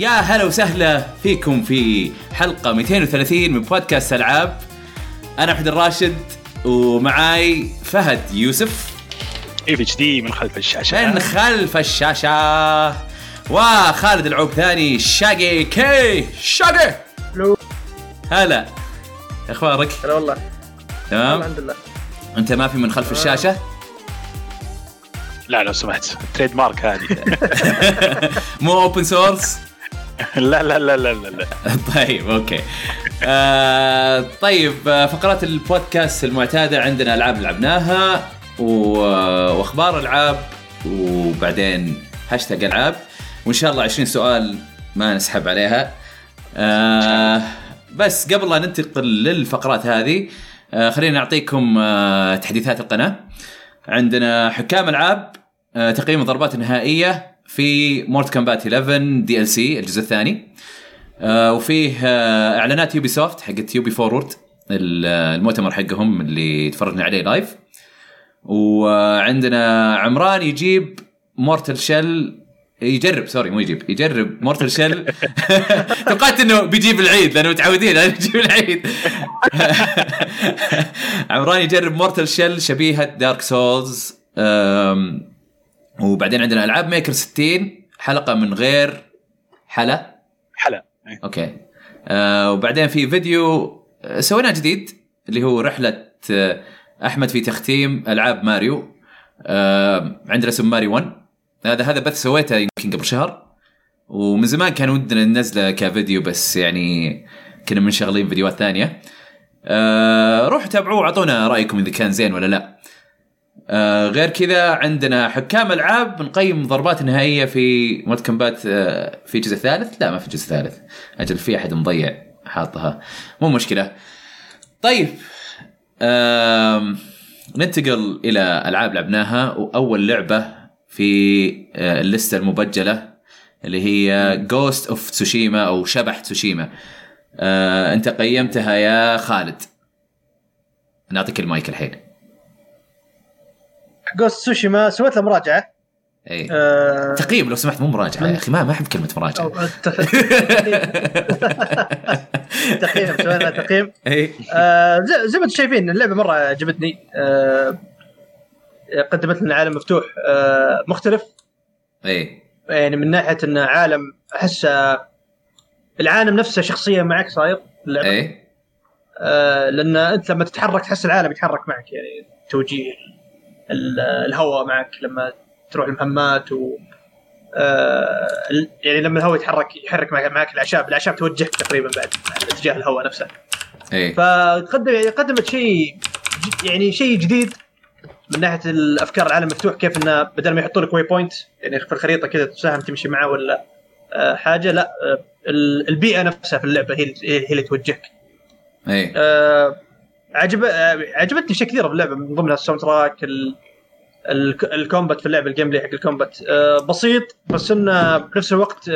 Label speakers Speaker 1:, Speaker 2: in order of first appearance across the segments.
Speaker 1: يا هلا وسهلا فيكم في حلقة 230 من بودكاست ألعاب. أنا أحمد الراشد ومعاي فهد يوسف
Speaker 2: FHD من خلف الشاشة
Speaker 1: وخالد العوب ثاني شاقي شاقي. هلا أخبارك؟
Speaker 3: هلا والله
Speaker 1: تمام
Speaker 3: الحمد لله.
Speaker 1: أنت ما في من خلف الشاشة؟
Speaker 2: لا لو سمحت تريد مارك هذه.
Speaker 1: مو اوبن سورس.
Speaker 2: لا.
Speaker 1: طيب اوكي. طيب فقرات البودكاست المعتادة عندنا ألعاب لعبناها واخبار العاب وبعدين هاشتاج العاب وان شاء الله 20 سؤال ما نسحب عليها. بس قبل لا ننتقل للفقرات هذه خلينا نعطيكم تحديثات القناة. عندنا حكام العاب تقييم الضربات النهائية في مورت كومبات 11 DLC الجزء الثاني، وفيه اعلانات يوبي سوفت حقت يوبي فورورد المؤتمر حقهم اللي تفرجنا عليه لايف. وعندنا عمران يجيب مورتل شل يجرب مورتل شل. توقعت انه بيجيب العيد لانه متعودين على يجيب العيد. عمران يجرب مورتل شل شبيهة دارك سولز. وبعدين عندنا ألعاب ميكر 60 حلقة من غير حلقة. اوكي. وبعدين في فيديو سويناه جديد اللي هو رحلة أحمد في تختيم ألعاب ماريو. عندنا اسم ماريو 1. هذا بث سويته يمكن قبل شهر ومن زمان كان ودنا ننزله كفيديو بس يعني كنا منشغلين فيديوهات ثانية. روحوا تابعوه وعطونا رأيكم إذا كان زين ولا لا. غير كذا عندنا حكام العاب نقيم ضربات نهائية في مورت كومبات في الجزء الثالث. لا ما في الجزء الثالث، أجل في أحد مضيع حاطها، مو مشكلة. طيب ننتقل إلى ألعاب لعبناها. وأول لعبة في الليستة المبجلة اللي هي Ghost of Tsushima أو شبح تسوشيما. أنت قيمتها يا خالد، نعطيك المايك الحين.
Speaker 3: Ghost of Tsushima سويت له مراجعة.
Speaker 1: اي تقييم لو سمحت، مو مراجعة يا أخي، ما أحب كلمة مراجعة.
Speaker 3: تقييم سوينا تقييم. زي ما انتم شايفين اللعبة مرة عجبتني. قدمت لنا عالم مفتوح مختلف. يعني من ناحية إن عالم أحس العالم نفسه شخصية معك صاير اللعبة. لأن أنت لما تتحرك تحس العالم يتحرك معك، يعني توجيه الهواء معك لما تروح المهمات يعني لما الهواء يحرك معك الأعشاب توجهك تقريبا بعد اتجاه الهواء نفسه. فقدمت شيء يعني شيء جديد من ناحية الأفكار. العالم مفتوح كيف إنه بدل ما يحطوا لك واي بوينت يعني في الخريطة كذا تساهم تمشي معه ولا حاجة، لا البيئة نفسها في اللعبة هي اللي توجهك. عجبتني شيء كثير في اللعبة، من ضمنها الساوند تراك، الكومبات في اللعبة، الجيم بلاي حق الكومبات بسيط بس إنه بنفس الوقت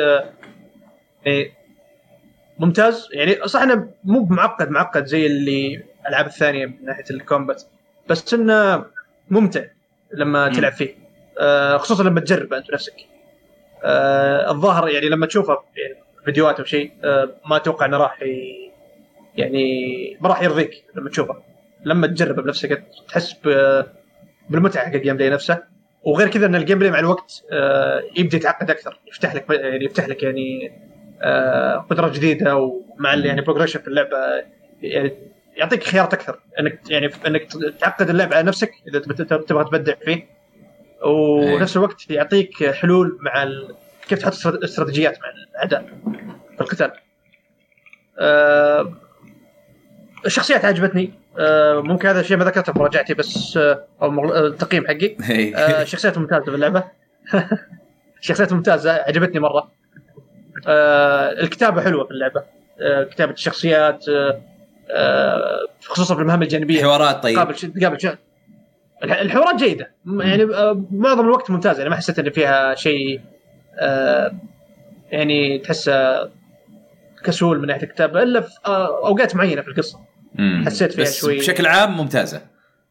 Speaker 3: ممتاز. يعني صح إنه مو معقد زي اللي ألعاب الثانية من ناحية الكومبات، بس إنه ممتع لما تلعب فيه، خصوصا لما تجرب أنت نفسك. الظاهر يعني لما تشوفه يعني فيديوهات أو شيء ما أتوقع إنه ما راح يرضيك لما تشوفه. لما تجربه بنفسك تحس بالمتعة حق الجيم بلاي نفسه. وغير كذا إن الجيم بلاي مع الوقت يبدأ يتعقد أكثر، يفتح لك يعني قدرة جديدة، ومع يعني بروجريشن في اللعبة يعني يعطيك خيارات أكثر إنك تعقد اللعبة على نفسك إذا تبغى تبدع فيه، ونفس الوقت يعطيك حلول مع كيف تحط استراتيجيات مع الأعداء في القتال. الشخصيات عجبتني. ممكن هذا الشيء ما ذكرته في مراجعتي بس أو التقييم حقي. شخصيات ممتازة في اللعبة. شخصيات ممتازة عجبتني مرة. الكتابة حلوة في اللعبة، كتابة الشخصيات خصوصا في المهام الجانبية.
Speaker 1: حوارات طيب،
Speaker 3: قابل الحوارات جيدة يعني معظم الوقت ممتازة. يعني ما حسيت إن فيها شيء يعني تحس كسول من ناحية الكتابة إلا في أوقات معينة في القصة حسيت فيها شوي.
Speaker 1: بشكل عام ممتازة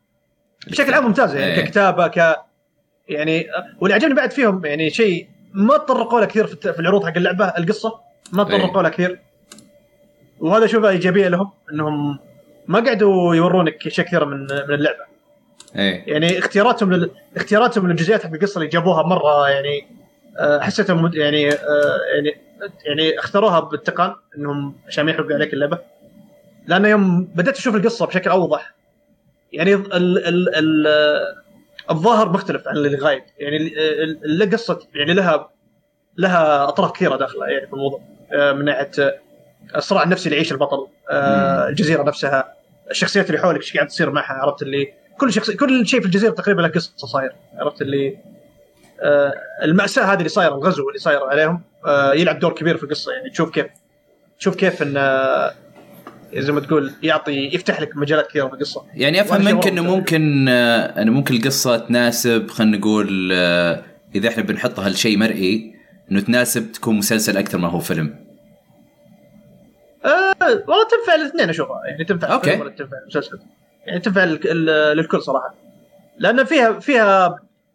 Speaker 3: يعني ككتابة يعني واللي عجبني بعد فيهم يعني شيء ما تطرقوا له كثير في العروض حق اللعبة، القصة ما تطرقوا لها كثير، وهذا شوفه ايجابيه لهم انهم ما قعدوا يورونك شيء كثير من اللعبه. يعني اختياراتهم للجزئيات حق القصه اللي جابوها مره يعني حسيتهم يعني اختاروها بالتقان انهم عشان ما يحرقوا عليك اللعبه. لأن يوم بدأت أشوف القصة بشكل أوضح يعني الظاهر مختلف عن اللي غايب. يعني اللي قصة يعني لها أطراف كثيرة داخلها يعني في الموضوع، من ناحية الصراع النفسي اللي يعيش البطل، الجزيرة نفسها، الشخصيات اللي حولك ايش قاعد تصير معها، عرفت اللي كل شيء في الجزيرة تقريبا له قصة صاير، عرفت اللي المأساة هذه اللي صايرة، الغزو اللي صاير عليهم يلعب دور كبير في القصة. يعني تشوف كيف إن زي ما تقول يفتح لك مجالات كثيرة في القصة.
Speaker 1: يعني أفهم منك إنه ممكن القصة تناسب، خلينا نقول إذا إحنا بنحطها لشيء مرئي، إنه تناسب تكون مسلسل أكثر ما هو فيلم.
Speaker 3: والله تنفع الاثنين أشوفها، يعني تنفع فيلم ولا تنفع مسلسل، يعني تنفع للكل صراحة، لأن فيها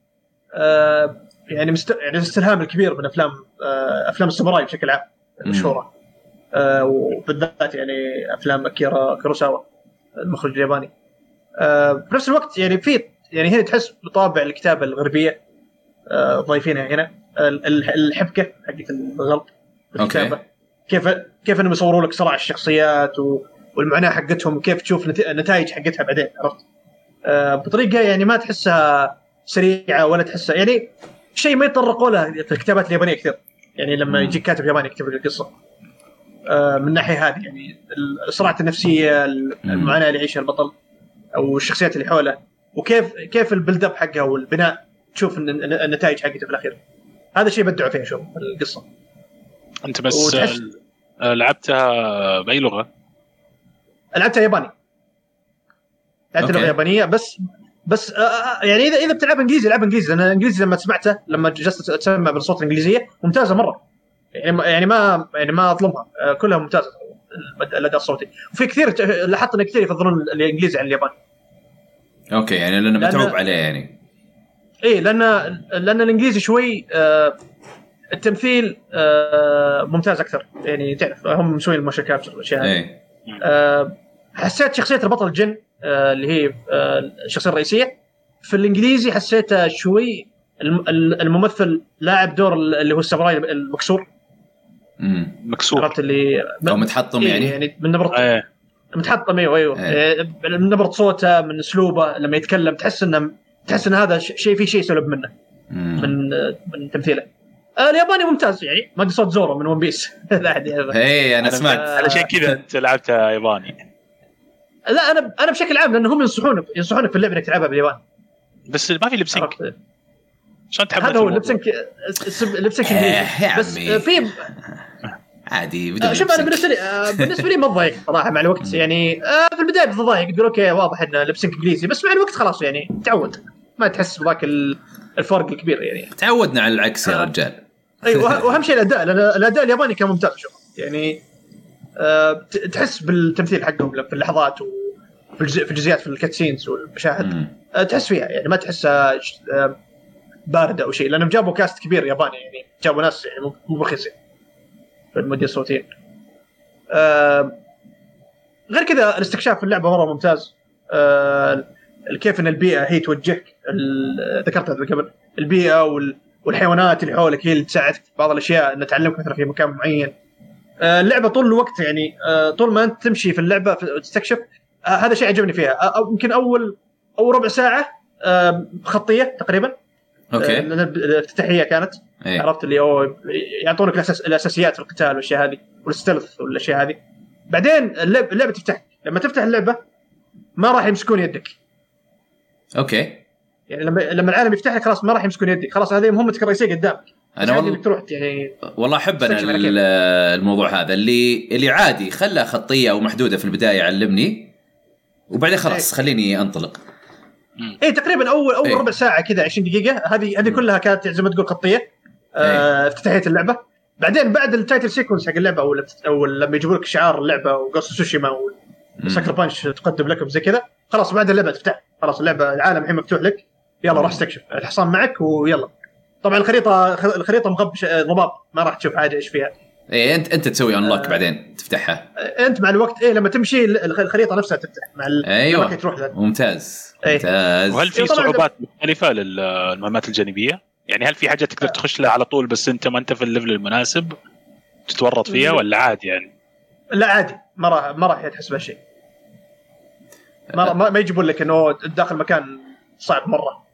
Speaker 3: يعني استلهام الكبير من أفلام الساموراي بشكل عام المشهورة، وبالذات يعني أفلام أكيرا كوروساوا المخرج الياباني. بنفس الوقت يعني يعني هنا تحس بطابع الكتابة الغربية ضايفينها هنا، الحبكة حقت الغرب بالكتابة، كيف انهم يصوروا لك صراع الشخصيات والمعاناة حقتهم، كيف تشوف النتائج حقتها بعدين، عرفت بطريقة يعني ما تحسها سريعة ولا تحسها يعني شيء ما يتطرقوا له في الكتابات اليابانية كثير. يعني لما يجي كاتب ياباني يكتب لك القصة من الناحية هذه، يعني الصراعات النفسية، المعاناة اللي يعيشها البطل أو الشخصيات اللي حوله، وكيف البلد اب حقها والبناء، تشوف النتائج حقتها في الأخير. هذا شيء بدعوا فيه شوف القصة.
Speaker 2: أنت بس لعبتها بأي لغة؟
Speaker 3: لعبتها ياباني، لعبت لغة يابانية بس يعني إذا بتلعب إنجليزي لعب إنجليزي. أنا إنجليزي لما سمعته، لما جلست أسمع بالصوت الإنجليزية ممتازة مرة، يعني ما أظلمها، كلها ممتازة الأداء الصوتي. وفي كثير لاحظت إن كثير يفضلون الإنجليزي عن الياباني.
Speaker 1: أوكي، يعني لأنه متعوب عليه يعني.
Speaker 3: إيه، لأن الإنجليزي شوي التمثيل ممتاز أكثر، يعني تعرف هم مسوين المشاكات والأشياء هذه. حسيت شخصية البطل الجن اللي هي الشخصية الرئيسية في الإنجليزي حسيتها شوي الممثل لاعب دور اللي هو الساموراي المكسور، عرفت اللي
Speaker 1: متحطم يعني
Speaker 3: من نبرة متحطم. ايوه من نبرة صوته، من اسلوبه لما يتكلم، تحس ان هذا شيء سلب منه من تمثيله. الياباني ممتاز، يعني ما ادري صوت زورو من ون بيس.
Speaker 1: اي انا سمعت
Speaker 2: علشان كذا انت لعبتها ياباني.
Speaker 3: لا انا بشكل عام، لانهم ينصحونك في اللعبه انك تلعبها بالياباني،
Speaker 2: بس ما في لبسنك عشان تحب.
Speaker 3: هذا هو لبسنك انجليزي بس في
Speaker 1: عادي.
Speaker 3: شوف انا بالنسبه لي ما ضايق صراحه مع الوقت. يعني في البدايه بتضايق، تقول اوكي واضح ان لبسنك انجليزي، بس مع الوقت خلاص يعني تعود، ما تحس بذاك الفرق الكبير. يعني تعودنا
Speaker 1: على العكس يا رجال.
Speaker 3: ايوه، واهم شيء الاداء الياباني كان ممتاز. شوف يعني تحس بالتمثيل حقهم في اللحظات وفي الجزئيات، في الكاتسينز والمشاهد تحس فيها، يعني ما تحسها باردة أو شيء، لأنهم جابوا كاست كبير ياباني، يعني جابوا ناس يعني مو بخيسين في المؤدين الصوتيين. غير كذا الاستكشاف في اللعبة مرة ممتاز. كيف أن البيئة هي توجهك، ذكرتها قبل، البيئة والحيوانات اللي حولك هي اللي تساعدك بعض الأشياء أن تعلمك مثلا في مكان معين. اللعبة طول الوقت يعني طول ما أنت تمشي في اللعبة تستكشف. هذا شيء عجبني فيها. يمكن أول ربع ساعة خطية تقريبا.
Speaker 1: اوكي،
Speaker 3: الافتتاحيه كانت عرفت اللي يعطونك الاساسيات في القتال والاشياء هذه والستلث والاشياء هذه. بعدين اللعبه تفتح، لما تفتح اللعبه ما راح يمسكون يدك.
Speaker 1: اوكي،
Speaker 3: يعني لما العالم يفتح لك خلاص ما راح يمسكون يدك، خلاص هذه مهمتك الرئيسيه قدامك.
Speaker 1: انا والله احب انا الموضوع هذا اللي عادي خلى خطيه او محدوده في البدايه يعلمني، وبعدين خلاص خليني انطلق.
Speaker 3: تقريبا اول ربع ساعه كذا 20 دقيقه هذه كلها كانت زي ما تقول خطيه افتتاحيه اللعبه. بعدين بعد التايتل سيكونس حق اللعبه او لما يجيبوا لك شعار اللعبه وقص سوشيما وسكر بانش تقدم لكم زي كذا، خلاص بعد اللعبه تفتح، خلاص اللعبه العالم الحين مفتوح لك، يلا روح استكشف، الحصان معك ويلا. طبعا الخريطه مغبش ضباب، ما راح تشوف حاجه ايش فيها،
Speaker 1: ايه انت تسوي انلوك بعدين تفتحها
Speaker 3: انت مع الوقت. ايه لما تمشي الخريطه نفسها تفتح مع
Speaker 1: ايوه
Speaker 3: لما تروح
Speaker 1: ممتاز.
Speaker 2: وهل في صعوبات مختلفه للمهمات الجانبيه؟ يعني هل في حاجه تقدر تخش لها على طول بس انت ما انت في الليفل المناسب تتورط فيها ولا عادي يعني؟
Speaker 3: لا عادي، ما راح تحس بهالشيء. ما يجيبون لك انه داخل مكان صعب مره.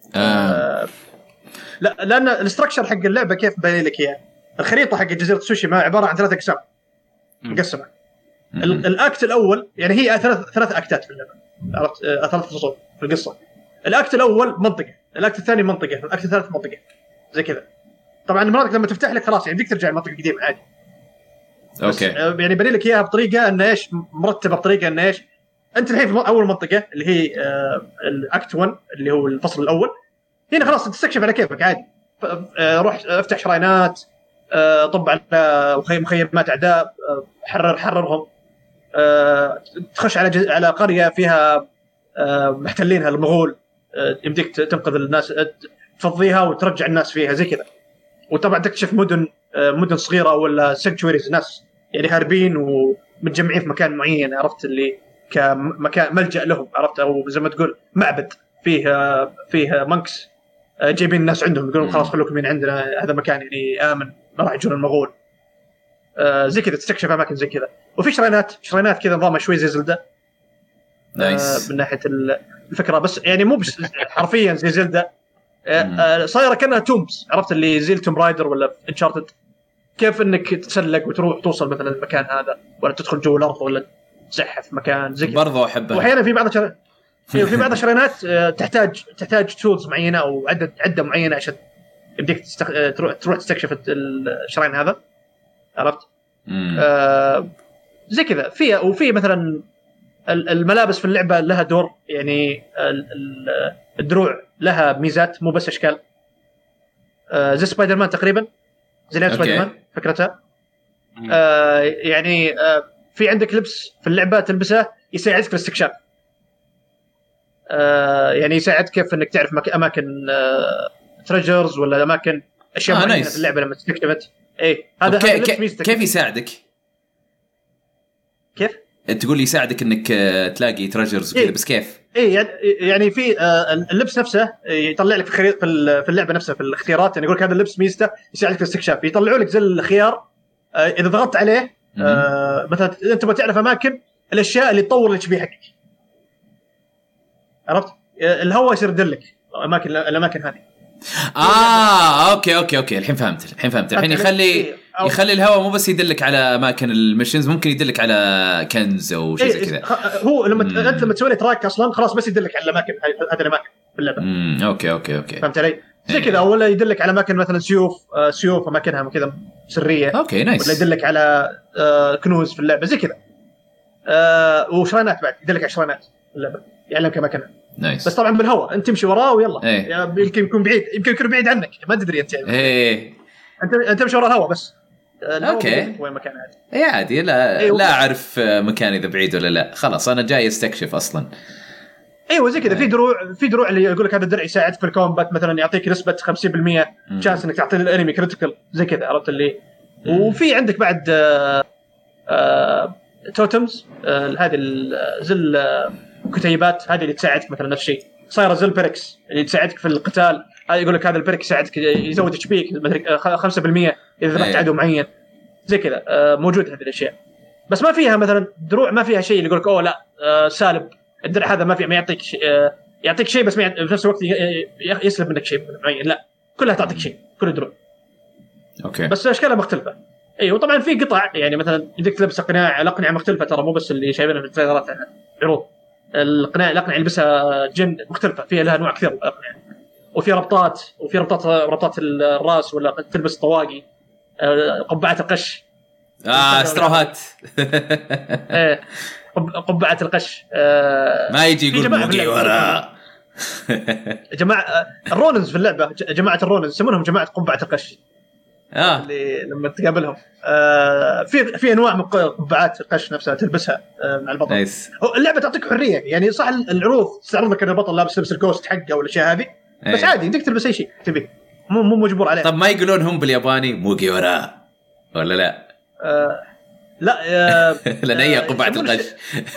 Speaker 3: لا لان الاستراكشر حق اللعبه كيف باني لك اياه. الخريطه حق جزيره سوشيما عباره عن 3 اقسام مقسمه. الاكت الاول يعني هي 3 اكتات في اللعبه، عرفت؟ 3 فصول في القصه. الاكت الاول منطقه، الاكت الثاني منطقه، الاكت الثالث منطقه زي كذا. طبعا المناطق لما تفتح لك خلاص يعني بدك ترجع المنطقه القديمه عادي.
Speaker 1: اوكي
Speaker 3: يعني بني لك اياها بطريقه ان ايش مرتبه، بطريقه ان ايش انت الحين في اول منطقه اللي هي الاكت 1 اللي هو الفصل الاول. هنا خلاص تستكشف على كيفك عادي. روح افتح شراينات، طب على مخيمات اعداء، حررهم، تخش على قريه فيها محتلينها المغول، يمديك تنقذ الناس، تفضيها وترجع الناس فيها زي كذا. وطبعا تكتشف مدن صغيره ولا سانكتشوريز، ناس يعني هاربين ومتجمعين في مكان معين، عرفت؟ اللي كمكان ملجأ لهم، عرفت؟ او زي ما تقول معبد فيه مانكس جايبين الناس عندهم، يقولون خلاص خلوكم من عندنا، هذا مكان يعني آمن ما راح يجون المغول. زي كذا تستكشف اماكن زي كذا. وفي شرينات كذا نظامها شوي زي زلدة.
Speaker 1: نايس
Speaker 3: من ناحيه الفكره، بس يعني مو بس حرفيا زي زلدة. صايره كانها تومز، عرفت؟ اللي زي توم رايدر ولا انشارتد، كيف انك تتسلق وتروح توصل مثلا المكان هذا، ولا تدخل جوا الارض، ولا تزحف في مكان زي كذا.
Speaker 1: برضو احبها.
Speaker 3: واحيانا في بعض الشرينات تحتاج تولز معينه او عده معينه عشان يبديك تروح تستكشف الشرين هذا، عرفت؟ زي كذا. وفي مثلا الملابس في اللعبه لها دور، يعني الدروع لها ميزات مو بس اشكال. زي سبايدر مان تقريبا، زي لعبه سبايدر مان فكرتها. يعني في عندك لبس في اللعبه تلبسه يساعدك في الاستكشاف. يعني يساعد كيف انك تعرف اماكن تريجرز ولا اماكن اشياء معينه في اللعبه لما تستكشفت. ايه هذا
Speaker 1: كيف يساعدك؟ كيف تقول لي يساعدك انك تلاقي تريجرز وكذا؟ بس كيف؟
Speaker 3: ايه يعني في اللبس نفسه يطلع لك في اللعبه نفسها في الاختيارات، يعني يقول لك هذا اللبس ميزته يساعدك في الاستكشاف. يطلعوا لك زي الخيار، اذا ضغطت عليه مثلا انت بتعرف اماكن الاشياء اللي تطور الاتش بي حقك، عرفت؟ الهواء يصير يدلك الاماكن هذه.
Speaker 1: اوكي الحين فهمت. الحين يخلي الهواء مو بس يدلك على اماكن الميشنز، ممكن يدلك على كنز او شيء زي كذا.
Speaker 3: هو لما تسوي لي تراك اصلا خلاص بس يدلك على الاماكن، هذه الاماكن في اللعبه.
Speaker 1: اوكي
Speaker 3: فهمت علي؟ زي كذا. ولا يدلك على اماكن مثلا سيوف اماكنها كذا سريه.
Speaker 1: اوكي نايس.
Speaker 3: ولا يدلك على كنوز في اللعبه زي كذا. وشرينات بعد يدلك على شرينات اللعبه، يعلمك اماكنها.
Speaker 1: نايس.
Speaker 3: بس طبعا بالهواء انت تمشي وراه ويلا. يمكن يكون بعيد، يمكن يكون بعيد عنك، ما تدري انت يعني. انت تمشي ورا الهواء بس.
Speaker 1: اوكي
Speaker 3: وين مكان عادي؟
Speaker 1: عادي. لا اعرف مكان اذا بعيد ولا لا، خلاص انا جاي استكشف اصلا.
Speaker 3: ايوه زي كذا. في دروع اللي يقول لك هذا الدرع يساعدك في الكومبات، مثلا يعطيك نسبه 50% شانس انك تعطي الانمي كريتيكال زي كذا، عرفت اللي. وفي عندك بعد توتمز، هذه زي الكتيبات هذه اللي تساعدك، مثلا نفس الشيء صايره زي البريكس اللي تساعدك في القتال. هذا يقول لك هذا البريكس يساعدك يزود اتش بي 5% اذا ذبحت عدو معين زي كذا. موجود هذه الاشياء، بس ما فيها مثلا دروع ما فيها شيء اللي يقول لك لا سالب الدرع هذا ما يعطيك يعطيك شيء بس في نفس الوقت يسلب منك شيء معين. لا كلها تعطيك شيء، كل الدروع.
Speaker 2: اوكي
Speaker 3: بس اشكالها مختلفه. ايوه طبعا في قطع، يعني مثلا بدك تلبس الاقنعه مختلفه، ترى مو بس اللي شايفينها في التريلرات عروض. الاقنعه يلبسها جن مختلفه، فيها لها انواع كثير الاقنعه. وفي ربطات الراس، ولا تلبس طواقي، قبعات القش،
Speaker 1: استروهات.
Speaker 3: ايه قبعات القش.
Speaker 2: ما يجي يقول موجي ورا.
Speaker 3: جماعه الرونز في اللعبه، جماعه الرونز يسمونهم جماعه قبعه القش. اللي لما تقابلهم في انواع من قبعات القش نفسها تلبسها مع البطل. اللعبه تعطيك حريه، يعني صح العروض تستعرض لك ان البطل لابس لبس الجوست حقه والاشياء هذه، بس عادي بدك تلبس اي شيء تبي، مو مجبور عليه.
Speaker 1: طب ما يقولون هم بالياباني موجي ورا؟ ولا لا؟
Speaker 3: لا
Speaker 1: لان هي قبعه القش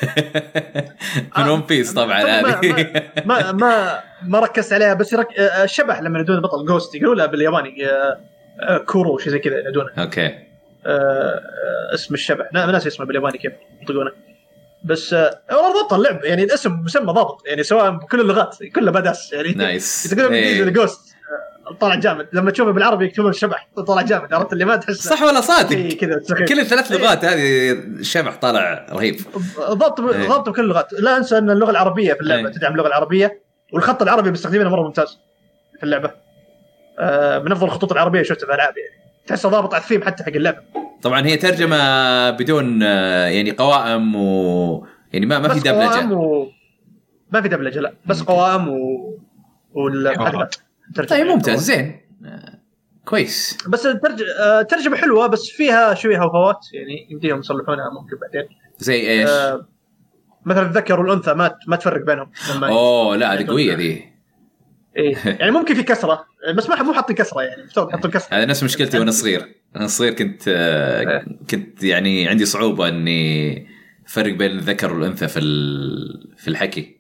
Speaker 1: من ون بيس طبعا هذه.
Speaker 3: ما ركزت عليها، بس الشبح لما يدون البطل جوست يقولوا له بالياباني كورو شيء زي كذا يدونه.
Speaker 1: اوكي.
Speaker 3: اسم الشبح ناس اسمه بالياباني كيف ينطقونه، بس والله ضبط اللعب يعني الاسم مسمى ضابط يعني سواء بكل اللغات كله بداس يعني.
Speaker 1: نايس.
Speaker 3: تقول بالانجليزي جوست طلع جامد، لما تشوفه بالعربي يكتبون الشبح طلع جامد، عرفت اللي ما تحس
Speaker 1: صح ولا صادق
Speaker 3: كذا
Speaker 1: كل الثلاث لغات هذه الشبح طالع رهيب
Speaker 3: ضبط بكل اللغات. لا انسى ان اللغه العربيه في اللعبه تدعم اللغه العربيه، والخط العربي بيستخدمونه مره ممتاز في اللعبه، من افضل الخطوط العربيه شفتها في الالعاب يعني، تحسه ضابط على الثيم حتى حق اللعبه.
Speaker 1: طبعا هي ترجمه بدون يعني قوائم يعني ما في دبلجه
Speaker 3: ما في دبلجه لا بس قوائم والحلقات.
Speaker 1: طيب ممتاز زين كويس.
Speaker 3: بس ترجمه حلوه بس فيها شويه هفوات يعني يمديهم يصلحونها ممكن بعدين.
Speaker 1: زي ايش؟
Speaker 3: مثلا الذكر والانثى ما تفرق بينهم.
Speaker 1: لا هذه قويه ذي.
Speaker 3: ايه يعني ممكن في كسره بس مو حاطين كسره يعني مفترض يحطون كسره.
Speaker 1: هذا نفس مشكلتي وانا صغير كنت يعني عندي صعوبه اني افرق بين الذكر والانثى في الحكي.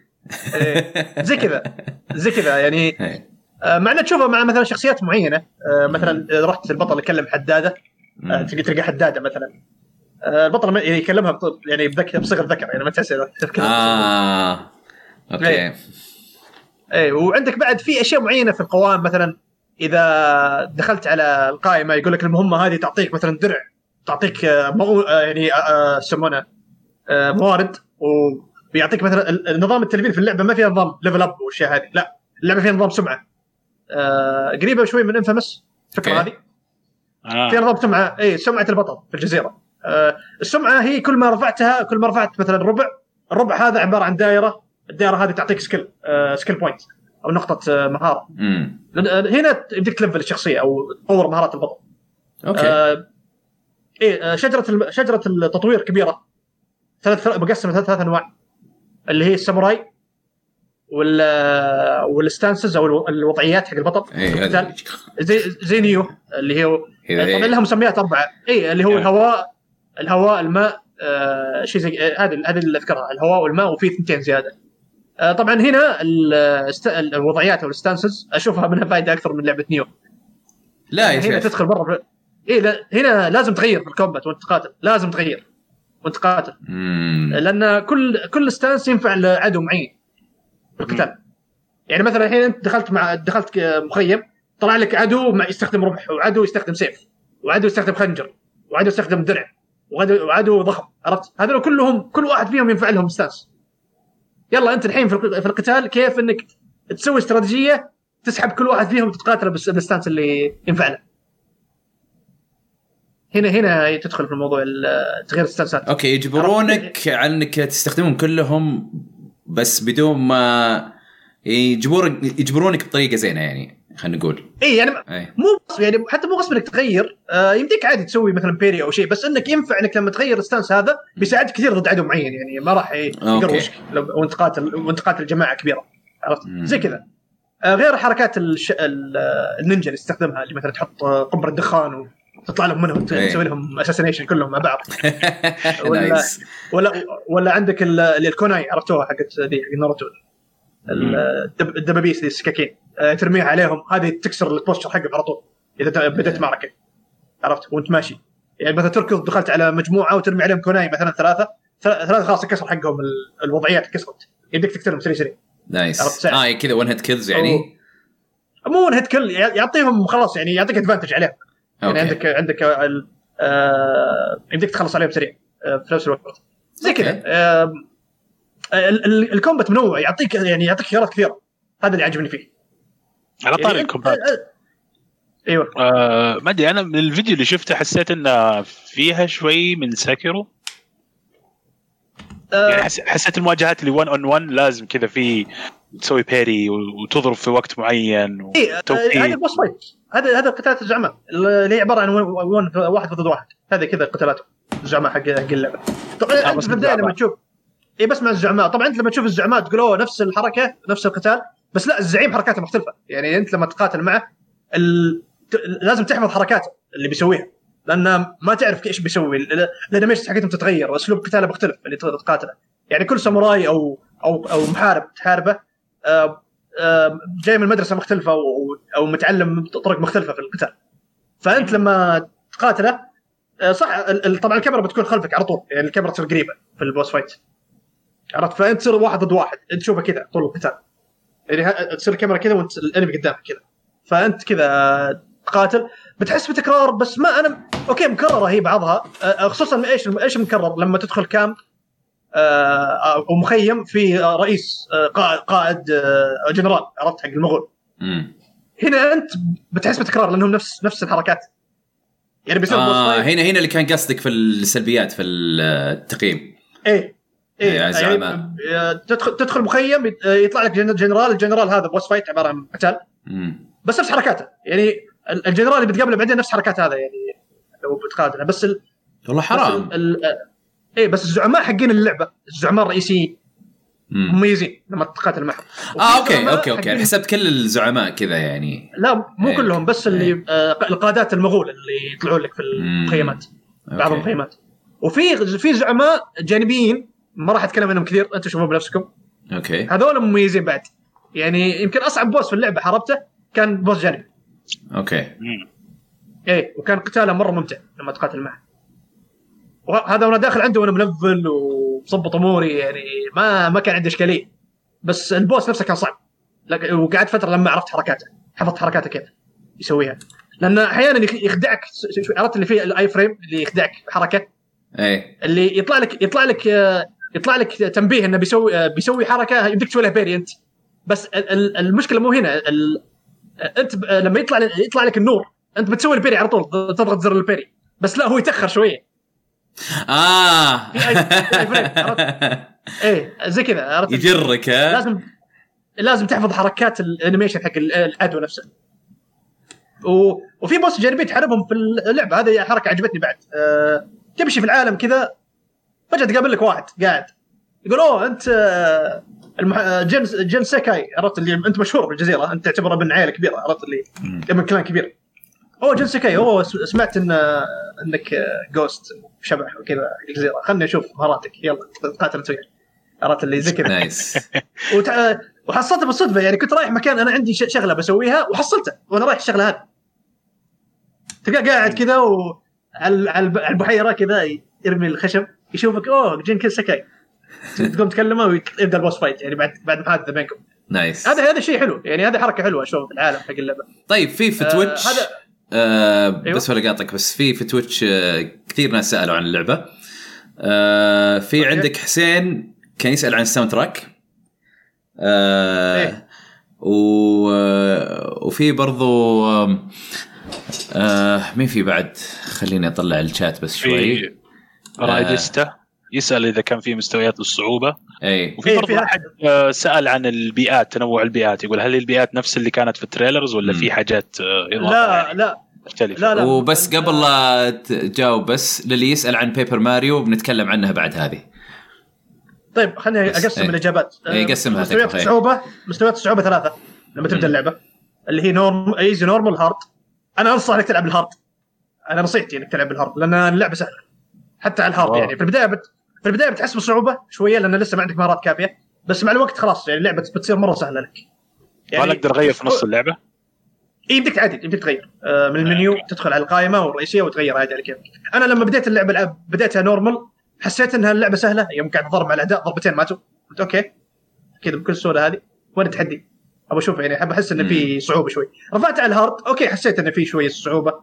Speaker 3: زي كذا يعني. معنا تشوفه مع مثلا شخصيات معينه، مثلا رحت البطل يكلم حداده، تلقى حداده مثلا، البطل يكلمها يعني بصيغه ذكر يعني ما تحس
Speaker 1: اوكي.
Speaker 3: اي وعندك بعد في اشياء معينه في القوائم، مثلا اذا دخلت على القائمه يقول لك المهمه هذه تعطيك مثلا درع، تعطيك يعني يسمونه موارد، وبيعطيك مثلا نظام التلفيل في اللعبه ما فيها نظام ليفل اب والاشياء هذه، لا اللعبه فيها نظام سمعه قريبه شوي من انفيمس الفكره هذه. في نظام سمعه، سمعه البطل في الجزيره. السمعه هي كل ما رفعت مثلا الربع هذا عباره عن دائره، الدائره هذه تعطيك سكيل بوينت او نقطه مهاره. هنا بدك تلفل الشخصيه او تطور مهارات البطل.
Speaker 1: اوكي.
Speaker 3: شجره التطوير كبيره، مقسمه ثلاث انواع، اللي هي الساموراي والستانسز او الوضعيات حق البطل. زي نيو اللي هو طبعا لها مسميات 4، اللي هو الهواء الماء، شيء زي هذه اللي اذكرها، الهواء والماء، وفي 2 زياده. طبعا هنا الوضعيات او الستانسز اشوفها منها فائده اكثر من لعبه نيو.
Speaker 1: لا يا
Speaker 3: هنا تدخل برا هنا لازم تغير في الكومبات وانت قاتل، لازم تغير وانت قاتل، لان كل ستانس ينفع لعدو معين في القتال. يعني مثلا الحين انت دخلت مخيم، طلع لك عدو يستخدم رمح، وعدو يستخدم سيف، وعدو يستخدم خنجر، وعدو يستخدم درع، وعدو ضخم، عرفت؟ هذول كلهم كل واحد فيهم ينفع لهم ستانس. يلا انت الحين في القتال كيف انك تسوي استراتيجيه تسحب كل واحد فيهم وتتقاتل بالستانس اللي ينفع له. هنا تدخل في الموضوع تغيير الستانسات.
Speaker 1: اوكي، يجبرونك على انك تستخدمهم كلهم بس بدون ما يجبرونك بطريقه زينه يعني، خلينا نقول.
Speaker 3: يعني مو حتى مو غصب انك تغير، يمديك عادي تسوي مثلا بيري او شيء، بس انك ينفع انك لما تغير الستانس هذا بيساعدك كثير ضد عدو معين، يعني ما راح يقروشك وانت قاتل جماعه كبيره، عرفت؟ زي كذا. غير حركات النينجا اللي تستخدمها، اللي مثلا تحط قنبله دخان وتطلع لهم منهم تسوي لهم اساسينيشن كلهم مع بعض. ولا عندك الكوناي، عرفتوها حقت ناروتو، الدبابيس دي السكاكين، ترميها عليهم، هذه تكسر البوستر حقك على طول اذا بدأت معركه، عرفت؟ وانت ماشي يعني مثلا تركض دخلت على مجموعه وترمي عليهم كوناي مثلا ثلاثه خلاص كسر حقهم الوضعيات كسرت، يدك تقتلهم سريع.
Speaker 1: نايس. كذا ون هيد كيلز يعني،
Speaker 3: مو ون هيد كيل، يعطيهم خلاص يعني يعطيك ادفانتج عليهم. يعني عندك يمديك تخلص عليهم سريع في نفس الوقت زي كذا. الكومبات منوع، يعطيك خيارات كثيره، هذا اللي عجبني فيه.
Speaker 2: على طاري الكومبات
Speaker 3: ايوه
Speaker 2: ما ادري، انا من الفيديو اللي شفته حسيت ان فيها شوي من ساكيرو. يعني حسيت المواجهات اللي 1 on 1 لازم كذا في تسوي بيري وتضرب في وقت معين
Speaker 3: هذا بوس فايت، هذا قتالات الزعماء اللي هي عباره عن واحد ضد واحد، هذا كذا قتالات الزعماء حق اللعبه. طبعا انت في البدايه لما تشوف بس مع الزعماء، طبعا انت لما تشوف الزعماء تقولوا نفس الحركه نفس القتال، بس لا، الزعيم حركاته مختلفه. يعني انت لما تقاتل معه لازم تحفظ حركاته اللي بيسويها، لان ما تعرف ايش بيسوي، الانيميشن حقتهم تتغير، اسلوب قتاله مختلف اللي تقاتله. يعني كل ساموراي او محارب تحاربه جاي من مدرسه مختلفه او متعلم طرق مختلفه في القتال. فانت لما تقاتله صح طبعا الكاميرا بتكون خلفك على طول، يعني الكاميرا تصير قريبه في البوس فايت، عرفت؟ فانت تصير واحد ضد واحد، انت تشوفه كذا طول القتال، يعني تصير الكاميرا كذا وانت الانمي قدامك كذا، فانت كذا تقاتل بتحس بتكرار. بس ما انا اوكي مكرره هي بعضها، خصوصا ايش مكرر لما تدخل كامب او مخيم في رئيس قائد جنرال، عرفت، حق المغول. هنا انت بتحس بتكرار لانهم نفس الحركات، يعني بيصير
Speaker 1: هنا اللي كان قصدك في السلبيات في التقييم.
Speaker 3: ايه يعني تدخل مخيم يطلع لك جنرال، الجنرال هذا بوس فايت عباره عن قتال بس نفس حركاته، يعني الجنرال اللي بتقابله بعدين نفس حركات هذا، يعني لو بتقاتله بس
Speaker 1: والله حرام.
Speaker 3: بس الزعماء حقين اللعبه، الزعماء الرئيسيين مميزين لما تقاتل معهم.
Speaker 1: اوكي حسبت كل الزعماء كذا يعني.
Speaker 3: لا مو كلهم، بس اللي القادات المغول اللي يطلعون لك في المخيمات، بعض المخيمات. وفي زعماء جانبيين ما راح اتكلم عنهم كثير، انتم شوفوا بنفسكم.
Speaker 1: اوكي
Speaker 3: هذول مميزين بعد، يعني يمكن اصعب بوس في اللعبه حاربته كان بوس جانبي.
Speaker 1: اوكي
Speaker 3: ايه وكان قتاله مره ممتع لما تقاتل معه. وهذا وانا داخل عنده وانا ملفل ومظبط اموري، يعني ما كان عندي اشكاليه. بس البوس نفسه كان صعب، وقعدت فتره لما عرفت حركاته، حفظت حركاته كيف يسويها، لان احيانا يخدعك. عرفت اللي فيه الاي فريم اللي يخدعك بحركه،
Speaker 1: ايه
Speaker 3: اللي يطلع لك تنبيه انه بيسوي حركه يبدك تسوي لها بيري انت. بس المشكله مو هنا، انت لما يطلع لك النور انت بتسوي البيري على طول، تضغط زر البيري، بس لا هو يتاخر شويه. ايه زي كذا
Speaker 1: يجرك.
Speaker 3: لازم تحفظ حركات الانيميشن حق العدو نفسه. وفي بوس جانبي تحاربهم في اللعبه، هذه حركه عجبتني بعد. تمشي في العالم كذا فجاه تقابل لك واحد قاعد يقول انت جن ساكاي، عرفت اللي انت مشهور بالجزيره، انت تعتبره ابن عائله كبيره، عرفت اللي من كلان كبير. جن ساكاي، سمعت انك جوست شبح وكذا الجزيره، خلني اشوف مهاراتك، يلا قاتل انت، عرفت اللي زي كذا.
Speaker 1: نايس.
Speaker 3: وحصلته بالصدفه، يعني كنت رايح مكان انا عندي شغله بسويها وحصلته وانا رايح الشغله هذه. تلقى قاعد كذا على البحيره كذا يرمي الخشب، يشوفك جن ساكاي، تقوم تكلمه ويبدا البوس فايت، يعني بعد محادثه بينكم.
Speaker 1: نايس.
Speaker 3: هذا شيء حلو، يعني هذه حركه حلوه اشوف في العالم حق اللعبه.
Speaker 1: طيب في تويتش
Speaker 3: هذا
Speaker 1: أيوة. بس ولا قاطك، بس في تويتش كثير ناس سالوا عن اللعبه. في عندك حسين كان يسال عن الساوند تراك، وفي برضو مين في بعد، خليني اطلع الشات بس شوي.
Speaker 2: رايدستا يسال اذا كان في مستويات الصعوبه. وفي برضو
Speaker 3: واحد
Speaker 2: سال عن البيئات، تنوع البيئات، يقول هل البيئات نفس اللي كانت في التريلرز ولا في حاجات اضافه؟
Speaker 3: لا
Speaker 2: مختلفه.
Speaker 3: لا.
Speaker 1: وبس قبل لا تجاوب، بس للي يسال عن بيبر ماريو بنتكلم عنها بعد هذه.
Speaker 3: طيب خليني اقسم الاجابات.
Speaker 1: قسمها.
Speaker 3: مستويات الصعوبه 3 لما تبدا اللعبه، اللي هي نورمال، ايزي، نورمال، هارد. انا انصح لك تلعب الهارد، انا نصيحتي انك تلعب الهارد لان اللعبه سهله حتى على الهارد. يعني في البدايه بتحس بصعوبه شويه لان لسه ما عندك مهارات كافيه، بس مع الوقت خلاص يعني اللعبه بتصير مره سهله لك.
Speaker 2: يعني ما نقدر نغير في نص اللعبه.
Speaker 3: يمديك عادي، يمديك تغير من المنيو، تدخل على القائمه والرئيسيه وتغير عادي على كيفك. انا لما بديت اللعبه بديتها نورمال، حسيت انها اللعبه سهله، يوم قاعد اضرب مع الاعداء ضربتين ماتوا، قلت اوكي كذا بكل سهوله هذه، وين التحدي؟ ابغى اشوف، يعني احب احس انه في صعوبه شوي. رفعت على الهارد، اوكي حسيت انه في شويه صعوبه،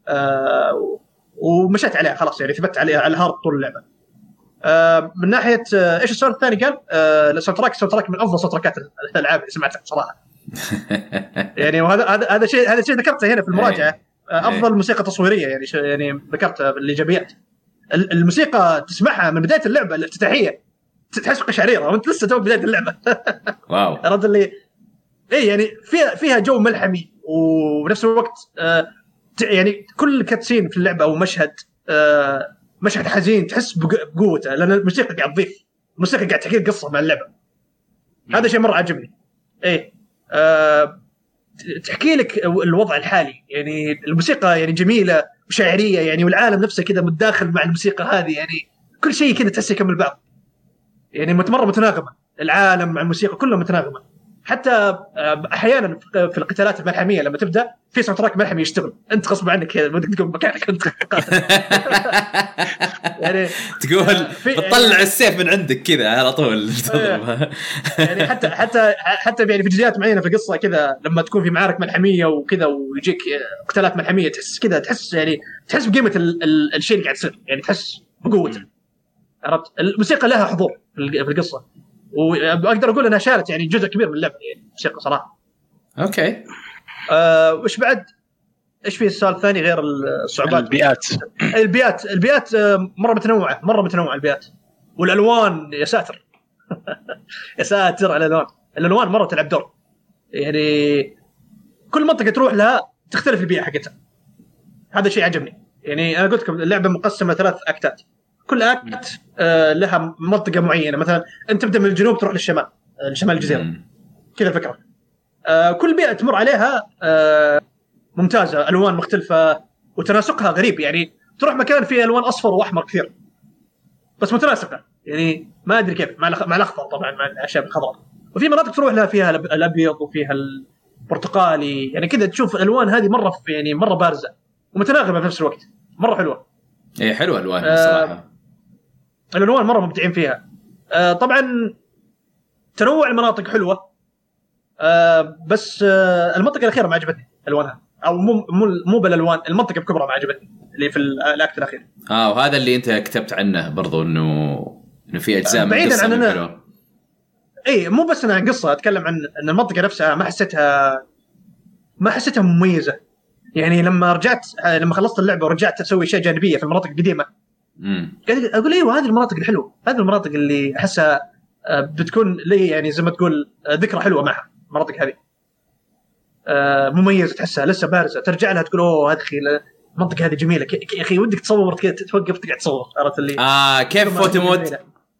Speaker 3: ومشيت عليها خلاص، يعني ثبت على الهارد طول اللعبه. من ناحيه ايش السؤال الثاني كان؟ الساوند تراك من افضل ساوند تراكات الالعاب اللي سمعتها صراحه. يعني وهذا شيء ذكرته هنا في المراجعه. افضل موسيقى تصويريه، يعني ذكرت بالايجابيات. الموسيقى تسمعها من بدايه اللعبه، الافتتاحيه تحس قشعريره وانت لسه تو بدايه اللعبه.
Speaker 1: واو.
Speaker 3: عرفت اللي يعني فيها جو ملحمي، ونفس الوقت يعني كل كاتسين في اللعبه او مشهد حزين تحس بقوته، لان الموسيقى قاعد تضيف، الموسيقى قاعد تحكي قصه مع اللعبه. هذا شيء مره عجبني. تحكي لك الوضع الحالي. يعني الموسيقى يعني جميله وشاعريه يعني، والعالم نفسه كذا متداخل مع الموسيقى هذه، يعني كل شيء كذا تحس يكمل بعض، يعني مره متناغمه، العالم مع الموسيقى كلها متناغمه. حتى احيانا في القتالات الملحميه لما تبدا في ساوند تراك ملحمي يشتغل، انت غصب عنك بدك تقوم مكانك انت تقاتل. يعني
Speaker 1: تقول بتطلع السيف من عندك كذا على طول.
Speaker 3: يعني حتى يعني في جزئيات معينه في القصه كذا لما تكون في معارك ملحميه وكذا ويجيك قتالات ملحميه تحس كذا، تحس بقيمه الشيء اللي قاعد يصير، يعني تحس بقوته. عرفت؟ الموسيقى لها حضور في القصه، واقدر اقول انها شالت يعني جزء كبير من اللعبه يعني الموسيقى صراحه.
Speaker 1: اوكي.
Speaker 3: وش بعد؟ ايش في السؤال الثاني غير الصعوبات؟ البيئات مره متنوعه البيئات، والالوان يا ساتر. يا ساتر على الالوان مره تلعب دور. يعني كل منطقه تروح لها تختلف البيئه حقتها، هذا شيء عجبني. يعني انا قلت لكم اللعبه مقسمه 3 اكتات، كل اكت لها منطقه معينه. مثلا انت تبدا من الجنوب تروح للشمال الجزيره، كذا الفكره. كل بيئه تمر عليها ممتازه، الوان مختلفه وتناسقها غريب. يعني تروح مكان فيه الوان اصفر واحمر كثير بس متناسقه، يعني ما ادري كيف مع الاخضر طبعا مع الاشياء الخضراء. وفي مناطق تروح لها فيها الابيض وفيها البرتقالي، يعني كذا تشوف الالوان هذه مره بارزه ومتناغمه في نفس الوقت، مره حلوه.
Speaker 1: اي حلوه الوان الصراحه،
Speaker 3: الالوان مره مبدعين فيها. طبعا تنوع المناطق حلوه، بس المنطقه الاخيره ما عجبتني الوانها، او مو بالالوان، المنطقه بكبرها ما عجبتني اللي في الاكت الاخير.
Speaker 1: وهذا اللي انت كتبت عنه برضو انه في اجزاء من
Speaker 3: بعيدا عن
Speaker 1: حلوه.
Speaker 3: اي مو بس انا قصه اتكلم عن ان المنطقه نفسها ما حسيتها مميزه. يعني لما خلصت اللعبه ورجعت اسوي اشياء جانبيه في المناطق القديمه، قاعد اقول ايوه هذه المناطق الحلوه، هذه المناطق اللي احسها بتكون لي يعني زي ما تقول ذكرى حلوه معها. المناطق هذه مميزه، تحسها لسه بارزه، ترجع لها تقول اوه هذه المنطقه هذه جميله يا اخي، ودك تصور كذا، توقف تقعد تصور. عرفت اللي
Speaker 1: كيف فوتو مود؟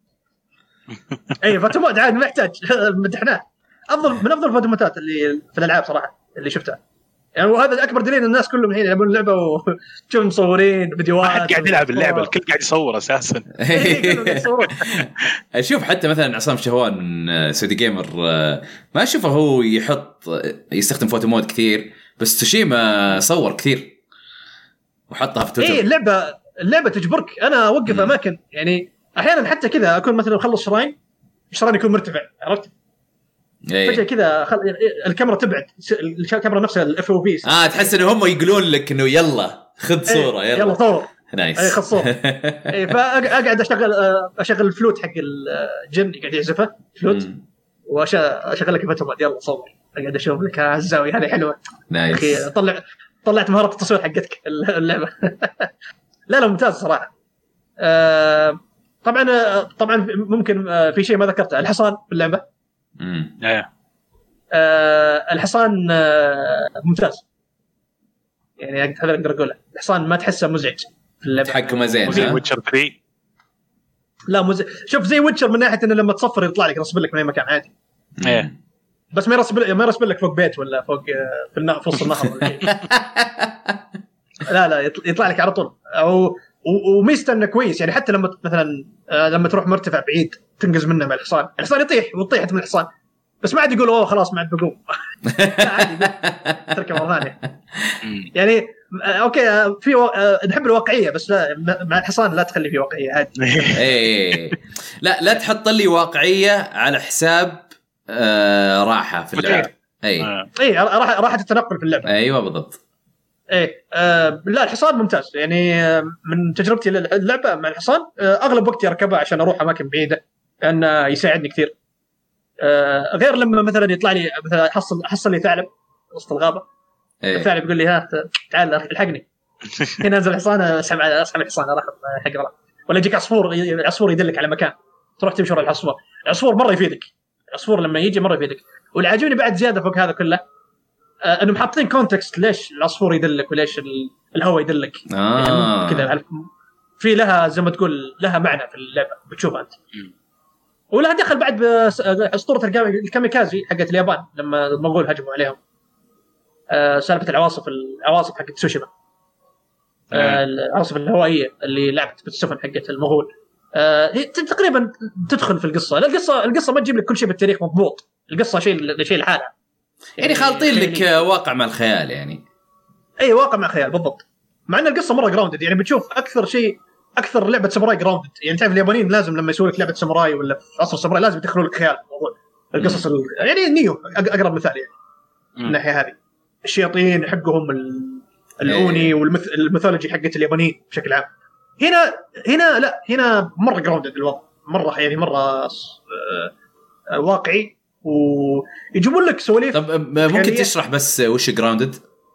Speaker 3: اي فوتو مود عاد محتاج مدحناه، من افضل الفوتوماتات اللي في الالعاب صراحه اللي شفتها. يعني وهذا اكبر دليل الناس كلهم الحين يلعبون اللعبه وشوف مصورين فيديوهات،
Speaker 2: ما حد قاعد يلعب اللعبه، الكل قاعد يصور اساسا.
Speaker 1: اشوف حتى مثلا عصام شهوان من سودي جيمر ما اشوفه هو يستخدم فوتو مود كثير، بس تشيما صور كثير وحطها في تويتر.
Speaker 3: اللعبه تجبرك انا اوقف اماكن، يعني احيانا حتى كذا اكون مثلا اخلص شراين يكون مرتفع، عرفت؟ فجأة كذا الكاميرا تبعد، الكاميرا نفسها الاف او في
Speaker 1: تحس انه هم يقولون لك انه يلا خذ صوره،
Speaker 3: يلا صور
Speaker 1: نايس.
Speaker 3: اي خذ صوره. فاقعد اشغل الفلوت حق الجن قاعد يعزفه فلوت، واشغل لك الفوتومات يلا صور، اقعد اشوف لك الزاويه هذه حلوه
Speaker 1: نايس.
Speaker 3: اخي طلعت مهاره التصوير حقتك اللعبه. لا ممتاز صراحه. طبعا ممكن في شيء ما ذكرته، الحصان في اللعبه. الحصان ممتاز، يعني هذا اقدر اقوله. الحصان ما تحسه مزعج في اللعبه،
Speaker 1: تحكمه زين
Speaker 2: زي ويتشر 3.
Speaker 3: لا شوف زي ويتشر من ناحيه انه لما تصفر يطلع لك يرسب لك من اي مكان عادي. بس ما يرسب لك فوق بيت ولا فوق في وسط النهر. لا يطلع لك على طول. وميزته انه كويس، يعني حتى لما مثلا لما تروح مرتفع بعيد تنقز منه مع الحصان يطيح وتطيح من الحصان، بس ما عاد يقول اوه خلاص ما عاد بقوم. عادي تركب مره ثانيه. يعني اوكي في نحب الواقعيه، بس لا مع الحصان لا تخلي فيه واقعيه عادي.
Speaker 1: لا تحط لي واقعيه على حساب راحه في اللعبه.
Speaker 3: راحه التنقل في اللعبه.
Speaker 1: ايوه بالضبط.
Speaker 3: لا الحصان ممتاز، يعني من تجربتي للعبه مع الحصان اغلب وقتي اركبه عشان اروح اماكن بعيده، لانه يساعدني كثير. غير لما مثلا يطلع لي مثلا حصل لي ثعلب وسط الغابه، الثعلب يقول لي ها تعال الحقني، هنا انزل الحصان اسحب الحصان اروح حق ورا، ولا يجيك عصفور يدلك على مكان تروح تمشي ورا العصفور مره يفيدك. العصفور لما يجي مره يفيدك. واللي عاجبني بعد زياده فوق هذا كله انهم حاطين كونتكست ليش العصفور يدلك وليش الهواء يدلك. يعني كذا في لها زي ما تقول لها معنى في اللعبه بتشوفها انت. ولها دخل بعد بأسطورة الكاميكازي حقت اليابان لما المغول هجموا عليهم. سالفه العواصف حقت تسوشيما، العواصف الهوائيه اللي لعبت بالسفن حقت المغول. هي تقريبا تدخل في القصه. لا القصه ما تجيب لك كل شيء بالتاريخ مضبوط، القصه شيء لحالها
Speaker 1: يعني خالطين لك واقع مع الخيال يعني.
Speaker 3: اي واقع مع خيال بالضبط، مع ان القصه مره جراوندد. يعني بتشوف اكثر لعبه ساموراي جراوندد. يعني تعرف اليابانيين لازم لما يسووا لك لعبه ساموراي ولا في عصر الساموراي لازم يدخلوا لك خيال موضوع القصص يعني نيو اقرب مثال يعني من الناحيه هذه. الشياطين حقهم الاوني والميثولوجي حقت اليابانيين بشكل عام. هنا مره جراوندد الوضع، مره يعني مره واقعي، ويجيبون لك سواليف.
Speaker 1: طب ممكن تشرح بس وش جراوندد؟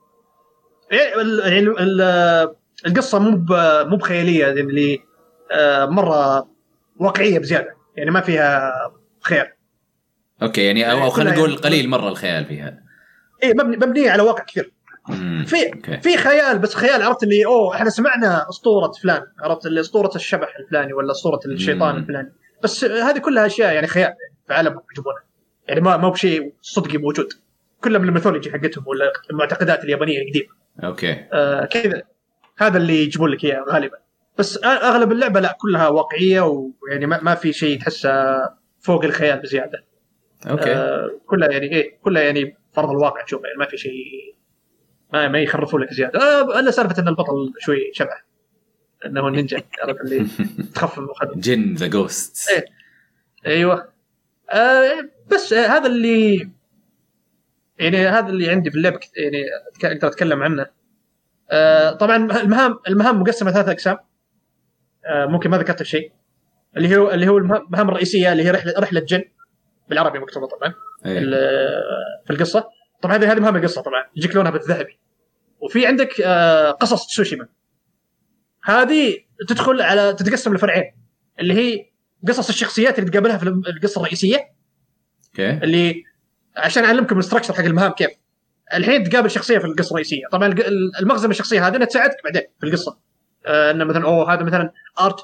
Speaker 3: يعني القصه مو بخياليه، اللي مره واقعيه بزياده، يعني ما فيها خيال.
Speaker 1: اوكي يعني او خلينا نقول قليل مره الخيال فيها.
Speaker 3: ايه مبنيه على واقع كثير. في خيال، بس خيال عرفت اللي احنا سمعنا اسطوره فلان، عرفت اللي اسطوره الشبح الفلاني ولا اسطوره الشيطان الفلاني، بس هذه كلها اشياء يعني خيال في عالمهم يجيبونها، يعني ما بشيء صدقي موجود، كلها من الميثولوجي حقتهم ولا المعتقدات اليابانيه القديمه.
Speaker 1: اوكي
Speaker 3: كذا هذا اللي يجيبون لك اياه غالبا. بس اغلب اللعبه لا كلها واقعيه، ويعني ما في شيء تحسه فوق الخيال بزياده.
Speaker 1: اوكي
Speaker 3: كلها يعني كلها يعني فرض الواقع تشوفه، يعني ما في شيء ما يخرفوا لك زياده. الا سالفه ان البطل شوي شبح، انه النينجا عرفت اللي تخفف المخدر
Speaker 1: جن ذا جوست.
Speaker 3: ايوه. بس هذا اللي عندي في اللعبه، يعني اقدر اتكلم عنه. طبعا المهام مقسمه 3 أقسام. ممكن ما ذكرت الشيء اللي هو المهام الرئيسيه اللي هي رحله جن بالعربي مكتوبه طبعا في القصه. طبعا هذه مهام القصه، طبعا يجيك لونها بالذهبي. وفي عندك قصص تسوشيما، هذه تتقسم لفرعين، اللي هي قصص الشخصيات اللي تقابلها في القصه الرئيسيه.
Speaker 1: اوكي.
Speaker 3: اللي عشان اعلمكم الاستراكشر حق المهام كيف. الحين تقابل شخصيه في القصه الرئيسيه، طبعا المغزى من الشخصيه هذه انها تساعدك بعدين في القصه. انه مثلا هذا مثلا ارت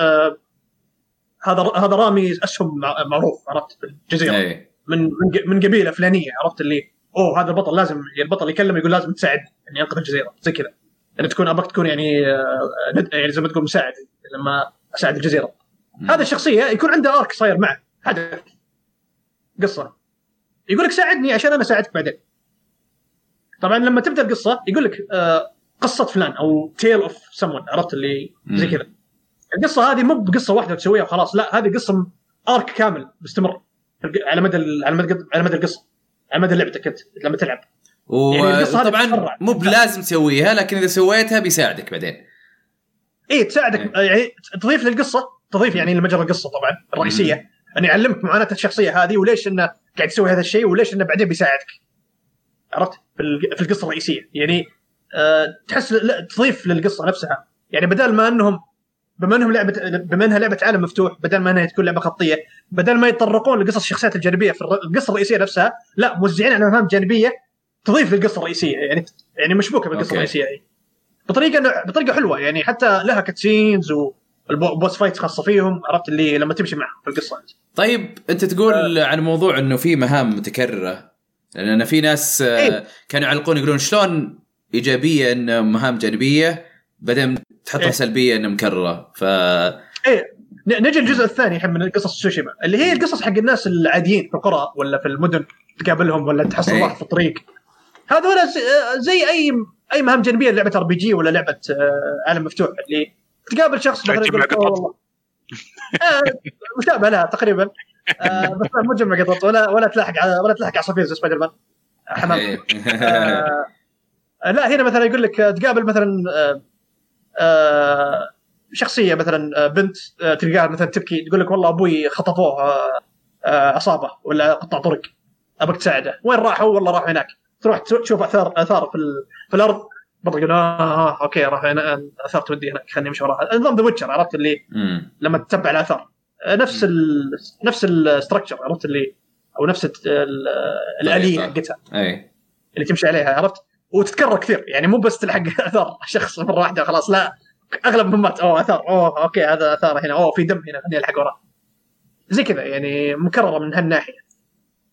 Speaker 3: هذا رامي اسهم معروف، عرفت، في الجزيره من قبيله فلانيه، عرفت اللي هذا البطل لازم البطل يكلم يقول لازم تساعد اني انقذ الجزيره زي كذا، يعني تكون يعني زي ما تقول مساعد لما اساعد الجزيره. هذا الشخصيه يكون عنده ارك صاير معه حدث قصه، يقول لك ساعدني عشان انا اساعدك بعدين. طبعا لما تبدا القصه يقول لك قصه فلان او تيل اوف سمون، عرفت اللي زي كذا. القصه هذه مو بقصه واحده تسويها وخلاص، لا هذه قصه ارك كامل بيستمر على مدى القصه، على مدى لعبتك انت لما تلعب.
Speaker 1: يعني طبعا مو بلازم تسويها، لكن اذا سويتها بيساعدك بعدين.
Speaker 3: ايه تساعدك، يعني تضيف للقصه، تضيف يعني لمجرى القصه طبعا الرئيسيه، ان يعلمك معاناه الشخصيه هذه وليش انه قاعد يسوي هذا الشيء وليش انه بعدين بيساعدك، عرفت، في القصه الرئيسيه. يعني تحس تضيف للقصه نفسها، يعني بدل ما انهم بما انها لعبه عالم مفتوح، بدل ما انها تكون لعبه خطيه، بدل ما يتطرقون لقصص الشخصيات الجانبيه في القصه الرئيسيه نفسها، لا موزعين على مهام جانبيه تضيف للقصه الرئيسيه، يعني مشبوكه بالقصه الرئيسيه يعني بطريقه حلوه، يعني حتى لها كاتسينز والبوس فايت خاصه فيهم، عرفت اللي لما تمشي معهم في القصه.
Speaker 1: طيب انت تقول عن موضوع انه في مهام متكرره، لان في ناس كانوا يعلقون يقولون شلون ايجابيه ان مهام جانبيه بعدين تحطها سلبيه انها مكرره.
Speaker 3: نجي الجزء الثاني الحين من قصص تسوشيما، اللي هي القصص حق الناس العاديين في القرى ولا في المدن، تقابلهم ولا تحصل واحد في الطريق. هذا ولا زي اي مهام جانبيه لعبه ار بي جي ولا لعبه عالم مفتوح، اللي تقابل شخص مثلا يقول والله مشابه لها تقريبا، بس مو جمع قطط ولا تلاحق عصافير زي سبايدر مان حمام. لا هنا مثلا يقول لك تقابل مثلا شخصيه مثلا بنت تلقاها مثلا تبكي، تقول لك والله ابوي خطفوه عصابه ولا قطاع طرق، ابغى تساعده. وين راحوا؟ والله راحوا هناك. تروح تشوف اثار في الارض، بطل يقول اوكي راح هنا اثار تودي هناك، خليني امشي وراها. نظام ذا ويتشر، عرفت اللي لما تتبع الاثار نفس الستراكشر، عرفت اللي او نفس الاليه حقتها اللي تمشي عليها، عرفت، وتتكرر كثير، يعني مو بس تلحق اثار شخص مره واحده خلاص، لا اغلب مهمات اثار اوكي هذا اثار هنا، في دم هنا خليني الحق وراه، زي كذا، يعني مكرره من هالناحيه.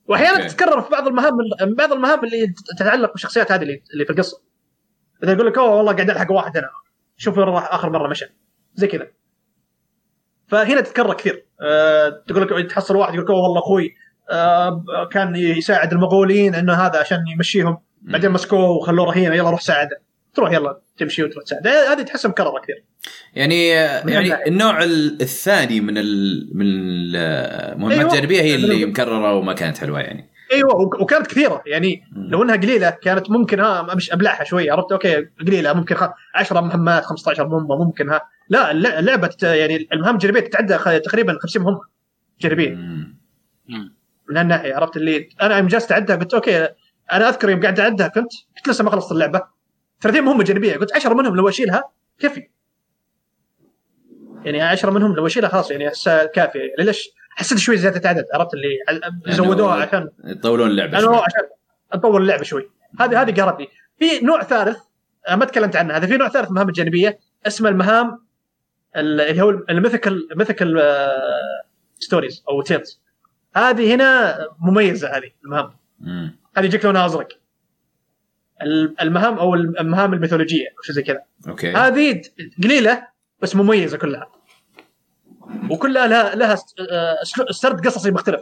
Speaker 3: واحيانا تتكرر في بعض المهام اللي تتعلق بالشخصيات هذه اللي في القصه. اذا يقول لك والله قاعد الحق واحد انا شوف راح اخر مره مشى زي كذا، فهنا تتكرر كثير. تقول لك تحصل واحد يقول لك والله اخوي كان يساعد المغولين انه هذا عشان يمشيهم، بعدين مسكوه وخلوه رهينه، يلا روح ساعده، تروح يلا تمشي وتروح تساعد. هذه تحسها مكرره كثير.
Speaker 1: يعني النوع الثاني من المهمات الجانبيه هي اللي مكرره وما كانت حلوه يعني.
Speaker 3: ايوه وكانت كثيره يعني. لو انها قليله كانت ممكن مش ابلعها شويه، عرفت؟ اوكي قليله ممكن 10 مهمات 15 مهمه ممكن لا اللعبه يعني المهام الجانبيه تتعدى تقريبا 50 مهمه جانبيه من هالناحيه، عرفت؟ اللي انا يوم جلست اعدها قلت اوكي، انا اذكر يوم قاعد اعدها كنت لسه ما خلصت اللعبه 30 مهمه جانبيه، قلت 10 منهم لو اشيلها كفي يعني. 10 منهم لو اشيلها خلاص يعني كافيه. ليش حسيت شوي زياده عدد، عرفت؟ اللي زودوها عشان
Speaker 1: يطولون اللعبه
Speaker 3: شوي، عشان اطول اللعبه شوي. هذه قهرتني. في نوع ثالث ما تكلمت عنه، هذا في نوع ثالث مهام الجانبيه اسمه المهام اللي هو الميثيكال ستوريز او تيلز. هذه هنا مميزه، هذه المهام هذه يجيك لونها ازرق، المهام او المهام الميثولوجيه او شيء زي كذا. هذه قليله بس مميزه كلها، وكلها لها سرد قصصي مختلف.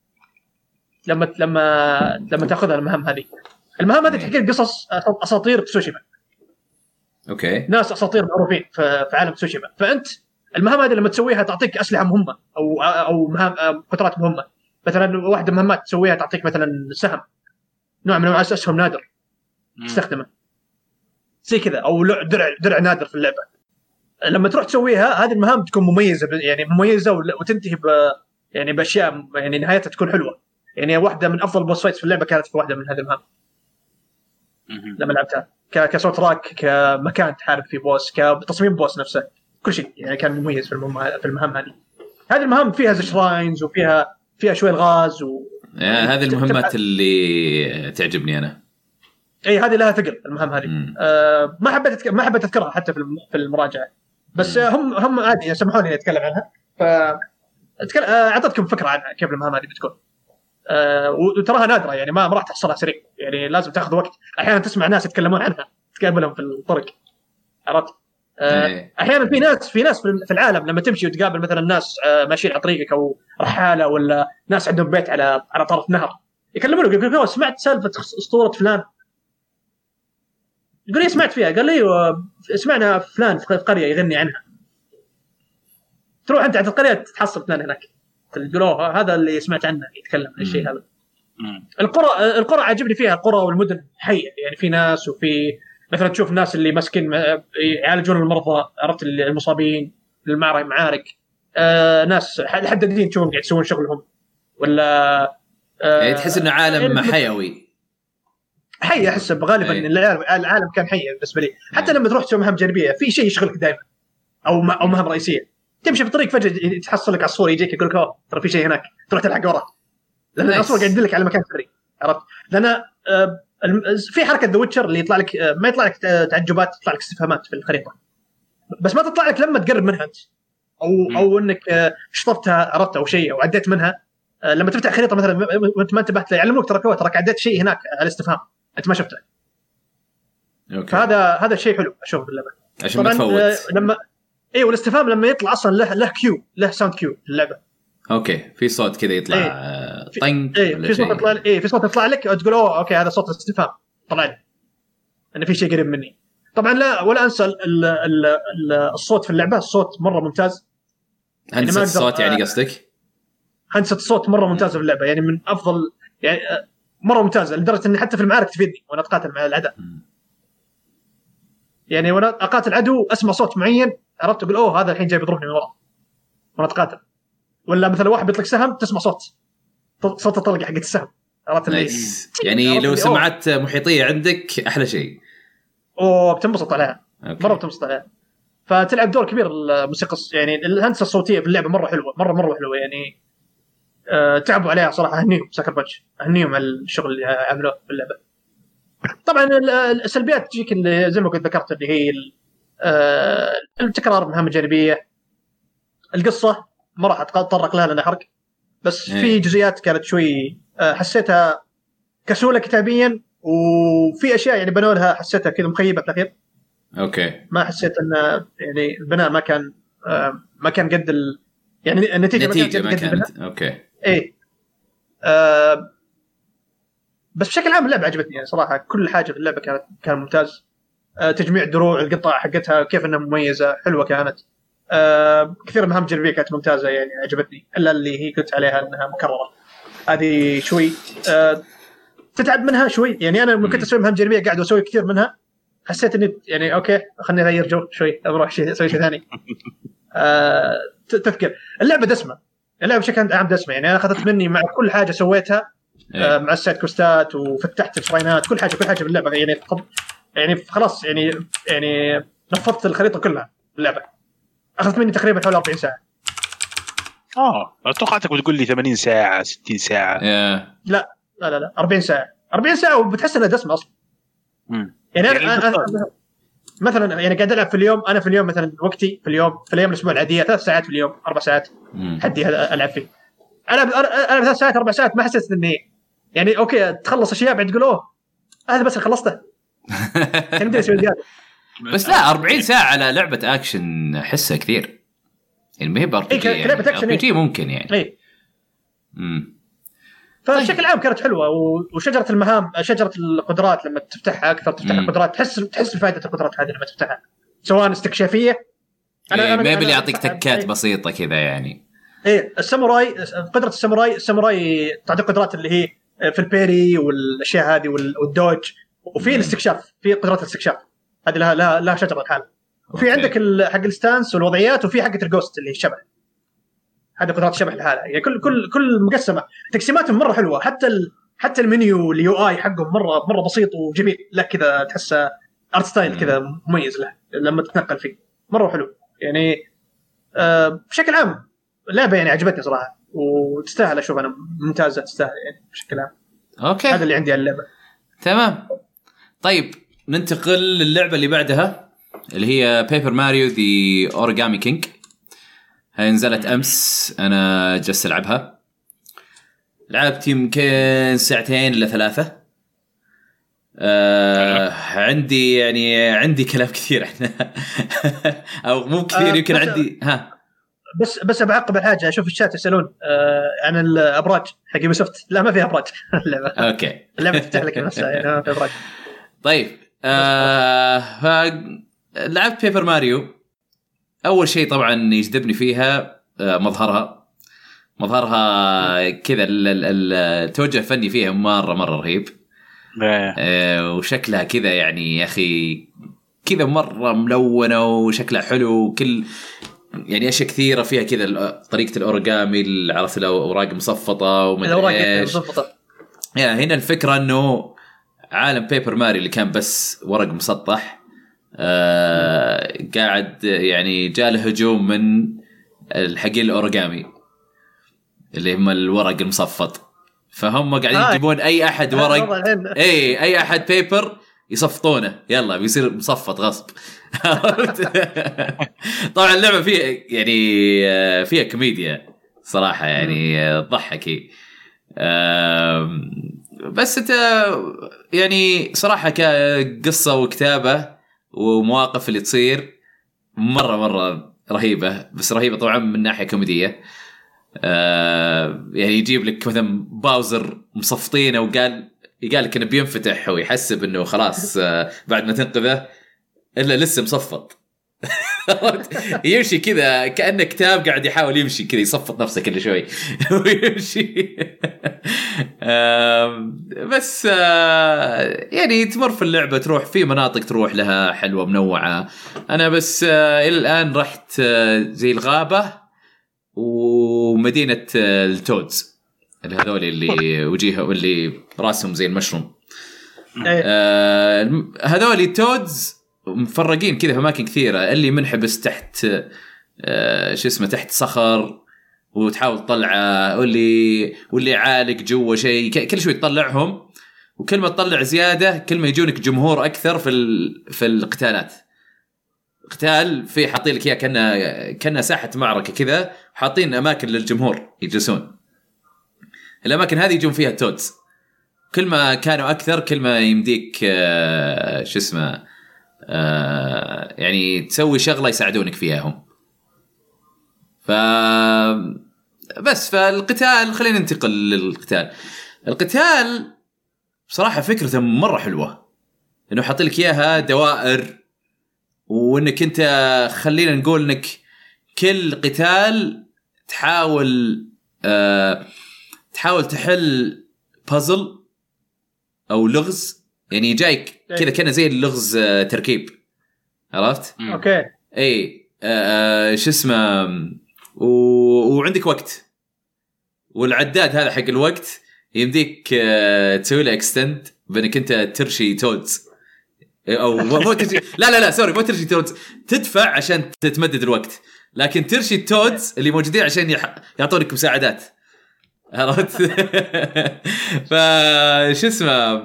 Speaker 3: لما تاخذها المهام هذه تحكي قصص اساطير تسوشيما. ناس اساطير معروفين في عالم تسوشيما. فانت المهام هذه لما تسويها تعطيك اسلحه مهمه او مهام قدرات مهمه. مثلا واحده مهمات تسويها تعطيك مثلا سهم، نوع من انواع اسهم نادر تستخدمه زي كذا، او درع نادر في اللعبه. لما تروح تسويها هذه المهام تكون مميزه يعني مميزه وتنتهي يعني باشياء يعني نهايتها تكون حلوه. يعني واحده من افضل بوس فايتس في اللعبه كانت في واحده من هذه المهام لما لعبتها، كصوت راك، كمكان تحارب فيه بوس، كتصميم بوس نفسه، كل شيء يعني كان مميز في المهام هذه. هذه المهام فيها شراينز وفيها شويه الغاز
Speaker 1: هذه المهمات اللي تعجبني انا.
Speaker 3: اي هذه لها ثقل المهام هذه. ما حبيت اذكرها حتى في المراجعه، بس هم عادي سمحوني اتكلم عنها. اعطيتكم فكره عنها كيف المهام هذه بتكون. وتراها نادره يعني ما راح تحصلها سريع يعني، لازم تاخذ وقت. احيانا تسمع ناس يتكلمون عنها تقابلهم في الطرق، عرفت؟ احيانا في ناس في العالم لما تمشي وتقابل مثلا ناس ماشيين على طريقك او رحاله ولا ناس عندهم بيت على طرف نهر، يكلمونك يقولون سمعت سالفه اسطوره فلان. يقول لي سمعت فيها، قال لي سمعنا فلان في قريه يغني عنها. تروح انت عند القريه تحصل فلان هناك، تقولوا هذا اللي سمعت عنه يتكلم عن الشيء هذا. القرى عجبني فيها، القرى والمدن حيه يعني، في ناس، وفي مثلا تشوف الناس اللي ماسكين يعالجون المرضى، عرفت؟ المصابين المعارك، ناس حدادين تشوفهم قاعد يسوون شغلهم، ولا
Speaker 1: يعني تحس انه عالم حيوي.
Speaker 3: حي احسب غالبا العالم كان حي بالنسبه لي. حتى لما تروح تسوي مهام جانبيه في شيء يشغلك دائما، او مهام رئيسيه، تمشي في الطريق فجاه تحصل لك عصفور يجيك يقول لك ترى في شيء هناك، تروح تلحق وراه لان العصفور قاعد يدلك على مكان سري، عرفت؟ لان في حركه ذا ويتشر اللي يطلع لك ما يطلع لك تعجبات، يطلع لك استفهامات في الخريطه، بس ما تطلع لك لما تقرب منها انت او انك شطبتها، عرفت؟ او شيء او عديت منها. لما تفتح خريطه مثلا وانت ما انتبهت يعلموك تراك عديت شيء هناك على الاستفهام انت ما شفته. فهذا شيء حلو اشوف باللعبه
Speaker 1: عشان ما تفوت.
Speaker 3: لما والاستفهام لما يطلع اصلا له كيو، له ساوند كيو في اللعبه.
Speaker 1: في صوت كذا يطلع طنق.
Speaker 3: في صوت يطلع في صوت يطلع لك وتقول اوكي هذا صوت الاستفهام طلع لي ان في شيء قريب مني. طبعا لا ولا انسى الصوت في اللعبه، الصوت مره ممتاز.
Speaker 1: هندسه الصوت يعني قصدك؟
Speaker 3: هندسه الصوت مره ممتازه في اللعبه، يعني من افضل يعني مره ممتازه لدرجه اني حتى في المعارك تفيدني وانا اتقاتل مع الاعداء. يعني وانا اقاتل عدو اسمع صوت معين، عرفت؟ اقول هذا الحين جاي بيضربني من ورا وانا اتقاتل. ولا مثلا واحد بيطلق سهم تسمع صوت الطلقه حقت السهم، عرفت؟
Speaker 1: يعني لو سمعت محيطيه عندك احلى شيء
Speaker 3: بتنبسط عليها مره، بتنبسط عليها. فتلعب دور كبير الموسيقى، يعني الهندسه الصوتيه في اللعبه مره حلوه، مره حلوه يعني. تعبوا عليها صراحه، اهنيهم سكر بنش، اهنيهم على الشغل اللي عملوه في اللعبه. طبعا السلبيات تجيك اللي زي ما قلت ذكرت، اللي هي التكرار، المهام الجانبيه، القصه ما راح اتطرق لها لان حرق. بس في جزئيات كانت شوي حسيتها كسولة كتابيا، وفي اشياء يعني بنوا لها حسيتها كذا مخيبة في الاخير.
Speaker 1: اوكي
Speaker 3: ما حسيت ان يعني البناء ما كان قد يعني النتيجة
Speaker 1: ما كانت اوكي.
Speaker 3: ايه بس بشكل عام اللعبة عجبتني يعني صراحة، كل حاجة في اللعبة كان ممتاز. تجميع الدروع، القطع حقتها كيف انها مميزة حلوة كانت. كثير مهام جانبية كانت ممتازة يعني عجبتني، الا اللي هي قلت عليها انها مكررة، هذه شوي تتعب منها شوي. يعني انا لما كنت اسوي مهام جانبية قاعد اسوي كثير منها، حسيت اني يعني اوكي خلني اغير جو شوي، اروح اسوي شيء ثاني. تذكر اللعبة دسمة، اللعبة بشكل عام دسمة، يعني انا اخذت مني مع كل حاجة سويتها مع السايد كوستات وفتحت الشراينات، كل حاجة باللعبة يعني خلاص يعني نفضت الخريطة كلها باللعبة، أخذت مني تقريبا حوالي 40 ساعة.
Speaker 2: توقعتك بتقول لي 80 ساعة 60 ساعة.
Speaker 3: لا 40 ساعة وبتحس انها دسمة اصلا. يعني أنا مثلا يعني قاعد العب في اليوم، انا في اليوم مثلا وقتي في الايام الاسبوع العادية 3 ساعات في اليوم، 4 ساعات حدي العب فيه. انا 3 ساعات 4 ساعات ما حسيت اني يعني اوكي تخلص اشياء بعد تقول هذا بس خلصته.
Speaker 1: بس لا 40 ساعة على لعبة أكشن أحسها كثير يعني، ما هي بارتجي يعني ممكن يعني.
Speaker 3: إيه. فبشكل عام كانت حلوة، وشجرة المهام، شجرة القدرات لما تفتحها أكثر تفتح القدرات، تحس بفائدة القدرات هذه لما تفتحها، سواء استكشافية.
Speaker 1: أنا ما يبي يعطيك تكات بسيطة كذا يعني.
Speaker 3: إيه الساموراي، قدرة الساموراي تعطيك قدرات اللي هي في البيري والأشياء هذه والدوج، وفي الاستكشاف، في قدرات الاستكشاف هذه لها شجرة الحال. وفي عندك حق الستانس والوضعيات، وفي حقة الجوست اللي هي الشبح، هذه قدرات الشبح لحالها يعني. كل مقسمة تقسيماتهم مرة حلوة، حتى المنيو اليو اي حقهم مرة بسيط وجميل، لا كذا تحسه ارت ستايل كذا مميز له لما تتنقل فيه، مرة حلو يعني. بشكل عام اللعبة يعني عجبتني صراحة، وتستاهل اشوف انا ممتازة، تستاهل يعني بشكل عام.
Speaker 1: اوكي
Speaker 3: هذا اللي عندي على اللعبة.
Speaker 1: تمام. طيب ننتقل للعبة اللي بعدها اللي هي بيبر ماريو ذي أوريغامي كينج. هاي نزلت أمس، أنا جلست ألعبها، لعبت يمكن 2 إلى 3. عندي كلام كثير عنها أو مو كثير يمكن عندي
Speaker 3: بس بعقب الحاجة، أشوف الشات يسألون عن الأبراج حق يوبيسوفت. لا ما فيها أبراج اللعبة.
Speaker 1: أوكي
Speaker 3: اللعبة تفتح لك نفسها يعني ما فيها أبراج.
Speaker 1: طيب لعبت بيبر ماريو. أول شيء طبعا يجذبني فيها مظهرها كذا، التوجه الفني فيها مرة رهيب. وشكلها كذا يعني يا أخي كذا مرة ملونة وشكلها حلو، كل يعني أشياء كثيرة فيها كذا، طريقة الأوريغامي اللي عرفت الأوراق مصفطة ومدري إيش. هنا الفكرة إنه عالم بيبر ماري اللي كان بس ورق مسطح، قاعد يعني جاء هجوم من الحقين الأوريغامي اللي هم الورق المصفط، فهم قاعدين يجيبون أي أحد ورق أي أحد بيبر يصفطونه، يلا بيصير مصفط غصب. طبعا اللعبة فيها كوميديا صراحة يعني ضحكي. بس انت يعني صراحة كقصة وكتابة ومواقف اللي تصير مرة رهيبة، بس رهيبة طبعا من ناحية كوميدية. يعني يجيب لك مثلا باوزر مصفطينه وقال لك انه بينفتح ويحسب انه خلاص بعد ما تنقذه الا لسه مصفط. يمشي كذا كأنه كتاب قاعد يحاول يمشي كذا، يصفط نفسه كل شوي ويمشي. بس يعني تمر في اللعبة، تروح في مناطق تروح لها حلوة منوعة. أنا بس إلى الآن رحت زي الغابة ومدينة التودز هذول اللي وجيهه واللي راسهم زي المشروم. هذول التودز مفرقين كذا في أماكن كثيرة، اللي منحبس تحت شو اسمه تحت صخر وتحاول تطلعه، واللي عالق جوا شيء، كل شوي تطلعهم، وكل ما تطلع زيادة كل ما يجونك جمهور أكثر في القتالات. قتال في حاطين لك إياه كأنه ساحة معركة كذا، حاطين أماكن للجمهور يجلسون الاماكن هذه يجون فيها تودز. كل ما كانوا اكثر كل ما يمديك شو اسمه يعني تسوي شغله يساعدونك فيها هم. بس فالقتال خلينا ننتقل للقتال. القتال بصراحه فكرته مره حلوه، انه حاط لك اياها دوائر، وانك انت خلينا نقول انك كل قتال تحاول تحل بازل او لغز، يعني جايك كذا كأنه زي اللغز تركيب، عرفت؟
Speaker 3: اوكي
Speaker 1: اي شو اسمه، وعندك وقت، والعداد هذا حق الوقت يمديك تسوي له اكستند بانك انت ترشي تودز او مو ترشي لا سوري مو ترشي تودز، تدفع عشان تتمدد الوقت، لكن ترشي التودز اللي موجودين عشان يعطونك مساعدات، عرفت؟ فشو اسمه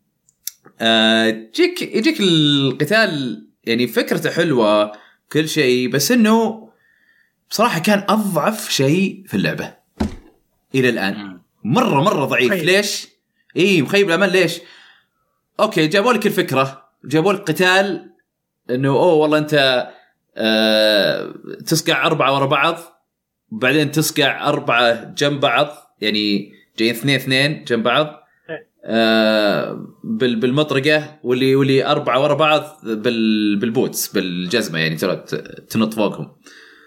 Speaker 1: يجيك القتال يعني فكرته حلوة كل شيء، بس انه بصراحة كان اضعف شيء في اللعبة الى الان، مرة ضعيف. ليش؟ مخيب الامل. ليش؟ اوكي جابوا لك الفكرة، جابوا لك قتال انه والله انت تسقع 4 ورا بعض، وبعدين تسقع 4 جنب بعض، يعني جايين 2 جنب بعض بالمطرقة، واللي 4 ورا بعض بالبوتس بالجزمة، يعني ترى تنط فوقهم.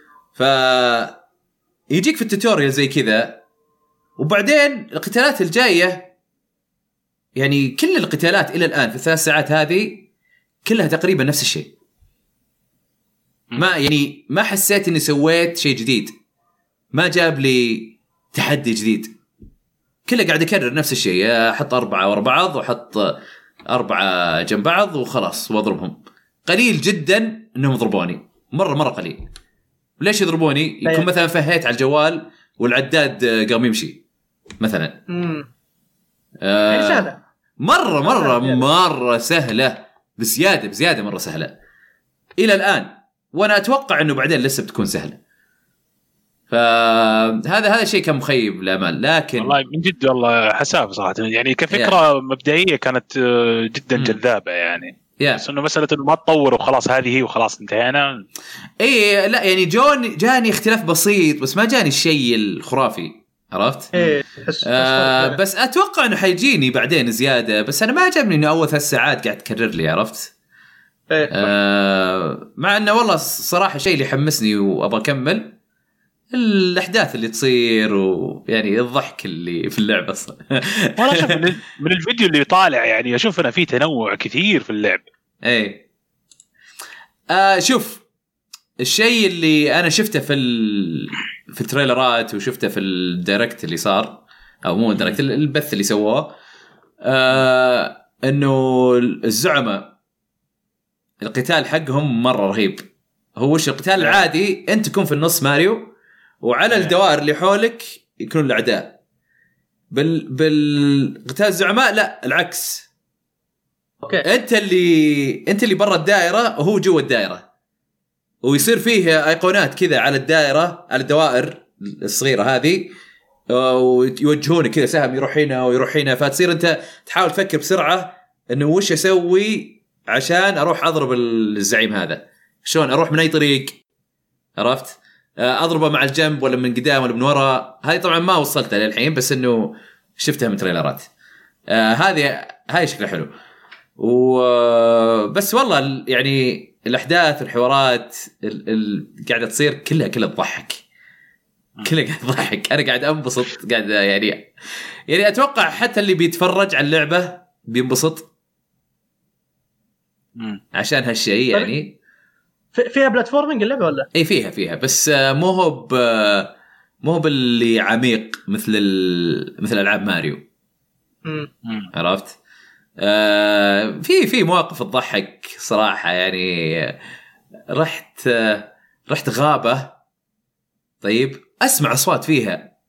Speaker 1: فيجيك في التوتوريال زي كذا، وبعدين القتالات الجاية يعني كل القتالات إلى الآن في 3 ساعات هذه كلها تقريبا نفس الشيء. ما حسيت إني سويت شيء جديد، ما جاب لي تحدي جديد، كله قاعد يكرر نفس الشيء، احط 4 ورا بعض واحط 4 جنب بعض وخلاص واضربهم. قليل جدا انهم يضربوني، مره قليل. ليش يضربوني؟ يكون مثلا فهيت على الجوال والعداد قام يمشي مثلا.
Speaker 3: سهله
Speaker 1: مره سهله بزياده مره سهله الى الان، وانا اتوقع انه بعدين لسه بتكون سهله. فهذا شيء كان مخيب الامال، لكن
Speaker 2: والله من جد والله حساب صراحه، يعني كفكره مبدئيه كانت جدا جذابه يعني. بس انه مساله انه ما تطور وخلاص هذه هي وخلاص انتهينا.
Speaker 1: لا يعني جاني اختلاف بسيط، بس ما جاني الشيء الخرافي، عرفت؟ بس اتوقع انه حيجيني بعدين زياده، بس انا ما عجبني انه اول 3 ساعات قاعد تكرر لي، عرفت؟ مع انه والله صراحه شيء اللي حمسني وابغى اكمل الأحداث اللي تصير، ويعني الضحك اللي في اللعبة أصلا.
Speaker 2: وأنا أشوف من الفيديو اللي طالع يعني أشوف أنا فيه تنوع كثير في اللعب.
Speaker 1: شوف الشيء اللي أنا شفته في التريلرات وشفته في الدايركت اللي صار، أو مو الدايركت، البث اللي سووه، إنه الزعماء القتال حقهم مرة رهيب. هو وش القتال العادي؟ أنت تكون في النص ماريو، وعلى الدوائر اللي حولك يكونون الأعداء. بالقتال الزعماء لا، العكس.
Speaker 3: أوكي.
Speaker 1: أنت اللي برا الدائرة وهو جوا الدائرة، ويصير فيه أيقونات كذا على الدائرة، على الدوائر الصغيرة هذه، ويوجهونك كذا سهم يروح هنا ويروح هنا، فتصير أنت تحاول تفكر بسرعة إنه وش أسوي عشان أروح أضرب الزعيم هذا، شلون أروح من أي طريق، عرفت؟ أضربه مع الجنب ولا من قدام ولا من وراء. هذه طبعا ما وصلتها للحين، بس إنه شفتها من تريلرات. هذه شكلها حلو. وبس والله يعني الأحداث والحوارات قاعدة تصير كلها تضحك، كلها قاعد تضحك. أنا قاعد أنبسط، قاعد يعني أتوقع حتى اللي بيتفرج على اللعبة بينبسط عشان هالشيء. يعني
Speaker 3: فيها بلاتفورمينج اللعبة ولا؟
Speaker 1: فيها بس مو هو باللي عميق مثل ألعاب ماريو. عرفت؟ في مواقف تضحك صراحة. يعني رحت غابة، طيب أسمع أصوات فيها،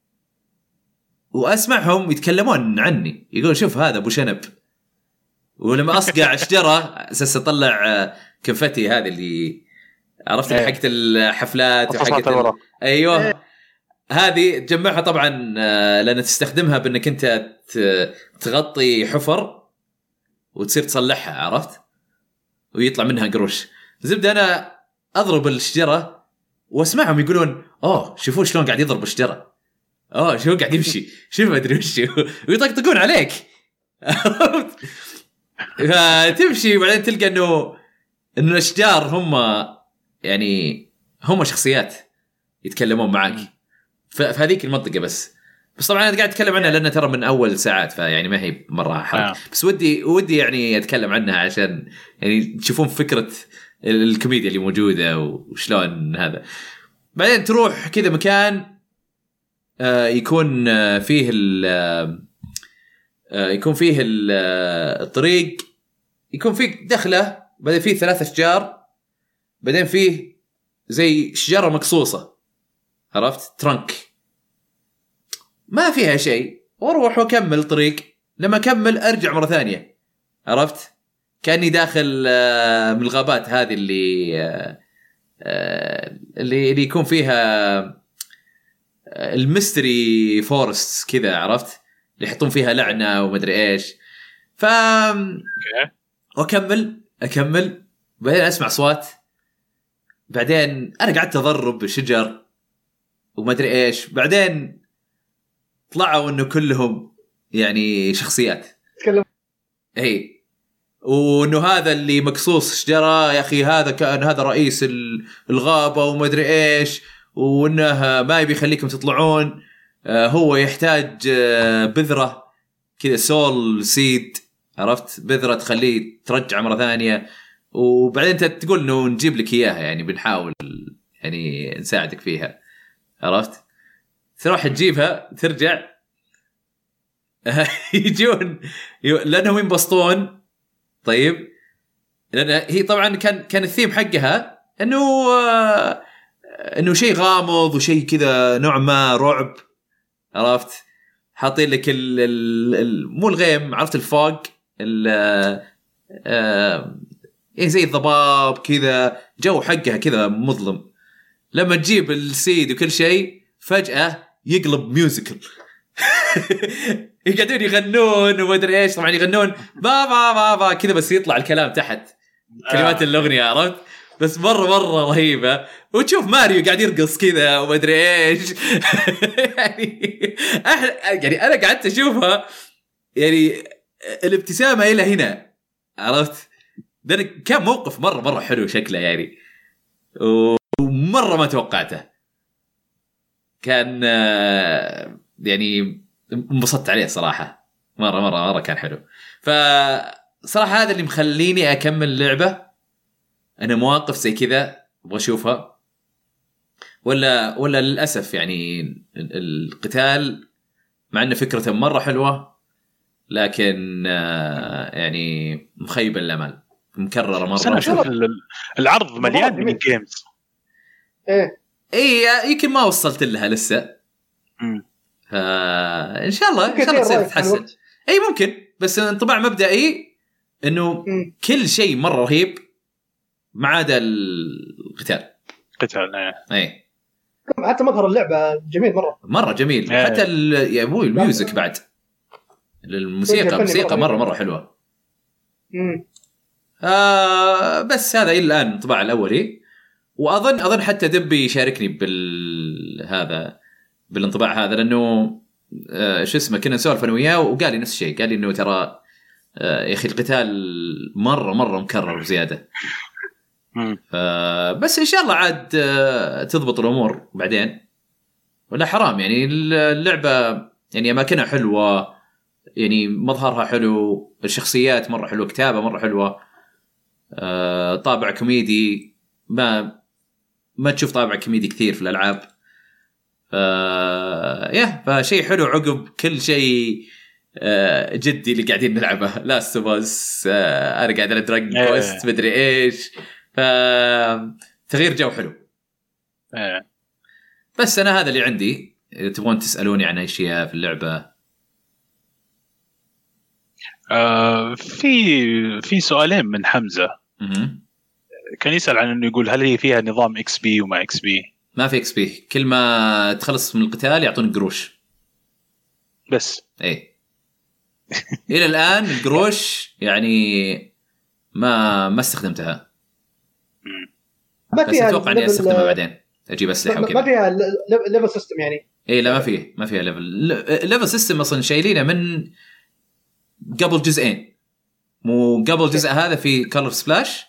Speaker 1: وأسمعهم يتكلمون عني، يقول شوف هذا أبو شنب. ولما أصقع شجرة أساس أطلع كنفتي هذه اللي عرفت حقت الحفلات وحقت أيوه هذه تجمعها طبعا لأن تستخدمها بأنك أنت تغطي حفر وتصير تصلحها، عرفت؟ ويطلع منها قروش. زبدة أنا أضرب الشجرة واسمعهم يقولون شوفوا شلون قاعد يضرب الشجرة، شو قاعد يمشي، شوف ما أدري وش، ويطقطقون عليك. تمشي وبعدين تلقى إنه الأشجار هم شخصيات يتكلمون معك في هذيك المنطقة. بس طبعا أنا قاعد أتكلم عنها لأنها ترى من أول ساعات، فيعني ما هي مرة حرق. بس ودي يعني أتكلم عنها عشان يعني تشوفون فكرة الكوميديا اللي موجودة وشلون هذا. بعدين تروح كذا مكان يكون فيه الطريق، يكون فيه دخلة، بعدين فيه 3 أشجار، بعدين فيه زي شجرة مقصوصة، عرفت؟ ترنك ما فيها شيء، واروح وكمل طريق. لما اكمل ارجع مرة ثانية، عرفت؟ كأني داخل من الغابات هذه اللي يكون فيها الميستري فورست كذا، عرفت؟ اللي يحطون فيها لعنة ومدري ايش. اكمل بعدين اسمع اصوات، بعدين انا قعدت اضرب بالشجر وما ادري ايش، بعدين طلعوا انه كلهم يعني شخصيات
Speaker 3: تكلم.
Speaker 1: وانه هذا اللي مقصوص شجره يا اخي هذا كان هذا رئيس الغابه وما ادري ايش، وانه ما يبي يخليكم تطلعون، هو يحتاج بذره كذا سول سيد، عرفت؟ بذره تخليه ترجع مره ثانيه، وبعدين انت تقول انه نجيب لك اياها، يعني بنحاول يعني نساعدك فيها، عرفت؟ تروح تجيبها ترجع يجون لانهم ينبسطون. طيب لان هي طبعا كان الثيم حقها انه شيء غامض وشيء كذا نوع ما رعب، عرفت؟ حاطين لك مو الغيم، عرفت؟ الفوق زي الضباب كذا، جو حقها كذا مظلم. لما تجيب السيد وكل شيء فجأة يقلب ميوزيكل. يقعدون يغنون وما ادري ايش، طبعا يغنون بابا بابا كذا بس يطلع الكلام تحت كلمات الاغنيه، عرفت؟ بس مره رهيبه. وتشوف ماريو قاعد يرقص كذا وما ادري ايش. يعني انا قعدت اشوفها، يعني الابتسامه الى هنا، عرفت؟ ده كان موقف مره حلو شكله يعني، ومره ما توقعته. كان يعني انبسطت عليه صراحه، مره كان حلو. فصراحه هذا اللي مخليني اكمل لعبه. انا مواقف زي كذا ابغى اشوفها، ولا للاسف يعني القتال مع انه فكرته مره حلوه لكن يعني مخيبه الامل، مكرره مره.
Speaker 2: انا اشوف العرض مليان من جيمز.
Speaker 1: ايه يمكن ما وصلت لها لسه. ان شاء الله تصير تتحسن. اي ممكن، بس انطباع مبدئي انه كل شيء مره رهيب ما عدا القتال. اي
Speaker 3: حتى مظهر اللعبه جميل، مره جميل.
Speaker 1: حتى يا ابوي الميوزك بعد، الموسيقى مره حلوه. بس هذا الى الان الانطباع الاولي، واظن حتى دبي يشاركني بالانطباع هذا، لانه شو اسمه كنا نسولف انا وياه وقال لي نفس الشيء، قال لي انه ترى يا اخي القتال مره مكرر بزياده. بس ان شاء الله عاد تضبط الامور بعدين، ولا حرام يعني اللعبه يعني اماكنها حلوه، يعني مظهرها حلو، الشخصيات مره حلوه، كتابه مره حلوه، طابع كوميدي ما تشوف طابع كوميدي كثير في الالعاب. فشيء حلو عقب كل شيء جدي اللي قاعدين نلعبه، لاست اوف اس، انا قاعد على دراجون كويست مدري ايش، فتغيير جو حلو. بس انا هذا اللي عندي. اذا تبغون تسالوني عن اشياء في اللعبه،
Speaker 2: في سؤالين من حمزه. كان يسال عن انه يقول هل هي فيها نظام اكس بي وما اكس بي؟
Speaker 1: ما في اكس بي، كل ما تخلص من القتال يعطونك قروش
Speaker 2: بس.
Speaker 1: اي الى الان القروش يعني ما استخدمتها،
Speaker 3: ما فيها،
Speaker 1: اتوقع اني استخدمها بعدين اجيب اسلحه وكذا.
Speaker 3: ما فيها ليفل سيستم يعني.
Speaker 1: اي لا ما فيها ليفل سيستم اصلا، شايلينه من قبل جزئين، مو قبل جزء هذا في كولر سبلاش،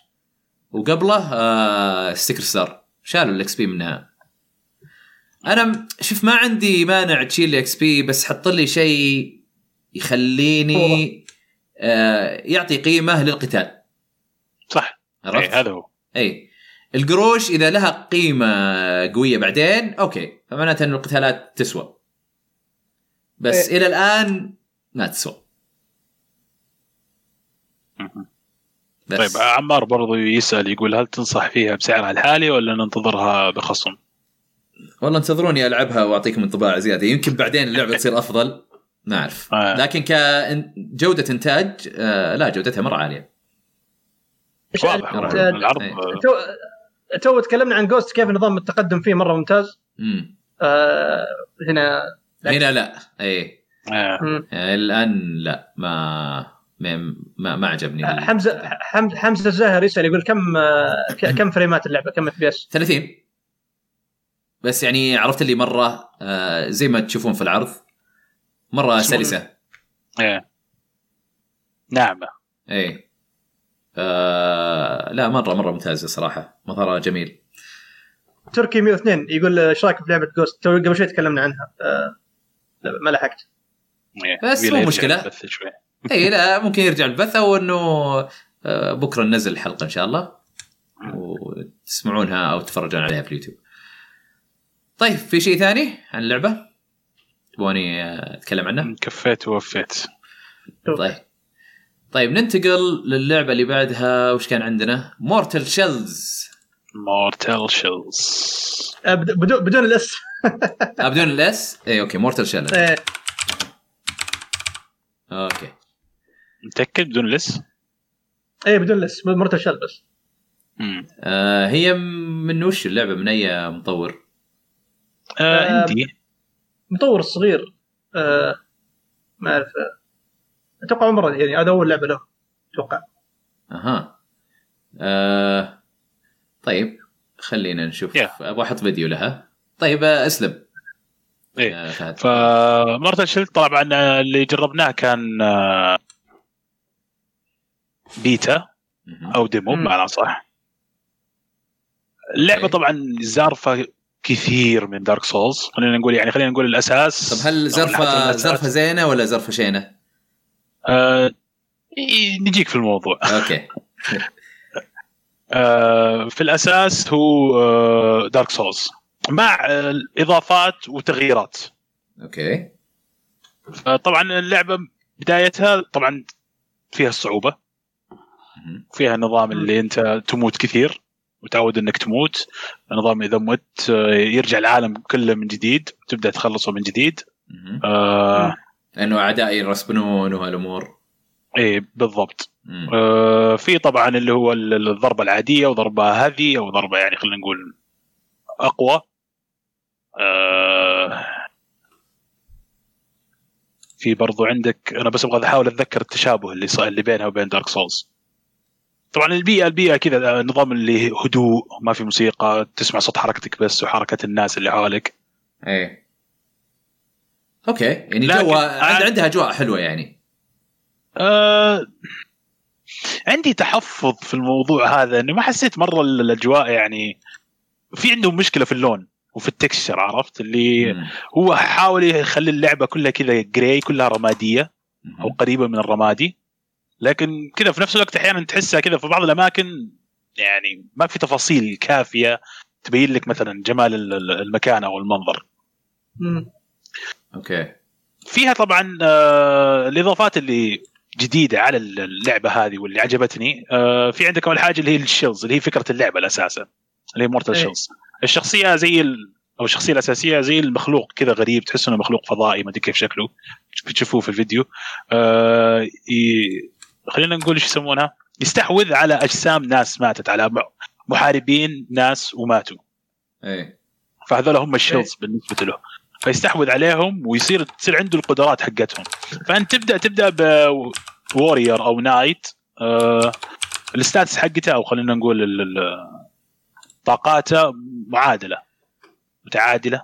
Speaker 1: وقبله ستيكر ستار شالوا الاكس بي منها. انا شوف ما عندي مانع تشيل الاكس بي، بس حط لي شيء يخليني يعطي قيمه للقتال.
Speaker 2: صح هذا هو.
Speaker 1: اي القروش اذا لها قيمه قويه بعدين اوكي، فمعناته ان القتالات تسوى، بس الى الان ما تسوى.
Speaker 2: طيب عمار برضو يسأل يقول هل تنصح فيها بسعرها الحالي ولا ننتظرها بخصم؟
Speaker 1: والله انتظروني ألعبها وأعطيكم انطباع زيادة، يمكن بعدين اللعبة تصير أفضل ما أعرف. لكن كجودة إنتاج لا جودتها مرة عالية.
Speaker 2: واضح العرض.
Speaker 3: تو تكلمنا عن جوست كيف نظام التقدم فيه مرة ممتاز. هنا
Speaker 1: لا أي الآن لا ما عجبني.
Speaker 3: حمزة الزاهر يسأل يقول كم فريمات اللعبة، كم FPS؟
Speaker 1: 30 بس، يعني عرفت اللي مرة زي ما تشوفون في العرض مرة سلسة.
Speaker 2: نعم
Speaker 1: لا مرة ممتازة صراحة، مظهرها جميل.
Speaker 3: تركي 102 يقول ايش رايك في لعبة جوست؟ تو قبل شوي تكلمنا عنها ما لحقت،
Speaker 1: بس مو مشكلة. اي لا ممكن يرجع البث، او انه بكرة ننزل الحلقة ان شاء الله وتسمعونها او تتفرجون عليها في اليوتيوب. طيب في شيء ثاني عن اللعبة تبغوني اتكلم عنه؟
Speaker 2: كفيت ووفيت.
Speaker 1: طيب ننتقل للعبة اللي بعدها. وش كان عندنا؟ مورتال شيلز.
Speaker 3: بدون الاس.
Speaker 1: بدون الاس. اي اوكي مورتال شيلز. اوكي
Speaker 2: متأكد بدون الاس؟
Speaker 3: اي بدون الاس، مورتال شيلز بس.
Speaker 1: هي من وش اللعبة، من اي مطور؟
Speaker 2: عندي
Speaker 3: مطور صغير ما أعرف، أتوقع مرة يعني هذا أول لعبة له أتوقع.
Speaker 1: طيب خلينا نشوف. أبغى أحط فيديو لها. طيب أسلم.
Speaker 2: فمورتال شيلد طبعا اللي جربناه كان بيتا أو ديمو بمعنى صح. اللعبة طبعا زارفة كثير من دارك سولز، خلينا نقول الأساس.
Speaker 1: طب هل زرفة زينة ولا زرفة شينة؟
Speaker 2: نجيك في الموضوع.
Speaker 1: أوكي.
Speaker 2: في الأساس هو دارك سولز مع إضافات وتغييرات.
Speaker 1: أوكي.
Speaker 2: طبعا اللعبة بدايتها طبعا فيها الصعوبة، فيها نظام اللي أنت تموت كثير وتعود انك تموت، نظام اذا مت يرجع العالم كله من جديد، تبدا تخلصه من جديد.
Speaker 1: انه اعدائي يرسبنون وهالامور.
Speaker 2: ايه بالضبط. في طبعا اللي هو الضربه العاديه وضربه هذه او ضربه يعني خلينا نقول اقوى. في برضو عندك، انا بس ابغى احاول اتذكر التشابه اللي بينها وبين دارك سولز. طبعا البيئة كذا نظام اللي هدوء، ما في موسيقى، تسمع صوت حركتك بس وحركة الناس اللي حواليك.
Speaker 1: ايه اوكي، يعني جوها عندها اجواء حلوة يعني.
Speaker 2: عندي تحفظ في الموضوع هذا، انه ما حسيت مرة الاجواء يعني في عندهم مشكلة في اللون وفي التكستشر، عرفت اللي هو حاول يخلي اللعبة كلها كذا جراي، كلها رمادية او قريبة من الرمادي، لكن كذا في نفس الوقت احيانا تحسها كذا في بعض الاماكن يعني ما في تفاصيل كافيه تبين لك مثلا جمال المكان او المنظر.
Speaker 1: اوكي.
Speaker 2: فيها طبعا الاضافات اللي جديده على اللعبه هذه واللي عجبتني. في عندك اول حاجه اللي هي الشيلز، اللي هي فكره اللعبه الاساسا اللي هي مورتال شيلز. الشخصيه زي او الشخصيه الاساسيه زي المخلوق كذا غريب، تحس انه مخلوق فضائي، ما ادري كيف شكله، بتشوفوه في الفيديو. خلينا نقول ايش يسمونها، يستحوذ على اجسام ناس ماتت، على محاربين ناس وماتوا. فهذول هم الشيلز بالنسبه له، فيستحوذ عليهم تصير عنده القدرات حقتهم. فانت تبدا بورير او نايت، الستاتس حقته او خلينا نقول طاقاته متعادله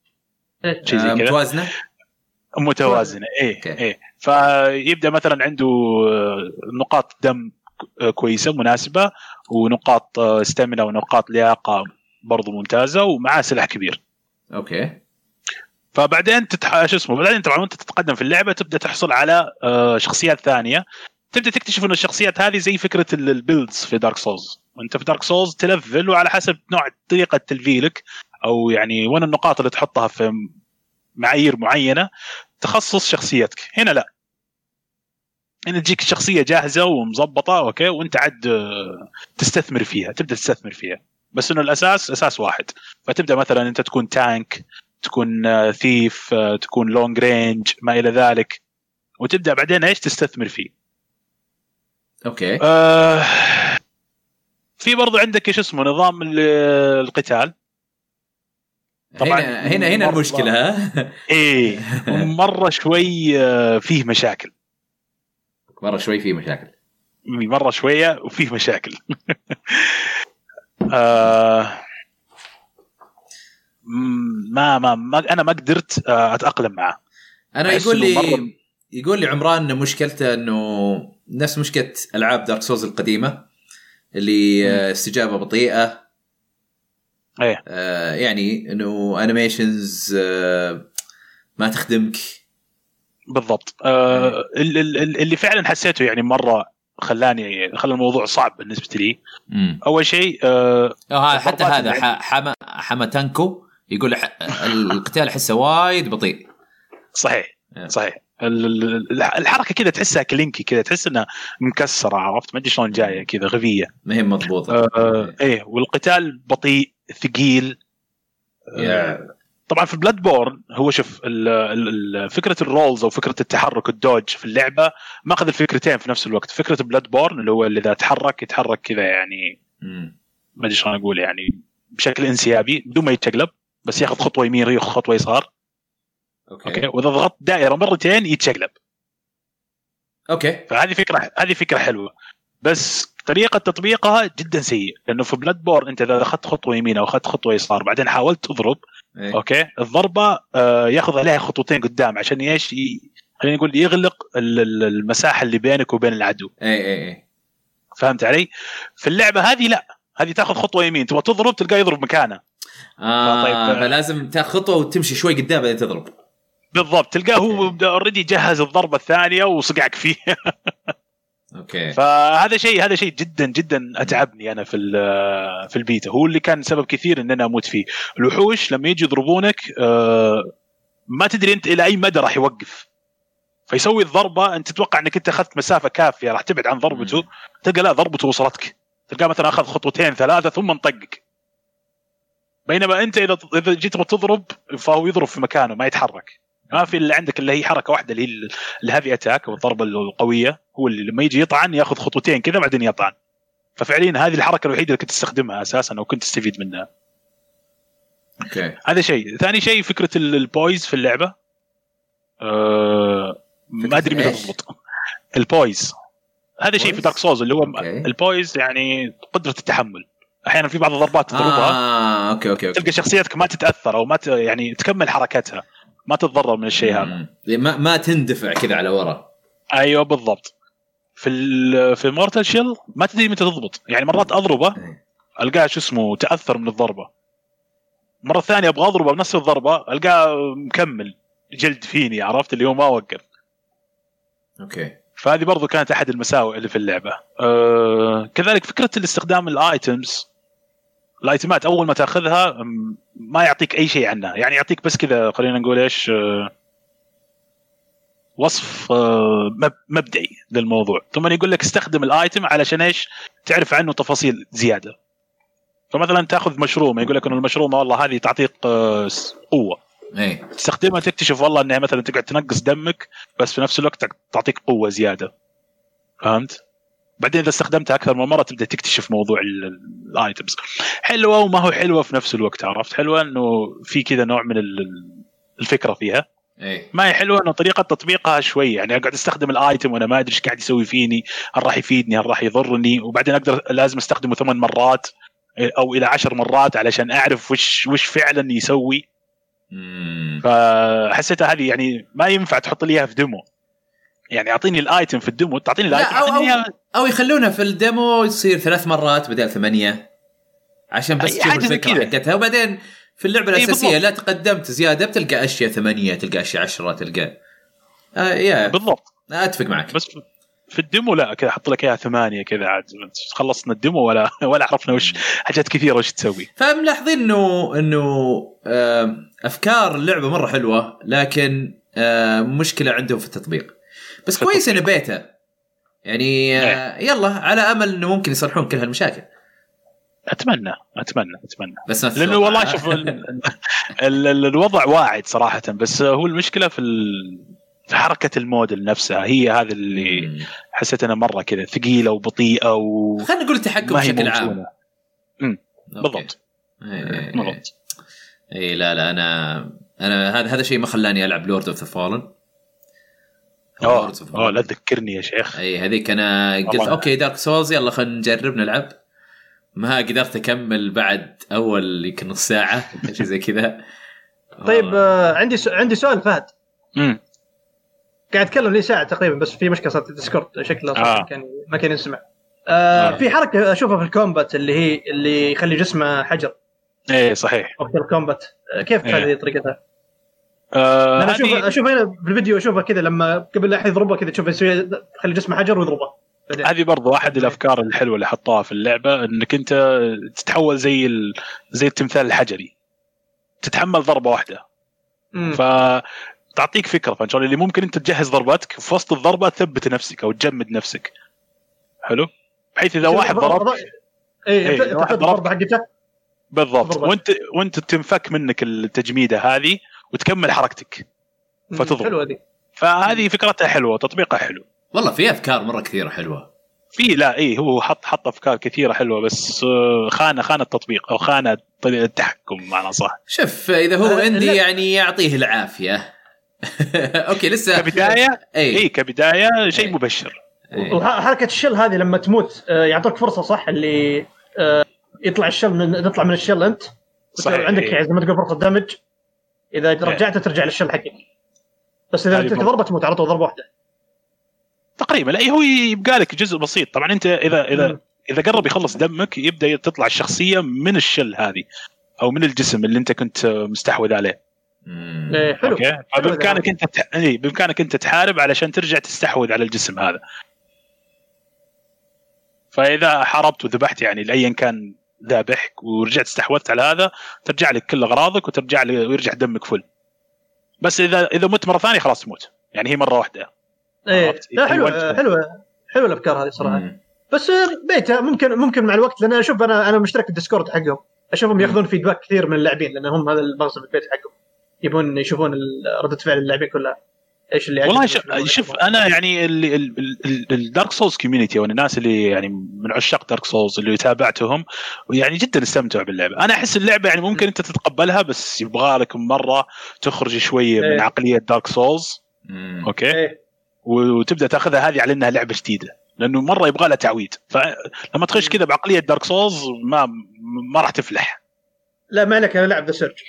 Speaker 2: متوازنه ايه. فيبدا مثلا عنده نقاط دم كويسه مناسبه، ونقاط ستامينا ونقاط لياقه برضو ممتازه، ومعاه سلاح كبير.
Speaker 1: اوكي.
Speaker 2: فبعدين بعدين طبعا وانت تتقدم في اللعبه تبدا تحصل على شخصيات ثانيه، تبدا تكتشف ان الشخصيات هذه زي فكره البيلدز في دارك سولز. وانت في دارك سولز تلفل، وعلى حسب نوع طريقه تلفيلك او يعني وين النقاط اللي تحطها في معايير معينه تخصص شخصيتك. هنا لا، هنا تجيك الشخصيه جاهزه ومظبطه اوكي، وانت عاد تستثمر فيها، تبدا تستثمر فيها، بس انه الاساس اساس واحد. فتبدا مثلا انت تكون تانك، تكون ثيف، تكون لونج رينج، ما الى ذلك، وتبدا بعدين ايش تستثمر فيه.
Speaker 1: اوكي.
Speaker 2: في برضو عندك ايش اسمه نظام القتال.
Speaker 1: طبعا هنا المشكله
Speaker 2: ايه مره شوي فيه مشاكل،
Speaker 1: مره
Speaker 2: شويه وفيه مشاكل. ما انا ما قدرت اتاقلم معه.
Speaker 1: انا يقول لي عمران مشكلته انه نفس مشكله العاب دارك سولز القديمه اللي استجابه بطيئه.
Speaker 2: ايه
Speaker 1: يعني انه انيميشنز ما تخدمك
Speaker 2: بالضبط. اللي فعلا حسيته يعني مره خلى الموضوع صعب بالنسبه لي. اول شيء
Speaker 1: حتى هذا حماتانكو يقول القتال حسه وايد بطيء.
Speaker 2: صحيح. الحركه كذا تحسها كلينكي كذا، تحس انها مكسره، عرفت؟ ما ادري شلون جايه كذا غبيه،
Speaker 1: ما هي مضبوطه.
Speaker 2: ايه والقتال بطيء ثقيل. طبعا في بلاد بورن هو شوف فكره الرولز او فكره التحرك الدوج في اللعبه ما اخذ الفكرتين في نفس الوقت. فكره بلاد بورن اللي هو اللي اذا يتحرك كذا يعني ما ادري شلون اقول، يعني بشكل انسيابي بدون ما يتشقلب، بس ياخذ خطوه يمين ياخذ خطوه يسار. اوكي واذا ضغط دائره مرتين يتشقلب.
Speaker 1: اوكي
Speaker 2: فهذه فكره حلوه، بس طريقه تطبيقها جدا سيء. لانه في بلاد بورن انت اذا اخذت خطوه يمين او اخذت خطوه يسار بعدين حاولت تضرب اوكي الضربه ياخذ عليها خطوتين قدام عشان ايش خلينا نقول يغلق المساحه اللي بينك وبين العدو.
Speaker 1: اي
Speaker 2: فهمت علي؟ في اللعبه هذه لا، هذه تاخذ خطوه يمين تبغى تضرب تلقاه يضرب مكانه.
Speaker 1: فلازم تاخذ خطوه وتمشي شوي قدام بعدين تضرب.
Speaker 2: بالضبط، تلقاه هو اوريدي جهز الضربه الثانيه وصقعك فيه.
Speaker 1: اوكي.
Speaker 2: فهذا شيء جدا جدا اتعبني انا في البيتا، هو اللي كان سبب كثير ان انا اموت فيه. الوحوش لما يجي يضربونك ما تدري انت الى اي مدى راح يوقف، فيسوي الضربه انت تتوقع انك انت اخذت مسافه كافيه راح تبعد عن ضربته، تلقى لا ضربته وصلتك، تلقى مثلا اخذ خطوتين ثلاثه ثم انطقك. بينما انت اذا جيت تضرب فهو يضرب في مكانه ما يتحرك، ما في اللي عندك اللي هي حركه واحده اللي هي الهافي اتاك والضربه القويه، هو اللي لما يجي يطعن ياخذ خطوتين كذا بعدين يطعن. ففعليا هذه الحركه الوحيده اللي كنت تستخدمها اساسا او كنت تستفيد منها.
Speaker 1: اوكي.
Speaker 2: هذا شيء. ثاني شيء فكره البويز في اللعبه ما ادري متى تضبط البويز. هذا شيء في دارك سولز اللي هو البويز يعني قدره التحمل. احيانا في بعض الضربات تضربها
Speaker 1: اوكي
Speaker 2: تلقى شخصيتك ما تتاثر او ما يعني تكمل حركتها، ما تتضرر من الشيء هذا،
Speaker 1: ما تندفع كذا على ورا.
Speaker 2: ايوه بالضبط. في مورتال شيل ما تدري متى تضبط، يعني مرات اضربه القاه تاثر من الضربه، مره ثانيه ابغى اضربه بنفس الضربه القاه مكمل جلد فيني، عرفت اللي هو ما وقف.
Speaker 1: اوكي.
Speaker 2: فهذه برضو كانت احد المساوئ اللي في اللعبه. كذلك فكره الاستخدام الايتمات اول ما تاخذها ما يعطيك اي شيء عنها، يعني يعطيك بس كذا خلينا نقول ايش وصف مبدئي للموضوع، ثم يقول لك استخدم الايتم علشان ايش تعرف عنه تفاصيل زياده. فمثلا تاخذ مشروم يقول لك انه المشرومه والله هذه تعطيك قوه، تستخدمها تكتشف والله انها مثلا تقعد تنقص دمك بس في نفس الوقت تعطيك قوه زياده. فهمت؟ بعدين اذا استخدمتها اكثر من مره تبدا تكتشف موضوع الايتمز. حلوه وما هو حلوه في نفس الوقت، عرفت؟ حلوه انه في كذا نوع من الفكره فيها. ما هي حلوه انه طريقه تطبيقها شوي، يعني اقعد استخدم الايتم وانا ما ادري ايش قاعد يسوي فيني، هل راح يفيدني هل راح يضرني، وبعدين اقدر لازم استخدمه 8 مرات او الى 10 مرات علشان اعرف وش فعلا يسوي. فحسيتها هذه يعني ما ينفع تحط لي اياها في ديمو، يعني اعطيني الايتم في الديمو، تعطيني الايتم
Speaker 1: أو يخلونها في الديمو يصير 3 مرات بدل 8 عشان بس تشوف الفكره حقتها، وبعدين في اللعبه الاساسيه لا تقدمت زياده بتلقى اشياء 8 تلقى اشياء 10 تلقى
Speaker 2: بالضبط.
Speaker 1: اتفق معك،
Speaker 2: بس في الديمو لا كذا حط لك اياها 8 كذا عاد خلصنا الديمو ولا عرفنا وش حاجات كثيره وش تسوي.
Speaker 1: فملاحظين انه افكار اللعبه مره حلوه، لكن مشكله عندهم في التطبيق. بس كويس انه بيتا يعني يلا على امل انه ممكن يصلحون كل هالمشاكل.
Speaker 2: اتمنى
Speaker 1: بس
Speaker 2: لانه والله شوف الوضع واعد صراحه، بس هو المشكله في حركه الموديل نفسها، هي هذا اللي حسيت انا مره كذا ثقيله وبطيئه
Speaker 1: خلينا نقول التحكم بشكل عام.
Speaker 2: بالضبط.
Speaker 1: اي لا انا هذا شيء ما خلاني العب لورد اوف ذا فالن.
Speaker 2: لا تذكرني يا شيخ.
Speaker 1: اي هذيك انا قلت اوكي دارك سولز يلا خلينا نجرب نلعب، ما قدرت اكمل بعد اول يمكن نص ساعه شيء زي كذا.
Speaker 3: طيب عندي سؤال فهد. قاعد اتكلم لي ساعه تقريبا، بس في مشكله صارت الديسكورد شكله ما كان يسمع. في حركه اشوفها في الكومبات اللي يخلي جسمه حجر.
Speaker 2: ايه صحيح
Speaker 3: وقت الكومبات كيف هذه طريقتها؟ انا اشوف هنا بالفيديو اشوفها كذا لما قبل لا يضربه كذا تشوف يسوي يخلي جسمه حجر ويضربه.
Speaker 2: هذه برضو احد الافكار الحلوه اللي حطوها في اللعبه، انك انت تتحول زي التمثال الحجري، تتحمل ضربه واحده. فتعطيك فكره فان اللي ممكن انت تجهز ضربتك في وسط الضربه تثبت نفسك او تجمد نفسك. حلو، بحيث اذا واحد ضرب
Speaker 3: ضربه حقته
Speaker 2: بالضبط وانت تنفك منك التجميده هذه وتكمل حركتك فتضرب.
Speaker 3: حلوه دي،
Speaker 2: فهذه فكرتها حلوه وتطبيقها حلو.
Speaker 1: والله في افكار مره كثيره حلوه
Speaker 2: هو حط افكار كثيره حلوه، بس خانه التطبيق او خانه التحكم معنا صح.
Speaker 1: شوف اذا هو عندي يعني يعطيه العافيه. اوكي لسه
Speaker 2: كبدايه كبدايه شيء مبشر.
Speaker 3: وحركه الشل هذه لما تموت يعطيك فرصه صح اللي يطلع تطلع من الشل انت عندك زي ما تقول فرصه دمج، اذا رجعت ترجع للشل حقك، بس اذا انت ضربه تموت على طول ضربه واحده
Speaker 2: تقريبا. لا هو يبقى لك جزء بسيط طبعا. انت اذا قرب يخلص دمك يبدا تطلع الشخصيه من الشل هذه او من الجسم اللي انت كنت مستحوذ عليه.
Speaker 3: حلو.
Speaker 2: بامكانك انت تحارب علشان ترجع تستحوذ على الجسم هذا. فاذا حاربت وذبحت يعني لايا كان ذابحك ورجعت استحوذت على هذا، ترجع لك كل اغراضك ويرجع دمك فل. بس اذا مت مره ثانيه خلاص تموت، يعني هي مره واحده.
Speaker 3: لا حلوه الافكار هذه صراحه. بس بيتها ممكن مع الوقت، لان اشوف انا مشترك في الديسكورد حقهم، اشوفهم ياخذون فيدباك كثير من اللاعبين، لان هم هذا المغزى البيت حقهم، يبون يشوفون ردة فعل اللاعبين كلها ايش اللي
Speaker 2: والله شوف انا يعني الدارك سولز كوميونتي والناس اللي يعني من عشاق دارك سولز اللي تابعتهم يعني جدا استمتعوا باللعبه. انا احس اللعبه يعني ممكن انت تتقبلها، بس يبغى لك مره تخرج شويه من عقليه دارك سولز. اوكي وتبدا تاخذها هذه على انها لعبه جديده، لانه مره يبغى لها تعويد. فلما تخش كذا بعقليه دارك سولز ما راح تفلح.
Speaker 3: لا ما لك، انا لعب ذا سيرج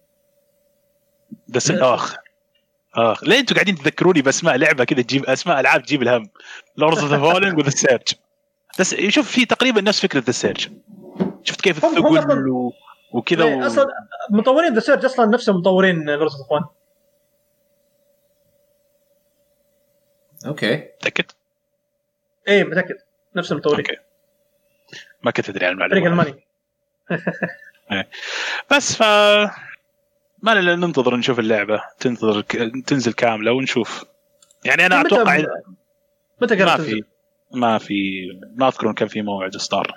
Speaker 2: ليه انتوا قاعدين تذكروني باسماء لعبه كذا تجيب اسماء العاب تجيب الهم؟ لورد اوف ذا فالن وذا سيرج. بس شوف في تقريبا نفس فكره ذا سيرج، شفت كيف الثقل وكذا
Speaker 3: اصلا مطورين ذا سيرج اصلا نفسهم مطورين لورد اوف ذا فالن.
Speaker 1: اوكي
Speaker 2: متاكد؟
Speaker 3: ايه متاكد نفس المطورين.
Speaker 2: اوكي ما كنت ادري عن المعلومه.
Speaker 3: فريق الماني.
Speaker 2: بس ما لنا ننتظر نشوف اللعبه تنزل كامله ونشوف. يعني انا اتوقع
Speaker 3: متى قررت
Speaker 2: ما اذكر كان في موعد اصدار.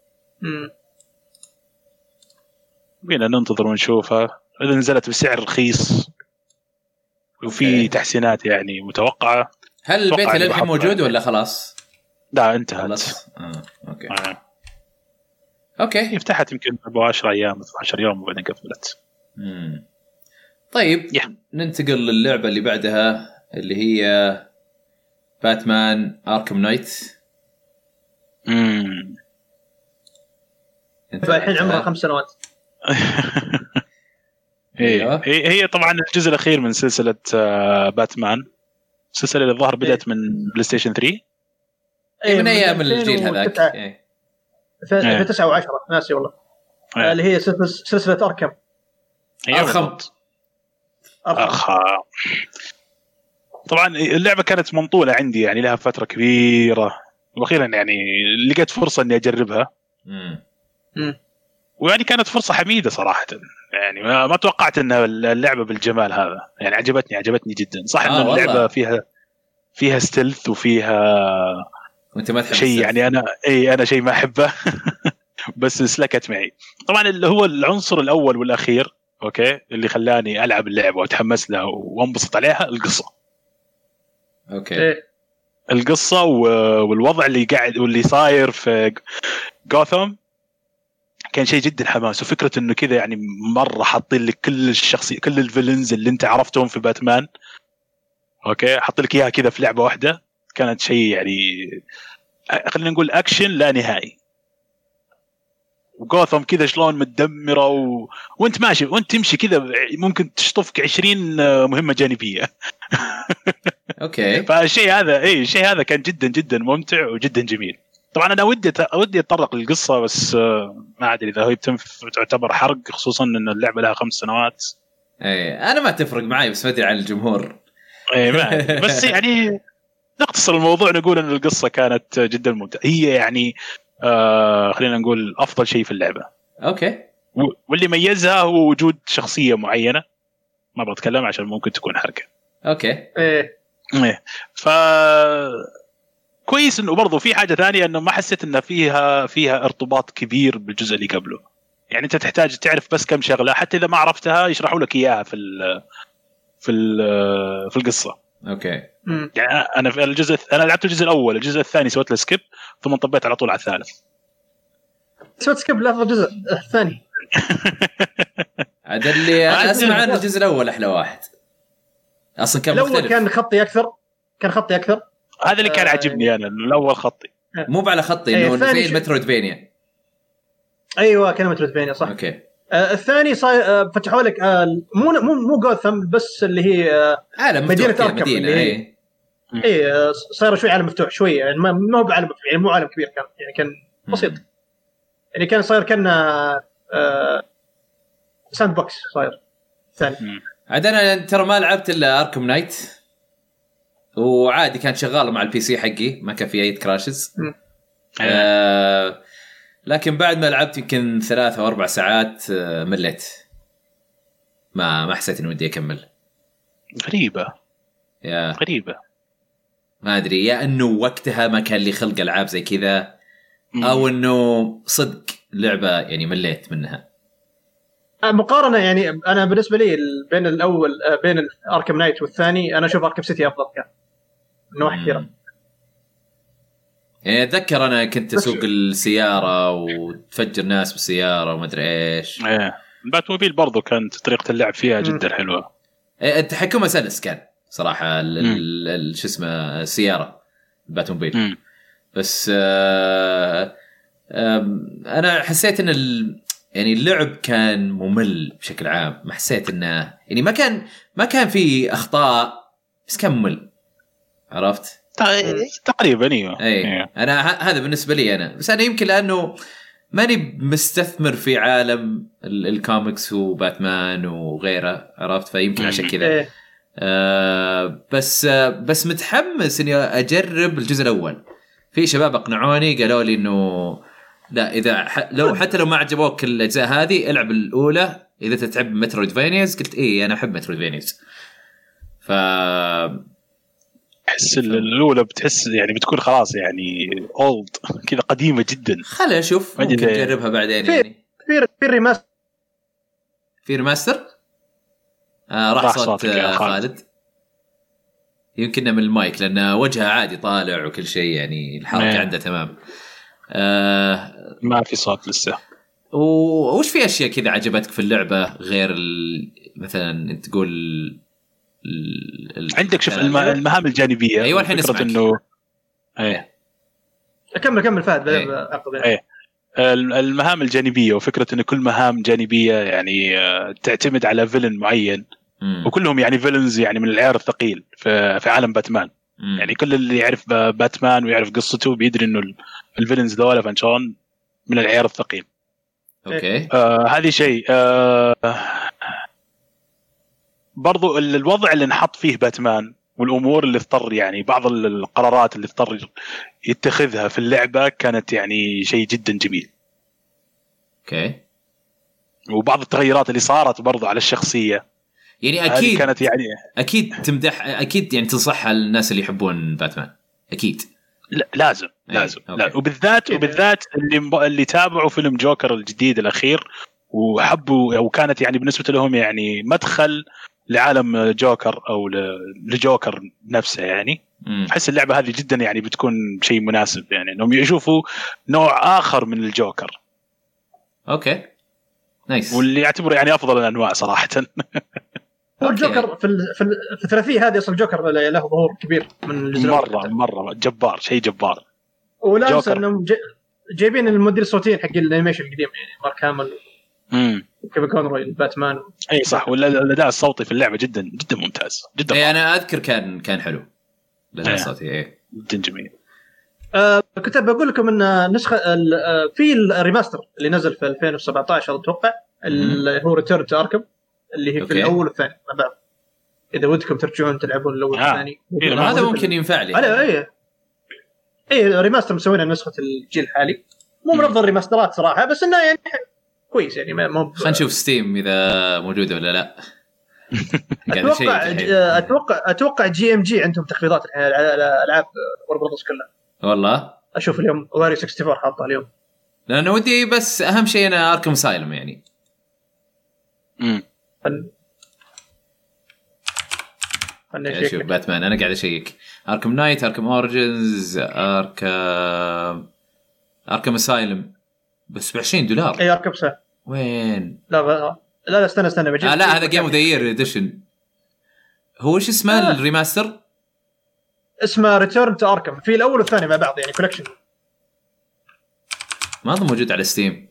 Speaker 2: بينا ننتظر ونشوفها. اذا نزلت بسعر رخيص وفي تحسينات يعني متوقعه.
Speaker 1: هل البيت للحين موجود ولا خلاص؟
Speaker 2: لا انتهت.
Speaker 1: اوكي اوكي
Speaker 2: فتحت يمكن 10 ايام 12 يوم وبعدين قفلت.
Speaker 1: طيب ننتقل للعبه اللي بعدها اللي هي باتمان اركم نايت.
Speaker 3: الحين عمره 5 سنوات.
Speaker 2: هي طبعا الجزء الاخير من سلسله باتمان. السلسله اللي الظاهر بدات من بلاي ستيشن 3
Speaker 1: من ايام الجيل هذاك
Speaker 3: في 9 و10 ناسي والله. اللي هي سلسله اركم.
Speaker 1: ارخم.
Speaker 2: طبعا اللعبه كانت ممطوله عندي يعني لها فتره كبيره واخيرا يعني لقيت فرصه اني اجربها. ويعني كانت فرصه حميده صراحه يعني ما توقعت ان اللعبه بالجمال هذا يعني عجبتني جدا. صح ان اللعبه فيها ستيلث وفيها
Speaker 1: وانت ما تحب
Speaker 2: شيء يعني انا شيء ما احبه بس سلكت معي. طبعا اللي هو العنصر الاول والاخير اوكي اللي خلاني العب اللعبه واتحمس لها وانبسط عليها القصه.
Speaker 1: اوكي
Speaker 2: القصه والوضع اللي قاعد واللي صاير في غوثام كان شيء جدا حماس. وفكره انه كذا يعني مره حاطين لك كل الفيلنز اللي انت عرفتهم في باتمان اوكي حاط لك اياها كذا في لعبه واحده. كانت شيء يعني خلينا نقول اكشن لا نهائي. وغوثام كذا شلون متدمره وانت ماشي وانت تمشي كذا ممكن تشطفك 20 مهمه جانبيه.
Speaker 1: اوكي
Speaker 2: فالشيء هذا الشيء هذا كان جدا جدا ممتع وجدا جميل. طبعا انا ودي اتطرق للقصه بس ما ادري اذا هي تعتبر حرق خصوصا ان اللعبه لها 5 سنوات.
Speaker 1: انا ما تفرق معي بس ما ادري عن الجمهور.
Speaker 2: ما أدري. بس يعني نختصر الموضوع نقول ان القصه كانت جدا ممتعه. هي يعني خلينا نقول افضل شيء في اللعبه.
Speaker 1: اوكي
Speaker 2: واللي ميزها هو وجود شخصيه معينه ما بتكلم عشان ممكن تكون حركه.
Speaker 1: اوكي
Speaker 2: ف كويس انه برضو في حاجه ثانيه انه ما حسيت انه فيها ارتباط كبير بالجزء اللي قبله. يعني انت تحتاج تعرف بس كم شغله حتى اذا ما عرفتها يشرحوا لك اياها في القصه.
Speaker 1: اوكي
Speaker 2: يعني انا في انا لعبت الجزء الاول. الجزء الثاني سويت له سكيب ثم طبيت على طول على الثالث.
Speaker 3: سويت سكيب لافضل جزء الثاني.
Speaker 1: هذا اللي انا اسمع عن الجزء الاول احلى واحد اصلا. كان
Speaker 3: مختلف. كان خطي اكثر.
Speaker 2: هذا اللي كان عجبني انا الاول خطي
Speaker 1: مو على خطي انه زي المترويدفينيا.
Speaker 3: ايوه كان مترويدفينيا صح.
Speaker 1: اوكي
Speaker 3: الثاني صار فتحوا لك مو غوثم بس اللي هي
Speaker 1: عالم
Speaker 3: مدينه
Speaker 1: مفتوح.
Speaker 3: اركم
Speaker 1: مدينه
Speaker 3: اي صار شوي عالم مفتوح شويه يعني ما هو بعالم يعني مو عالم كبير كان يعني كان بسيط يعني كان صاير كان ساند بوكس صاير ثاني.
Speaker 1: عاد انا ترى ما لعبت الا اركم نايت وعادي كان شغال مع البي سي حقي ما كان في اي كراشز. لكن بعد ما لعبت يمكن 3 أو 4 ساعات مليت ما حسيت اني ودي اكمل.
Speaker 2: غريبه
Speaker 1: ما ادري يا انه وقتها ما كان لي خلق العاب زي كذا او انه صدق لعبه يعني مليت منها.
Speaker 3: مقارنه يعني انا بالنسبه لي بين الاول بين اركم نايت والثاني انا اشوف اركم سيتي افضل كان من نواحي كثيره.
Speaker 1: يعني اتذكر انا كنت اسوق السياره وتفجر ناس بالسياره وما ادري ايش.
Speaker 2: باتموبيل برضو كانت طريقه اللعب فيها جدا حلوه.
Speaker 1: التحكم سلس كان صراحه شو اسمه السياره باتموبيل. بس انا حسيت ان يعني اللعب كان ممل بشكل عام. ما حسيت انه يعني ما كان في اخطاء بس كان ممل عرفت
Speaker 2: تقريبا. ايوه
Speaker 1: انا هذا بالنسبه لي انا. بس انا يمكن لانه ماني مستثمر في عالم الكوميكس وباتمان وغيره عرفت فيمكن عشان كذا. بس متحمس اني اجرب الجزء الاول. في شباب اقنعوني قالوا لي انه لا اذا حتى لو ما عجبوك الاجزاء هذه العب الاولى اذا تتعب مترويدفينياز. قلت ايه انا احب مترويدفينياز.
Speaker 2: تحس الاولى بتحس يعني بتكون خلاص يعني اولد كذا قديمه جدا.
Speaker 1: خلينا نشوف ممكن نجربها بعدين. يعني
Speaker 3: في
Speaker 1: ريماستر راح صوت خالد يمكن من المايك لأن وجهه عادي طالع وكل شيء يعني الحركة عنده تمام.
Speaker 2: ما في صوت لسه.
Speaker 1: وش في أشياء كذا عجبتك في اللعبة غير مثلا أنت تقول
Speaker 2: عندك شوف المهام الجانبية.
Speaker 1: أيوة الحين اسمعك.
Speaker 2: إنه
Speaker 3: أكمل فهد. المهام
Speaker 2: الجانبية وفكرة إن كل مهام جانبية يعني تعتمد على فيلن معين وكلهم يعني فيلنز يعني من العيار الثقيل في عالم باتمان. يعني كل اللي يعرف باتمان ويعرف قصته بيدري إنه الفيلنز دولة فانشون من العيار الثقيل.
Speaker 1: أوكي.
Speaker 2: هذه شيء. برضو الوضع اللي نحط فيه باتمان والأمور اللي اضطر يعني بعض القرارات اللي اضطر يتخذها في اللعبة كانت يعني شيء جدا جميل.
Speaker 1: اوكي.
Speaker 2: وبعض التغيرات اللي صارت برضو على الشخصية
Speaker 1: يعني أكيد
Speaker 2: كانت يعني
Speaker 1: أكيد تمدح، أكيد يعني تنصحها للناس اللي يحبون باتمان أكيد.
Speaker 2: لا لازم لا. وبالذات اللي تابعوا فيلم جوكر الجديد الأخير وحبوا أو كانت يعني بالنسبة لهم يعني مدخل لعالم جوكر أو لجوكر نفسه يعني. أحس اللعبة هذه جدا يعني بتكون شيء مناسب يعني إنهم يشوفوا نوع آخر من الجوكر.
Speaker 1: أوكي نايس.
Speaker 2: واللي يعتبر يعني أفضل الأنواع صراحة.
Speaker 3: الجوكر في الثلاثية هذه أصل جوكر له ظهور كبير من الجزء
Speaker 2: مرة جبار، شيء جبار.
Speaker 3: ولا أنسى أنهم جايبين المدير الصوتي حق الانيميشن القديم يعني مارك هامل وكيف كونروي الباتمان.
Speaker 2: اي صح. ولا الاداء الصوتي في اللعبه جدا جدا ممتاز جدا.
Speaker 1: اي انا اذكر كان حلو الاداء الصوتي. اي
Speaker 2: جدا جميل.
Speaker 3: كنت بقول لكم ان نسخه في الريماستر اللي نزل في 2017 اتوقع اللي هو ريتيرن تو اركم اللي هي في الاول والثاني مع بعض. اذا ودكم ترجعون تلعبون الاول والثاني
Speaker 1: هذا ممكن ينفع لي.
Speaker 3: اي ريماستر مسوينه نسخه الجيل الحالي مو من افضل الريماسترات صراحه بس انه يعني كويس يعني ما
Speaker 1: خلينا نشوف ستيم اذا موجوده ولا لا.
Speaker 3: اتوقع جي ام جي عندهم تخفيضات على العاب وربرز كلها
Speaker 1: والله.
Speaker 3: اشوف اليوم واري 64 حاطه اليوم
Speaker 1: لانه ودي بس اهم شيء انا اركم سايلم يعني. اشوف باتمان انا قاعد اشيك اركم نايت اركم اوريجنز اركم سايلم بس $20.
Speaker 3: اي اركب سايلم
Speaker 1: وين؟
Speaker 3: لا استنى بجيب.
Speaker 1: لا هذا جيم اوف ذا يير اديشن. هو ايش اسمه الريماستر؟
Speaker 3: اسمه ريتيرن تو اركم. في الاول والثاني مع بعض يعني كولكشن.
Speaker 1: ما هو موجود على ستيم.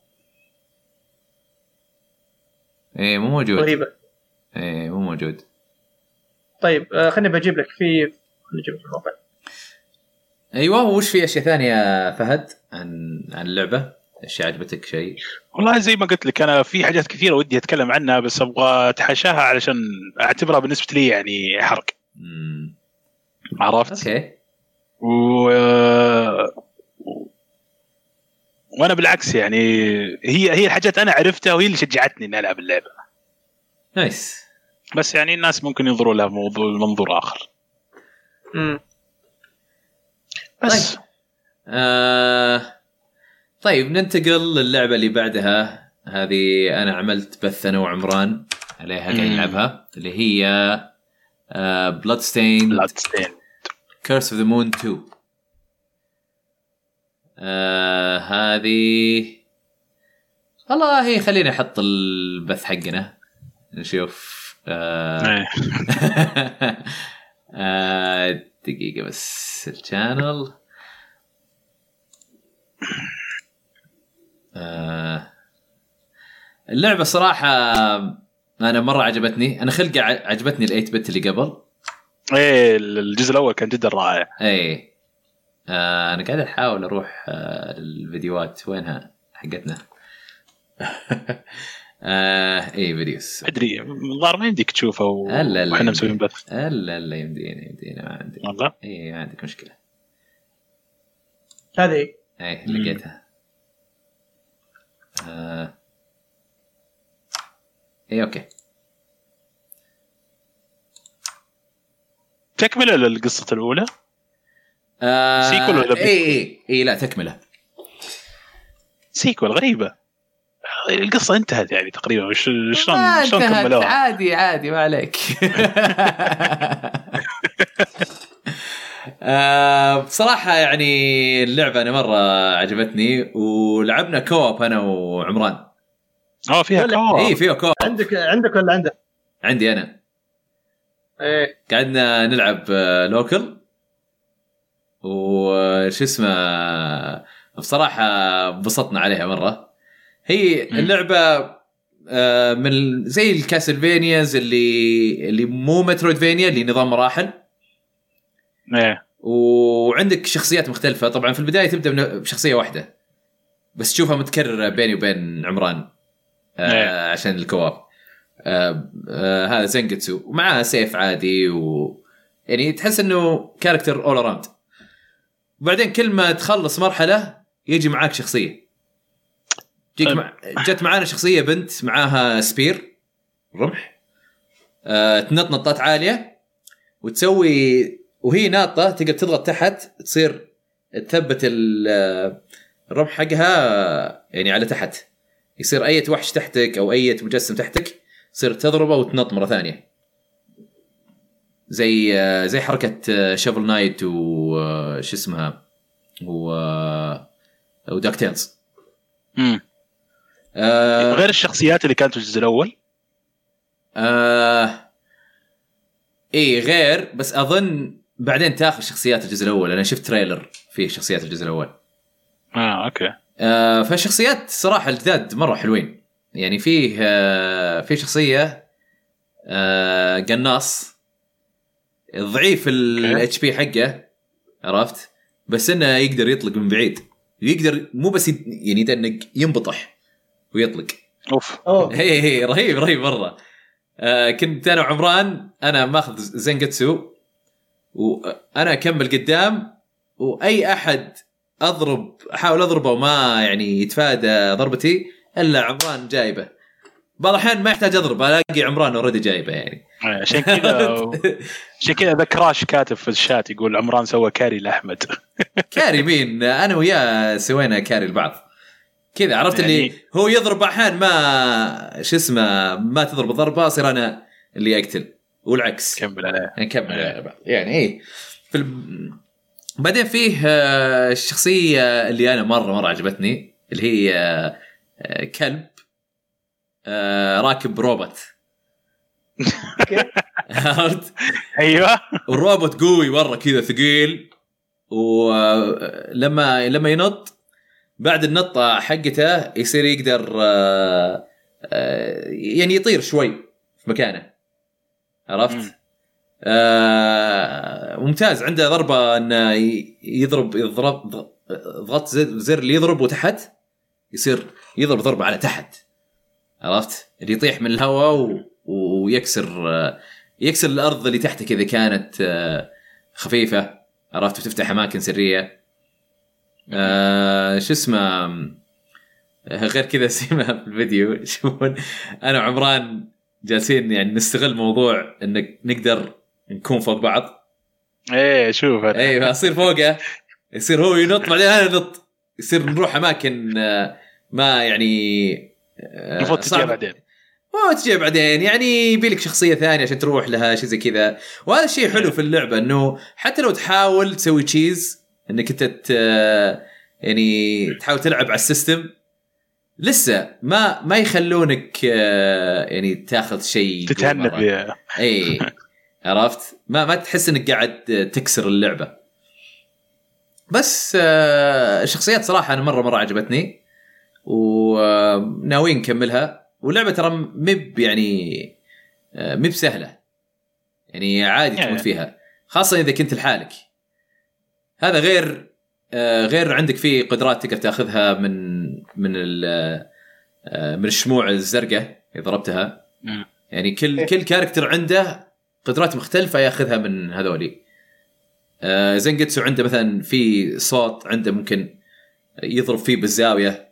Speaker 1: ايه مو موجود.
Speaker 3: غريبه.
Speaker 1: ايه مو موجود.
Speaker 3: طيب خلني بجيب لك في الموقع.
Speaker 1: ايوه. وش في اشياء ثانيه فهد عن اللعبه؟ اشياء عجبتك شيء؟
Speaker 2: والله زي ما قلت لك انا في حاجات كثيره ودي اتكلم عنها بس ابغى اتحاشاها علشان اعتبرها بالنسبه لي يعني حرق. عرفت.
Speaker 1: اوكي.
Speaker 2: وانا بالعكس يعني هي الحاجات انا عرفتها وهي اللي شجعتني اني العب اللعبه.
Speaker 1: نايس.
Speaker 2: بس يعني الناس ممكن ينظروا لها منظور اخر. بس
Speaker 1: طيب ننتقل للعبه اللي بعدها. هذه انا عملت بث انا وعمران عليها قاعد نلعبها اللي هي Bloodstained Curse of the Moon 2. هذه والله خلينا نحط البث حقنا نشوف. دقيقة بس الشانل. اللعبة صراحة أنا مرة عجبتني. أنا خلقة عجبتني ال8 بت اللي قبل.
Speaker 2: إيه الجزء الأول كان جدا رائع.
Speaker 1: إيه أنا قاعد أحاول أروح الفيديوهات وينها حقتنا. إيه فيديوز
Speaker 2: أدري الظاهر ما يمديك تشوفه وإحنا مسوين بث.
Speaker 1: لا يمدينا ما عندي.
Speaker 2: والله
Speaker 1: إيه ما عندك مشكلة.
Speaker 3: هذه
Speaker 1: إيه لقيتها. إيه أوكي.
Speaker 2: تكملة للقصة الأولى. سيكول ولا
Speaker 1: إيه لا تكملة.
Speaker 2: سيكول غريبة. القصة انتهت يعني تقريبا. شلون كملوها؟
Speaker 1: عادي ما عليك. بصراحة يعني اللعبة أنا مرة عجبتني، ولعبنا كوب أنا وعمران.
Speaker 2: فيها كوب.
Speaker 1: إيه فيها كوب.
Speaker 3: عندك ولا عنده؟
Speaker 1: عندي أنا.
Speaker 3: إيه
Speaker 1: قعدنا نلعب لوكل وش اسمه، بصراحة انبسطنا عليها مرة. هي اللعبة من زي الكاسلفينياز اللي مو مترويدفينيا، اللي نظام مراحل. وعندك شخصيات مختلفة. طبعا في البداية تبدأ بشخصية واحدة بس تشوفها متكررة بيني وبين عمران عشان الكواب. هذا زنجتسو ومعاه سيف عادي، يعني تحس انه كاركتر اول اراوند. وبعدين كل ما تخلص مرحلة يجي معاك شخصية. جت معانا شخصية بنت معاها سبير رمح، تنط نطات عالية وتسوي، وهي ناطة تقدر تضغط تحت تصير تثبت الرمح حقها يعني على تحت، يصير أي وحش تحتك أو أي مجسم تحتك تصير تضربه وتنط مرة ثانية، زي حركة شافل نايت وش اسمها وداك تيلز.
Speaker 2: غير الشخصيات اللي كانت في الجزء الأول.
Speaker 1: ايه غير، بس اظن بعدين تاخذ شخصيات الجزء الاول. انا شفت تريلر فيه شخصيات الجزء الاول.
Speaker 2: اوكي.
Speaker 1: فالشخصيات صراحه الجداد مره حلوين. يعني في شخصيه قناص ضعيف الاتش بي حقه، عرفت، بس انه يقدر يطلق من بعيد، يقدر مو بس يعني يدنق، ينبطح ويطلق. هي رهيب مره. كنت انا وعمران، انا ماخذ زنجتسو وانا اكمل قدام، واي احد احاول اضربه وما يعني يتفادى ضربتي الا عمران جايبه. بعض الاحيان ما يحتاج اضرب، الاقي عمران اوريدي جايبه يعني.
Speaker 2: عشان كذا ذا كراش كاتب في الشات يقول عمران سوى كاري لاحمد.
Speaker 1: كاري مين؟ انا وياه سوينا كاري لبعض كذا، عرفت يعني اللي هو يضرب احيان ما شو اسمه ما تضرب ضربه اصير انا اللي اقتل، والعكس
Speaker 2: كمل عليه
Speaker 1: نكمل بعض يعني. ايه بعدين فيه الشخصيه اللي انا مره عجبتني، اللي هي كلب راكب روبوت.
Speaker 2: ايوه،
Speaker 1: والروبوت قوي مره كذا ثقيل، ولما ينط بعد النطة حقته يصير يقدر يعني يطير شوي في مكانه، عرفت. ممتاز. عنده ضربة انه يضرب ضغط زر اللي يضرب وتحت يصير يضرب ضربة على تحت، عرفت، اللي يطيح من الهواء ويكسر الأرض اللي تحته كذا كانت خفيفة، عرفت، وتفتح أماكن سرية. شو اسمه غير كذا سيما في الفيديو شوفون انا وعمران جالسين يعني نستغل موضوع انك نقدر نكون فوق بعض.
Speaker 2: ايه شوف
Speaker 1: ايه اصير فوقه، يصير هو ينط بعدين انا نط، يصير نروح اماكن ما يعني
Speaker 2: المفروض
Speaker 1: تجي بعدين يعني يبيلك شخصيه ثانيه عشان تروح لها شيء زي كذا. وهذا الشيء حلو في اللعبه، انه حتى لو تحاول تسوي تشيز انك انت يعني تحاول تلعب على السيستم، لسه ما يخلونك يعني تاخذ شيء
Speaker 2: تتهنى
Speaker 1: اي عرفت، ما تحس انك قاعد تكسر اللعبه. بس الشخصيات صراحه انا مره عجبتني وناويين نكملها. واللعبه ترى مب يعني مب سهله يعني، عادي تموت فيها، خاصه اذا كنت لحالك. هذا غير عندك فيه قدرات تقدر تاخذها من الشموع الزرقاء اذا ضربتها. يعني كل كاركتر عنده قدرات مختلفه ياخذها من هذولي. زنجتسو عنده مثلا في صوت عنده ممكن يضرب فيه بالزاويه،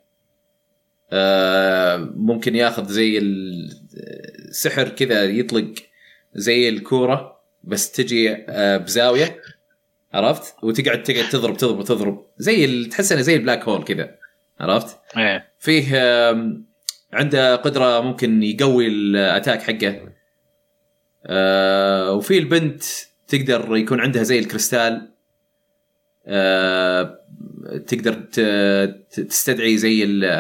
Speaker 1: ممكن ياخذ زي السحر كذا يطلق زي الكوره بس تجي بزاويه، عرفت، وتقعد تضرب زي تحس انه زي البلاك هول كذا، عرفت. فيه عنده قدره ممكن يقوي الاتاك حقه. وفي البنت تقدر يكون عندها زي الكريستال تقدر تستدعي زي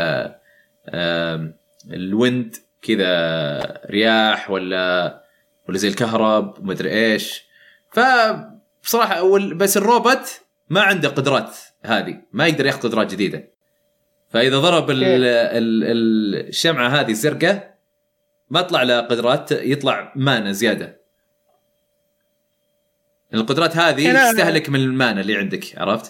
Speaker 1: الويند كذا، رياح ولا زي الكهرب مدري ايش. فبصراحه بس الروبوت ما عنده قدرات هذه، ما يقدر ياخذ قدرات جديده. فاذا ضرب الشمعه هذه الزرقاء ما طلع له قدرات، يطلع مانا زياده. القدرات هذه تستهلك من المانا اللي عندك، عرفت؟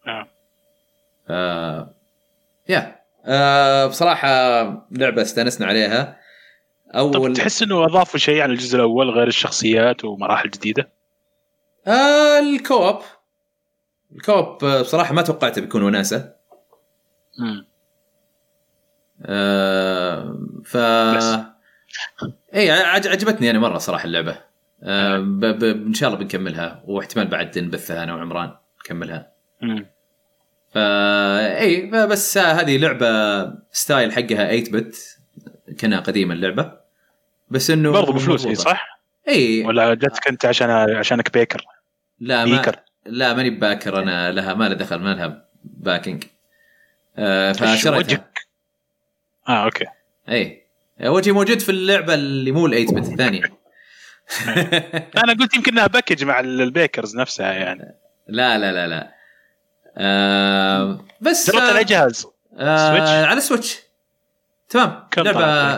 Speaker 1: بصراحه لعبه استانسنا عليها.
Speaker 2: طب تحس انه اضافوا شيء على الجزء الاول غير الشخصيات ومراحل جديده؟
Speaker 1: الكوب بصراحه ما توقعته بيكون وناسه. عجبتني يعني مره صراحه اللعبه. ان شاء الله بنكملها، واحتمال بعد نبثها انا وعمران نكملها. بس هذه لعبه ستايل حقها 8 بت، كانها قديمه اللعبه، بس انه
Speaker 2: برضو بفلوس صح؟ ولا جاتك انت عشانك بيكر؟
Speaker 1: لا ماني باكر انا، لها ما له دخل، ما لها باكينج. فشريتها.
Speaker 2: اوكي.
Speaker 1: وجهي موجود في اللعبه اللي مو ال8 بت الثانيه.
Speaker 2: انا قلت يمكن انها باكج مع البيكرز نفسها يعني.
Speaker 1: لا بس
Speaker 2: درت على جهاز
Speaker 1: على سويتش. تمام. لعبه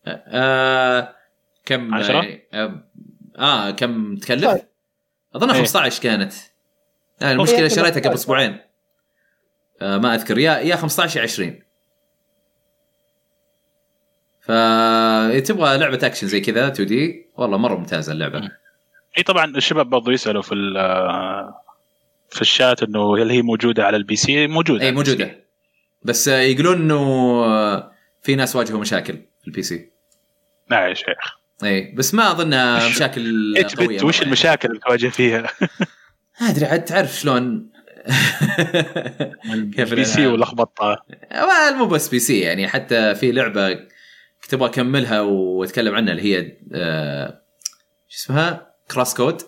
Speaker 1: كم
Speaker 2: 10
Speaker 1: كم تكلف؟ اظن 15 كانت. المشكله شريتها قبل اسبوعين، ما اذكر يا 15 يا 20. فتبغى لعبه اكشن زي كذا 2D، والله مره ممتازه اللعبه.
Speaker 2: طبعا الشباب برضو يسالوا في الشات انه هل هي موجوده على البي سي؟ موجوده.
Speaker 1: موجوده، بس يقولون انه في ناس واجهوا مشاكل في البي سي.
Speaker 2: لا يا شيخ.
Speaker 1: بس ما اظنها مشاكل قويه.
Speaker 2: وش المشاكل اللي تواجه فيها؟
Speaker 1: ادري عاد تعرف شلون
Speaker 2: كيف البي سي ولخبطه.
Speaker 1: مو بس بي سي يعني، حتى في لعبه كنت ابغى اكملها واتكلم عنها اللي هي شو اسمها، كراس كود.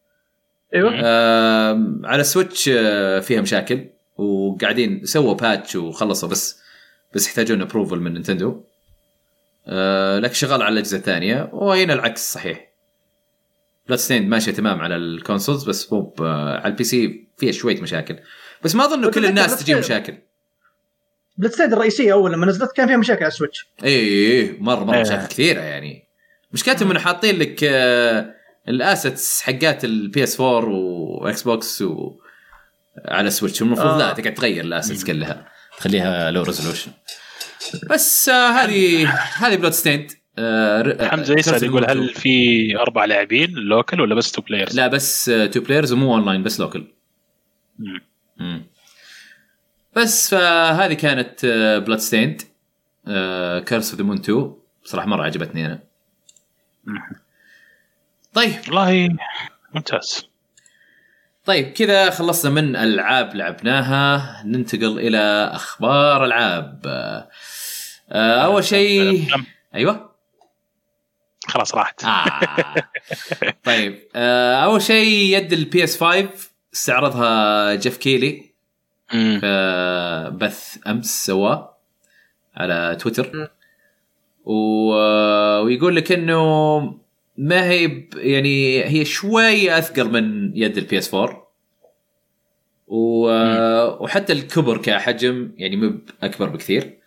Speaker 1: على سويتش فيها مشاكل، وقاعدين سووا باتش وخلصوا، بس يحتاجون ابروفل من نينتندو. لكن شغال على الاجهزه الثانيه، وهنا العكس صحيح. بلادستيند ماشيه تمام على الكونسولز، بس مو على البي سي فيها شويه مشاكل، بس ما اظن كل الناس تجي مشاكل.
Speaker 3: بلادستيند الرئيسيه اول لما نزلت كان فيها مشاكل على السويتش.
Speaker 1: مره مشاكل كثيره يعني. مشكلتهم من حاطين لك الاسيتس حقات البي اس 4 واكس بوكس على سويتش، المفروض لا تقعد تغير الاسيتس كلها، تخليها لو ريزولوشن. بس هذه بلادستيند.
Speaker 2: حمزه يسأل يقول هل في 4 لاعبين لوكال ولا بس 2 بلايرز؟
Speaker 1: لا بس 2 بلايرز ومو اونلاين، بس لوكال. بس فهذه كانت بلادستيند كيرس اوف ذا مون 2. بصراحه مره عجبتني انا. طيب
Speaker 2: والله ممتاز.
Speaker 1: طيب كذا خلصنا من العاب لعبناها، ننتقل الى اخبار العاب. اول شيء ايوه
Speaker 2: خلاص راحت.
Speaker 1: طيب اول شيء يد البي اس 5 استعرضها جيف كيلي بث امس سواه على تويتر، ويقول لك انه ما هي يعني هي شوي اثقل من يد البي اس 4، وحتى الكبر كحجم يعني مو اكبر بكثير.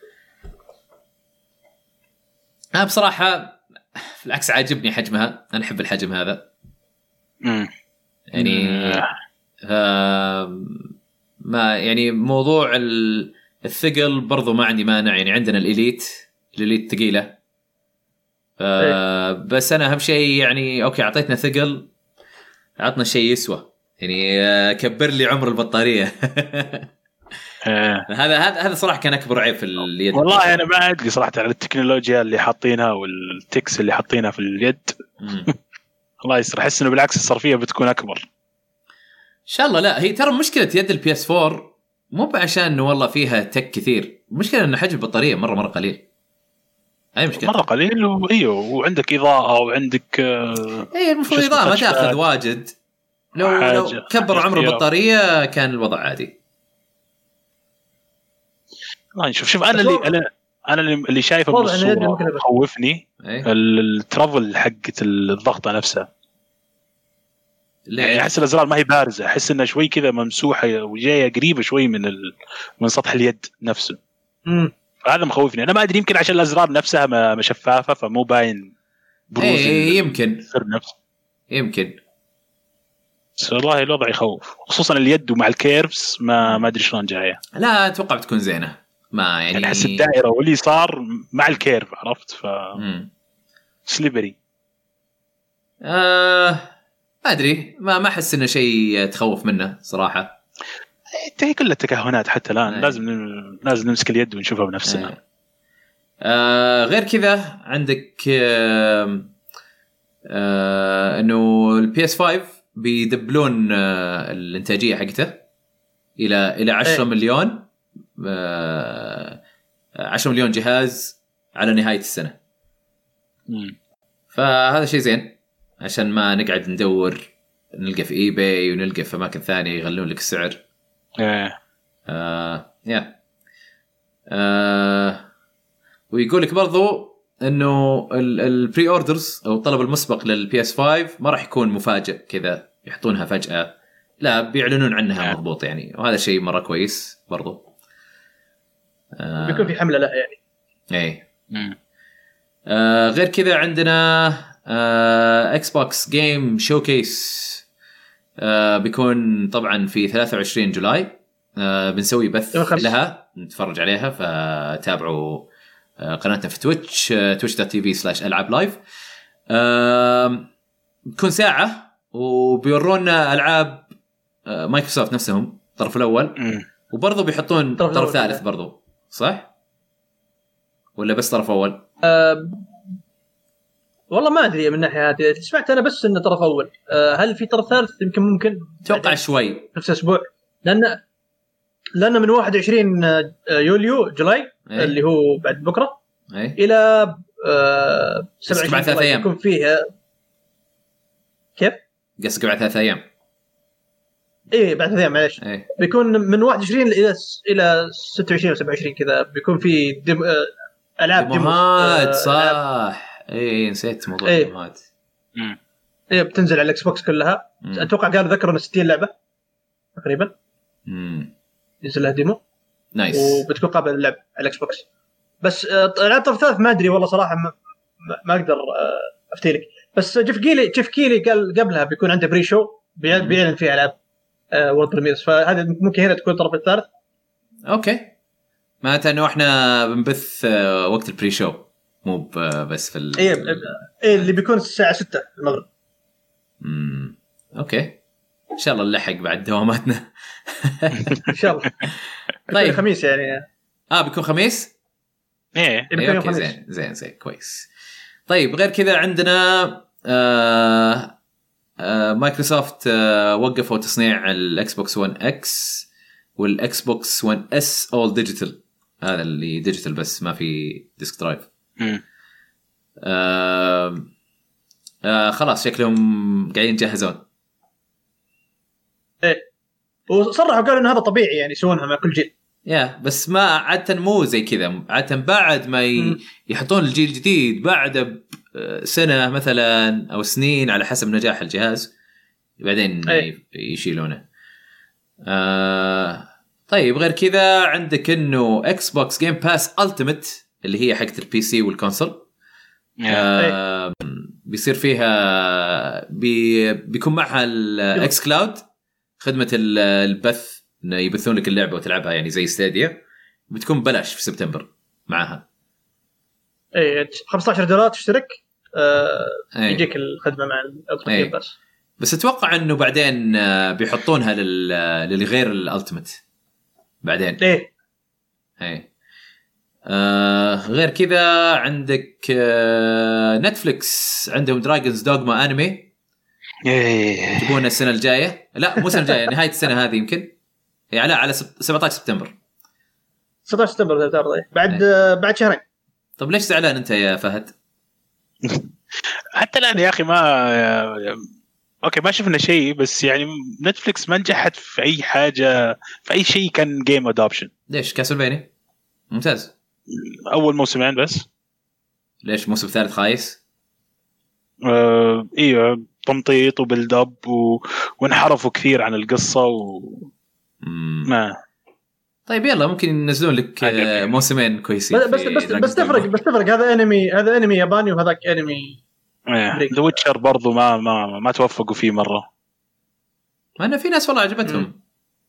Speaker 1: انا بصراحه بالعكس عاجبني حجمها، انا احب الحجم هذا يعني. ما يعني موضوع الثقل برضو ما عندي مانع يعني. عندنا الإليت ثقيلة، بس أنا أهم شيء يعني أوكي أعطيتنا ثقل، عطنا شيء يسوى يعني، كبر لي عمر البطارية. هذا صراحة كان أكبر عيب في اليد.
Speaker 2: والله أنا ما أدري صراحة على التكنولوجيا اللي حاطينها والتكس اللي حاطينها في اليد. الله يسر، أحس إنه بالعكس الصرفية بتكون أكبر
Speaker 1: إن شاء الله. لا هي ترى مشكلة يد البي اس 4 مو عشان إنه والله فيها تك كثير، مشكلة إن حجم البطارية مرة قليل. أي مشكلة
Speaker 2: مرة قليل. وعندك إضاءة وعندك
Speaker 1: المفروض إضاءة ما تأخذ واجد، لو كبر عمر البطاريه كان الوضع عادي.
Speaker 2: والله شوف انا اللي شايفه بالصوره خوفني الترافل حقت الضغطه نفسها. يعني احس الازرار ما هي بارزه، احس انها شوي كذا ممسوحه وجايه قريبه شوي من سطح اليد نفسه. هذا مخوفني. انا ما ادري، يمكن عشان الازرار نفسها ما شفافه فمو باين بروز
Speaker 1: يمكن
Speaker 2: نفسه.
Speaker 1: يمكن
Speaker 2: والله الوضع يخوف، خصوصا اليد ومع الكيرفز ما ادري شلون جايه.
Speaker 1: لا اتوقع بتكون زينه، ما يعني
Speaker 2: احس الدائره واللي صار مع الكيرف عرفت سليبري.
Speaker 1: ما ادري، ما احس انه شيء تخوف منه صراحه.
Speaker 2: هي كلها تكهنات حتى الان. لازم نمسك اليد ونشوفها بنفسنا.
Speaker 1: غير كذا عندك انه البي اس 5 بيدبلون الانتاجيه حقته الى 10 مليون 10 مليون جهاز على نهايه السنه. فهذا شيء زين عشان ما نقعد ندور نلقى في اي باي ونلقى في اماكن ثانيه يغلون لك السعر. ويقول لك برضو انه البري اوردرز او الطلب المسبق للبي اس 5 ما راح يكون مفاجئ كذا يحطونها فجأة، لا بيعلنون عنها مضبوط يعني، وهذا شيء مرة كويس برضو.
Speaker 3: بيكون في حملة لها يعني.
Speaker 1: اي غير كذا عندنا اكس بوكس جيم شوكيس بيكون طبعا في 23 جولاي. بنسوي بث لها نتفرج عليها، فتابعوا قناتنا في تويتش twitch.tv/alablive. بتكون ساعة وبيورونا ألعاب مايكروسوفت نفسهم الطرف الأول، وبرضو بيحطون طرف ثالث برضو، صح؟ ولا بس طرف أول؟
Speaker 3: والله ما أدري من ناحية هذه، سمعت أنا بس إنه طرف أول. هل في طرف ثالث؟ ممكن
Speaker 1: توقع شوي
Speaker 3: نفس أسبوع، لأن من 21 يوليو جولاي اللي هو بعد بكرة إلى 27 جولاي يكون فيه. كيف؟
Speaker 1: قصدك بعد 3 أيام؟
Speaker 3: إيه بعد 3 أيام معلش. بيكون من 21 إلى 26 و 27 كذا بيكون في ألعاب
Speaker 1: ديموهات. صح إيه نسيت موضوع الديموهات.
Speaker 3: إيه بتنزل على الإكس بوكس كلها. أتوقع قالوا ذكروا 60 لعبة تقريبا. ينزل لها ديمو
Speaker 1: نايس
Speaker 3: وبتكون قابل للعب على الإكس بوكس. بس العاب طرف ثالث ما أدري والله صراحة ما أقدر أفتي لك. بس جيف كيلي قال قبلها بيكون عنده بري شو بيعلن فيه ألعاب وورد بريميرز، فهذا ممكن هنا تكون الطرف الثالث.
Speaker 1: اوكي معناته انه احنا بنبث وقت البري شو مو بس في
Speaker 3: ايه اللي بيكون الساعه 6 المغرب.
Speaker 1: اوكي ان شاء الله نلحق بعد دواماتنا.
Speaker 3: ان شاء الله. طيب خميس يعني
Speaker 1: بيكون خميس.
Speaker 3: ايه
Speaker 1: بيكون خميس. زين كويس. طيب غير كذا عندنا مايكروسوفت وقفوا تصنيع الاكس بوكس 1 اكس والاكس بوكس 1 اس اول ديجيتال. هذا اللي ديجيتال بس ما في ديسك درايف. خلاص شكلهم قاعدين يجهزون.
Speaker 3: ايه وصرحوا قالوا ان هذا طبيعي يعني يسوونها مع كل جيل.
Speaker 1: بس ما عادة مو زي كذا، عادة بعد ما يحطون الجيل الجديد بعد سنة مثلا أو سنين على حسب نجاح الجهاز بعدين يشيلونه. طيب غير كذا عندك إنه إكس بوكس جيم باس ألتيميت اللي هي حقت البي سي والكونسول. بيصير فيها بيكون معها الإكس كلاود خدمة البث إنه يبثون لك اللعبة وتلعبها يعني زي ستاديا. بتكون بلاش في سبتمبر معها.
Speaker 3: $15 تشترك يجيك الخدمة مع الألتيميت
Speaker 1: بس أتوقع إنه بعدين بيحطونها للغير الألتيميت بعدين. غير كذا عندك نتفليكس عندهم دراجونز دوغما أنمي يجيبونها السنة الجاية. لا مو السنة الجاية، نهاية السنة هذه يمكن. لا على 17 سبتمبر.
Speaker 3: 17 سبتمبر بعد شهرين.
Speaker 1: طب ليش زعلان أنت يا فهد؟
Speaker 2: حتى الآن يا أخي اوكي ما شفنا شيء، بس يعني نتفليكس ما نجحت في اي حاجه، في اي شيء كان جيم ادوبشن.
Speaker 1: ليش كاسلفينيا ممتاز
Speaker 2: اول موسمين بس.
Speaker 1: ليش الموسم الثالث خايس؟
Speaker 2: ايوه تمطيط وبيلد اب وانحرفوا كثير عن القصه ما.
Speaker 1: طيب يلا ممكن ينزلون لك موسمين كويسين.
Speaker 3: بس تفرق هذا انمي ياباني وهذاك انمي
Speaker 2: ذا ويتشر برضو ما توفقوا فيه مره.
Speaker 1: ما أنا في ناس والله عجبتهم.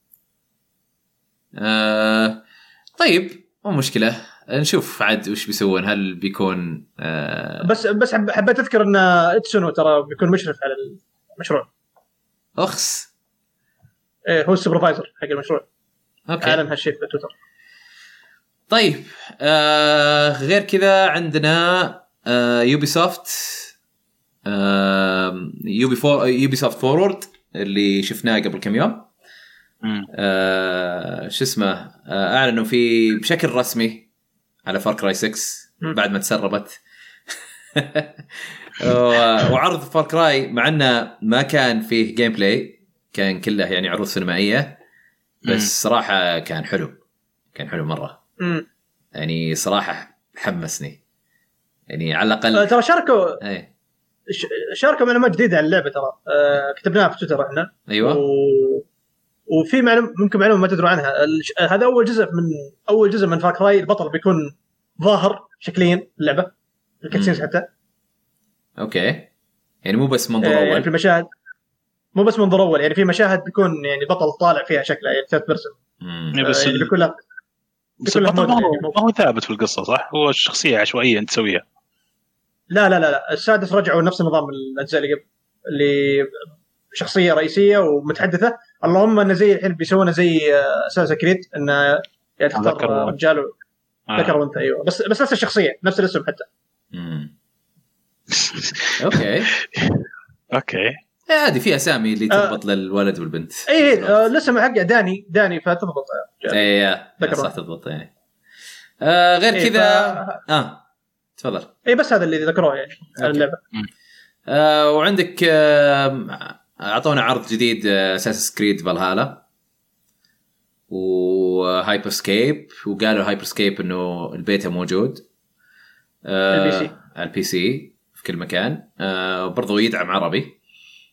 Speaker 1: طيب مو مشكله، نشوف عاد وش بيسوون. هل بيكون
Speaker 3: بس حبيت اذكر ان اتسونو ترى بيكون مشرف على المشروع.
Speaker 1: اخس
Speaker 3: ايه هو السوبرفايزر حق المشروع.
Speaker 1: اوكي
Speaker 3: اعلن هالشيء في تويتر.
Speaker 1: طيب غير كذا عندنا يوبي سوفت، يوبي سوفت فورورد اللي شفناه قبل كم يوم. شو اسمه اعلنوا فيه بشكل رسمي على فار كراي 6 بعد ما تسربت. وعرض فار كراي مع انه ما كان فيه جيم بلاي، كان كله يعني عروض سينمائيه، بس صراحه كان حلو مره. يعني صراحه حمسني يعني على الاقل.
Speaker 3: ترى شاركوا معلومات جديده عن اللعبه ترى. كتبناها في تويتر احنا.
Speaker 1: ايوه
Speaker 3: وفي ممكن معلومه ما تدروا عنها. هذا اول جزء من فار كراي، البطل بيكون ظاهر شكليا اللعبه الكاتسينز حتى.
Speaker 1: اوكي يعني مو بس منظور اول.
Speaker 3: يعني في المشاهد مو بس منظور اول، يعني في مشاهد بيكون يعني البطل طالع فيها شكله يعني ثيرد بيرسون.
Speaker 2: بس
Speaker 3: يعني بيكون له
Speaker 2: ما هو ثابت في القصه صح؟ هو الشخصيه عشوائيه انت تسويها.
Speaker 3: لا السادس رجعوا نفس النظام الاجزاء اللي قبل، اللي شخصيه رئيسيه ومتحدثه. اللهم انه زي الحين بيسوونه زي اساس كريد، انه تختار رجال ذكر وانثى. ايوه بس نفس الشخصيه نفس الاسم حتى.
Speaker 1: اوكي عادي في اسامي اللي تضبط للولد والبنت.
Speaker 3: اي الاسم حقه داني فتضبط.
Speaker 1: اي صح تضبط يعني. غير كذا تفضل.
Speaker 3: اي بس هذا اللي ذكروه يعني اللعبه.
Speaker 1: وعندك اعطونا عرض جديد اساس كريد فالهالا وهايبر سكيب، وقالوا هايبر سكيب انه البيتا موجود البي سي في كل مكان. برضو يدعم عربي.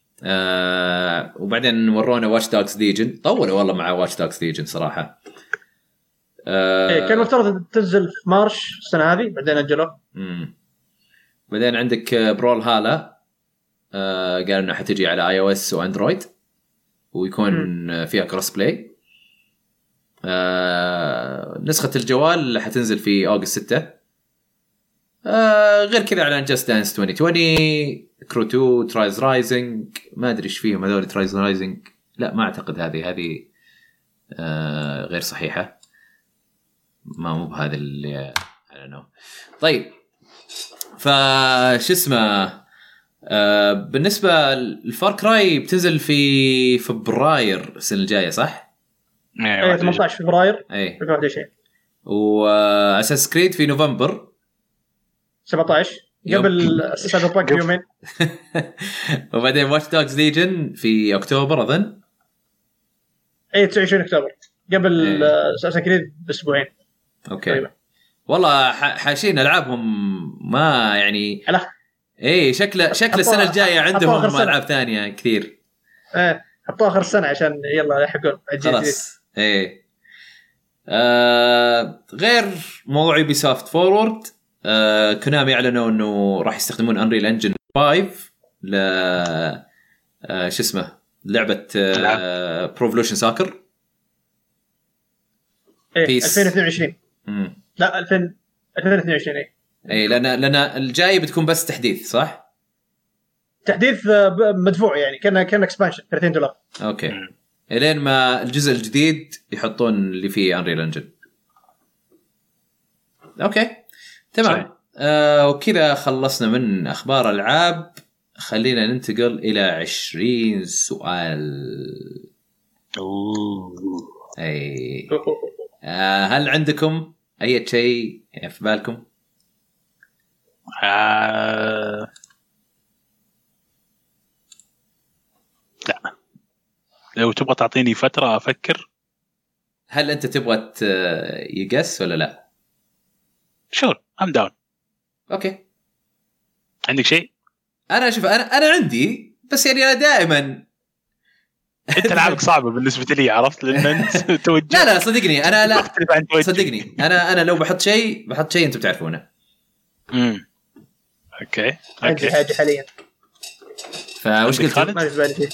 Speaker 1: وبعدين ورونا واتش دوغز ليجن. طولوا والله مع واتش دوغز ليجن صراحه.
Speaker 3: كان مفترض تنزل في مارش السنه هذه، بعدين اجلوه.
Speaker 1: بعدين عندك برول هالا قالوا انها حتجي على اي او اس واندرويد ويكون فيها كروس بلاي. نسخه الجوال حتنزل في اوغست 6. غير كذا على جاست دانس 2020 كرو 2 ترايز رايزنج. ما ادري ايش فيهم هذول ترايز رايزنج. لا ما اعتقد هذه غير صحيحه. ما مو بهذا اللي طيب فش اسمه بالنسبه للفار كراي بتنزل في فبراير السنه الجايه صح؟
Speaker 3: 18 فبراير 2021.
Speaker 1: واساس كريد في نوفمبر
Speaker 3: 17 قبل سايبر بانك بيومين.
Speaker 1: وبعدين واتش دوغز ليجن في اكتوبر اظن.
Speaker 3: 29 اكتوبر قبل اساس كريد باسبوعين.
Speaker 1: اوكي طيب. والله حاشين العابهم ما يعني شكله السنه الجايه عندهم العاب ثانيه كثير.
Speaker 3: حطوا اخر السنه عشان يلا يحقون
Speaker 1: خلاص. غير موضوع يوبي سوفت فورورد، كونامي اعلنوا انه راح يستخدمون انريل انجن 5 ل شو اسمه لعبه بروفولوشن ساكر
Speaker 3: 2022. لا 2022.
Speaker 1: اي لان الجاي بتكون بس تحديث صح؟
Speaker 3: تحديث مدفوع يعني كان اكسبانشن $30.
Speaker 1: اوكي الين ما الجزء الجديد يحطون اللي فيه انريل انجن. اوكي تمام. وكذا خلصنا من اخبار العاب. خلينا ننتقل الى 20 سؤال. اي هل عندكم اي شيء في بالكم؟
Speaker 2: لو تبغى تعطيني فتره افكر.
Speaker 1: هل انت تبغى يقس ولا لا؟
Speaker 2: شور ام داون.
Speaker 1: اوكي
Speaker 2: عندك شيء؟
Speaker 1: انا شوف انا عندي، بس يعني انا دائما
Speaker 2: انت العابك صعبه بالنسبه لي، عرفت؟ لان انت توجه.
Speaker 1: لا صدقني انا لا صدقني انا لو بحط شيء انتم بتعرفونه.
Speaker 2: اوكي
Speaker 3: عندي حاجه حاليا.
Speaker 1: فوش قلت؟
Speaker 3: ما في بالي شيء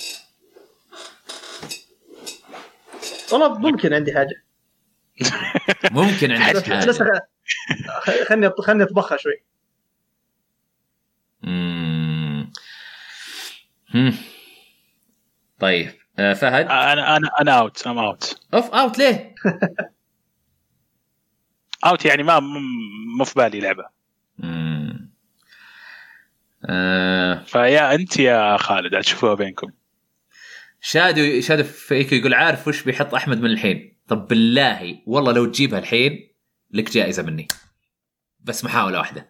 Speaker 3: والله. ممكن عندي حاجه.
Speaker 1: ممكن عندك حاجه.
Speaker 3: خلني اطبخها شوي.
Speaker 1: طيب فهد.
Speaker 2: انا اوت
Speaker 1: ليه؟
Speaker 2: اوت يعني ما في بالي لعبه. فيا انت يا خالد هتشوفوها بينكم.
Speaker 1: شادو فيك يقول عارف وش بيحط احمد من الحين؟ طب بالله والله لو تجيبها الحين لك جائزه مني، بس محاوله واحده.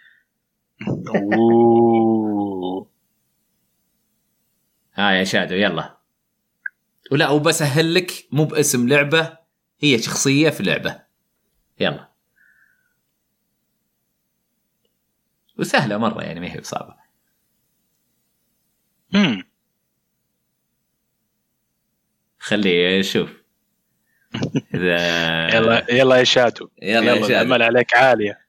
Speaker 1: ها يا شادو يلا. ولا وبسهل لك، مو باسم لعبه، هي شخصيه في لعبه. يلا وسهله مره يعني، ما هي بصعبه. خليه شوف.
Speaker 2: يلا يا شادو،
Speaker 1: يلا
Speaker 2: الامل عليك عاليه.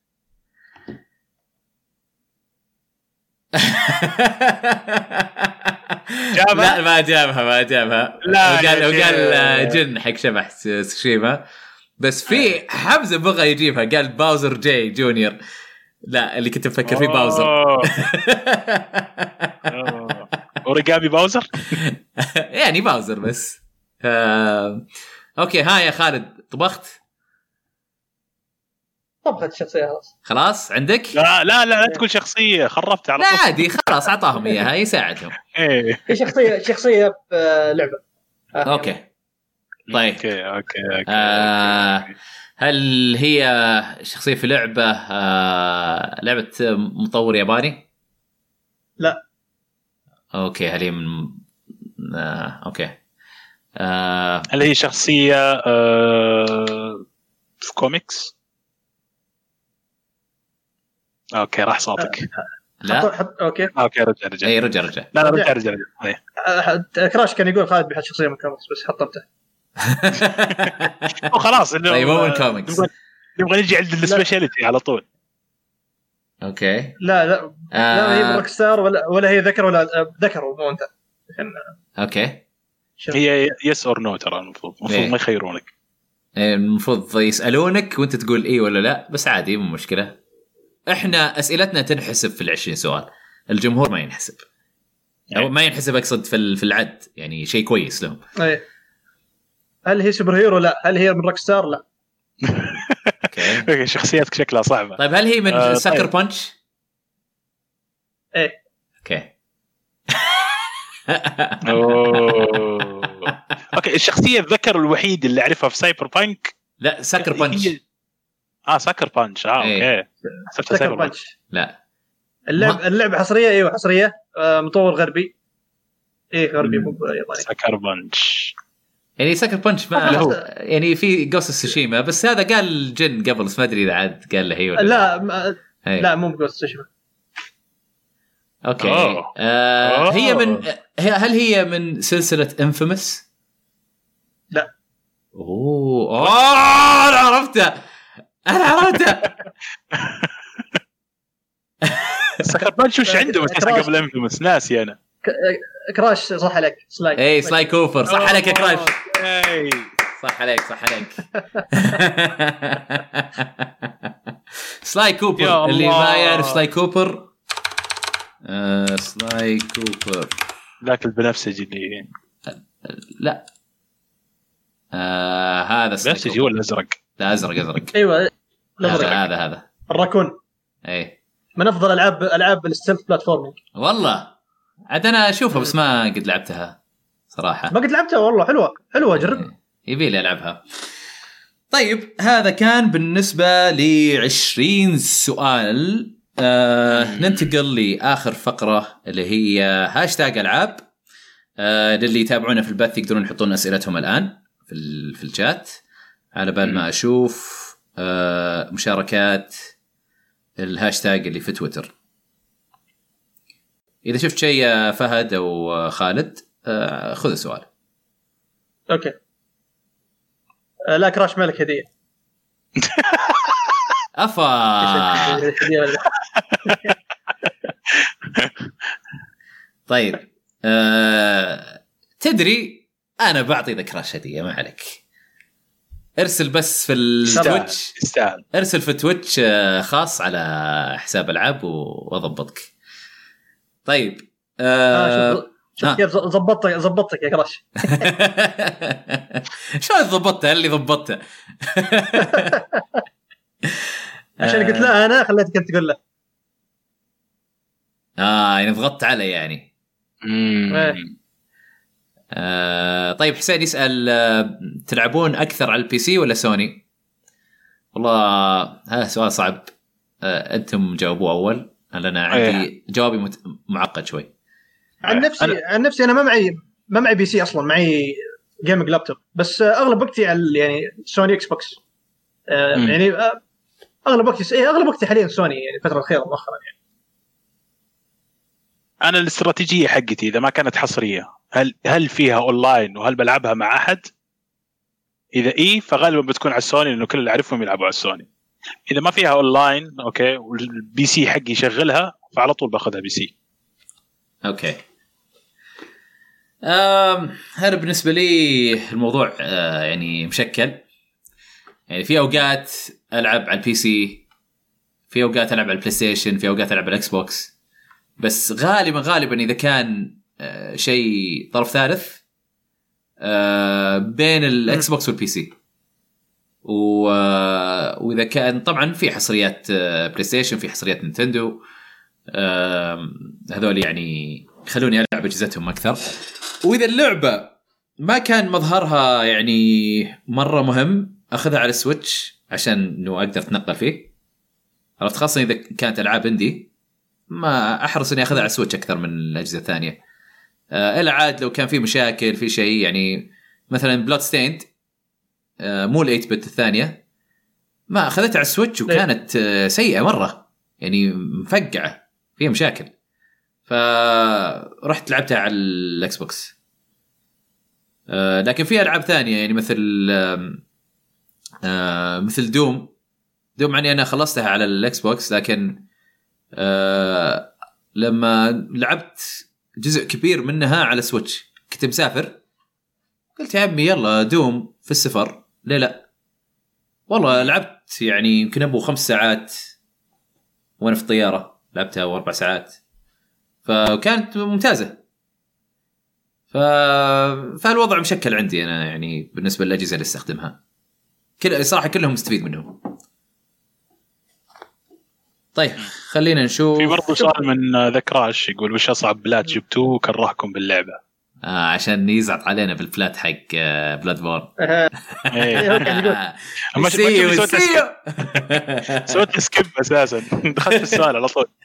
Speaker 1: لا ما جابها. وقال جن حق شبح سوشيما، بس في حمزه بغى يجيبها، قال باوزر جاي جونيور. لا اللي كنت مفكر فيه باوزر.
Speaker 2: اوريجامي باوزر.
Speaker 1: يعني باوزر بس. اوكي ها يا خالد طبخت
Speaker 3: الشخصيه
Speaker 1: خلاص عندك؟
Speaker 2: لا تقول شخصيه، خربت على
Speaker 1: طول. لا عادي خلاص اعطاهم اياها يساعدهم.
Speaker 3: ايه شخصيه لعبه.
Speaker 1: اوكي طيب
Speaker 2: اوكي.
Speaker 1: هل هي شخصيه في لعبه مطور ياباني؟
Speaker 3: لا.
Speaker 1: اوكي هل هي من اوكي
Speaker 2: هل هي شخصيه في كوميكس؟ اوكي راح صوتك.
Speaker 1: لا
Speaker 2: اوكي رجع.
Speaker 1: اي رجع.
Speaker 2: لا رجع.
Speaker 3: كراش كان يقول خالد بيحط شخصيه من كوميكس بس حطمته.
Speaker 2: وخلاص
Speaker 1: طيب مو من كوميكس،
Speaker 2: نبغى نجي عند السبيشاليتي على طول.
Speaker 1: اوكي
Speaker 3: لا هي من روك ستار ولا هي ذكر ولا ذكر مو انت.
Speaker 1: اوكي
Speaker 2: هي يس اور نو، ترى المفروض ما يخيرونك.
Speaker 1: المفروض يسالونك وانت تقول اي ولا لا، بس عادي مو مشكله. احنا اسئلتنا تنحسب في 20 سؤال، الجمهور ما ينحسب او ما ينحسب، اقصد في العد، يعني شيء كويس لهم.
Speaker 3: هل هي سوبر هيرو؟ لا. هل هي من روك ستار؟ لا.
Speaker 2: اوكي شخصياتك شكلها صعبه.
Speaker 1: طيب هل هي من سكر بانش؟
Speaker 3: ايه
Speaker 1: اوكي.
Speaker 2: اوكي الشخصيه الذكر الوحيد اللي اعرفها في سايبر بانك.
Speaker 1: لا سكر بانش.
Speaker 2: سكر بانش. اوكي
Speaker 3: سكر بانش.
Speaker 1: لا
Speaker 3: اللعبه حصريه. ايوه حصريه، مطور غربي. ايه غربي مو ياباني.
Speaker 2: سكر بانش
Speaker 1: يعني سكر بانش ما يعني في جوست سوشيما، بس هذا قال جن قبل، ما ادري اذا عاد قال له هي ولا
Speaker 3: لا مو جوست سوشيما.
Speaker 1: اوكي هي من هل هي من سلسله انفيمس؟
Speaker 3: لا.
Speaker 1: انا عرفته
Speaker 2: سكر بانش وش عنده اساسا قبل انفيمس؟ ناسي انا.
Speaker 3: كراش صح عليك.
Speaker 1: سلاي كوبر صح عليك يا كراش. صح عليك سلاي كوبر. اللي ما يعرف سلاي كوبر
Speaker 2: ذاك البنفسجي اللي
Speaker 1: لا هذا
Speaker 2: بنفسجي ولا ازرق؟
Speaker 1: لا ازرق.
Speaker 3: ايوه
Speaker 1: هذا
Speaker 3: الراكون.
Speaker 1: اي
Speaker 3: من افضل العاب الستيلث بلاتفورمينج.
Speaker 1: والله عاد انا اشوفها بس ما قد لعبتها صراحه.
Speaker 3: ما قد لعبتها والله. حلوه جرب.
Speaker 1: يبي لي العبها. طيب هذا كان بالنسبه ل20 سؤال. ننتقل لاخر فقره اللي هي هاشتاج العاب. للي يتابعونا في البث يقدرون يحطون اسئلتهم الان في الشات على بال ما اشوف مشاركات الهاشتاج اللي في تويتر. اذا شفت شيء يا فهد او خالد خذ السؤال.
Speaker 3: اوكي. لا كراش مالك هديه.
Speaker 1: افا طيب تدري انا بعطي ذا كراش هديه ما عليك. ارسل بس في التويتش ارسل في تويتش خاص على حساب العاب واضبطك. طيب
Speaker 3: شوف كيف ضبطتك يا كراش.
Speaker 1: شلون ضبطتها اللي ضبطتها؟
Speaker 3: عشان قلت لا انا خليتك انت تقول له.
Speaker 1: يعني ضغطت علي يعني. طيب حسين يسأل تلعبون أكثر على البي سي ولا سوني؟ والله هذا سؤال صعب. أنتم جاوبوا أول لأن عندي جوابي معقد شوي.
Speaker 3: عن نفسي أنا ما معي بي سي أصلا، معي جيمنج لابتوب بس أغلب وقتي على يعني سوني إكس بوكس. يعني أغلب وقتي حاليا سوني يعني الفترة الأخيرة مؤخرا يعني.
Speaker 2: أنا الاستراتيجية حقتي إذا ما كانت حصرية هل فيها أونلاين وهل بلعبها مع أحد؟ إذا فغالبا بتكون على السوني لأنه كل اللي أعرفهم يلعبوا على السوني. إذا ما فيها أونلاين أوكي والبي سي حقي يشغلها فعلى طول باخذها بي سي.
Speaker 1: أوكي. هذا بالنسبة لي الموضوع يعني مشكل. يعني في أوقات ألعب على البي سي، في أوقات ألعب على البلاي ستيشن، في أوقات ألعب على الإكس بوكس. بس غالبا إذا كان شيء طرف ثالث بين الإكس بوكس والبي سي. وإذا كان طبعا في حصريات بلاي ستيشن، في حصريات نينتندو، هذول يعني يخلوني ألعب أجهزتهم أكثر. وإذا اللعبة ما كان مظهرها يعني مرة مهم أخذها على السويتش عشان إنه أقدر أتنقل فيه. عرفت؟ خاصة إذا كانت ألعاب إندي ما أحرص إني أخذها على السويتش أكثر من الأجهزة الثانية. إلا عاد لو كان في مشاكل في شيء يعني مثلا بلود ستيند مو ال8 بت الثانية ما أخذتها على السويتش وكانت سيئة مرة يعني مفقعة فيها مشاكل، فرحت لعبتها على الإكس بوكس. لكن في ألعاب ثانية يعني مثل دوم يعني أنا خلصتها على الإكس بوكس، لكن لما لعبت جزء كبير منها على سويتش كنت مسافر قلت يا عمي يلا دوم في السفر ليه لا. والله لعبت يعني يمكن أبو 5 ساعات وأنا في الطيارة لعبتها 4 ساعات فكانت ممتازة. فالوضع مشكل عندي أنا يعني بالنسبة للأجهزة اللي استخدمها صراحة كلهم مستفيد منهم. طيب خلينا نشوف.
Speaker 2: في برضو سؤال من ذكراش يقول وش أصعب بلات جبتوه وكرهكم باللعبة؟
Speaker 1: عشان يزعط علينا بالفلات حق بلاد بورن.
Speaker 2: سويت سكيب أساسا دخلت السؤال على طول.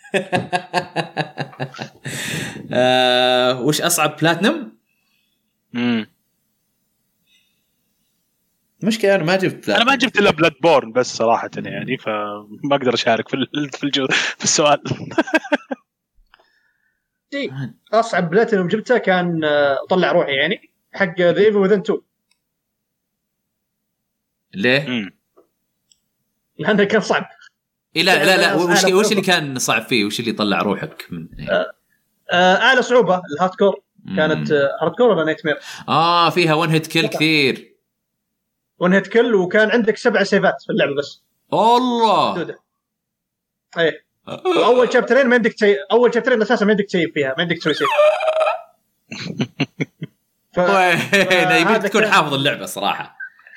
Speaker 1: وش أصعب بلاتنم؟ مشكلة أنا ما جبت
Speaker 2: إلا بلاد بورن بس صراحة يعني فما أقدر أشارك في السؤال.
Speaker 3: أصعب بلاتينوم جبتها كان أطلع روحي يعني حق The Evil Within 2.
Speaker 1: ليه؟
Speaker 3: لأنه كان صعب.
Speaker 1: لا وش اللي كان صعب فيه؟ وش اللي طلع روحك من
Speaker 3: أعلى صعوبة الهاردكور كانت هاردكور ولا نايتمير؟
Speaker 1: فيها ون هيت كيل كثير.
Speaker 3: ون هيت كيل وكان عندك 7 سيفات في اللعبة بس.
Speaker 1: الله.
Speaker 3: أيه. أول شابترين ما عندك أول شابترين أساسا ما عندك تسيب فيها، ما عندك تسوي سيب.
Speaker 1: يبيك تكون حافظ اللعبة صراحة.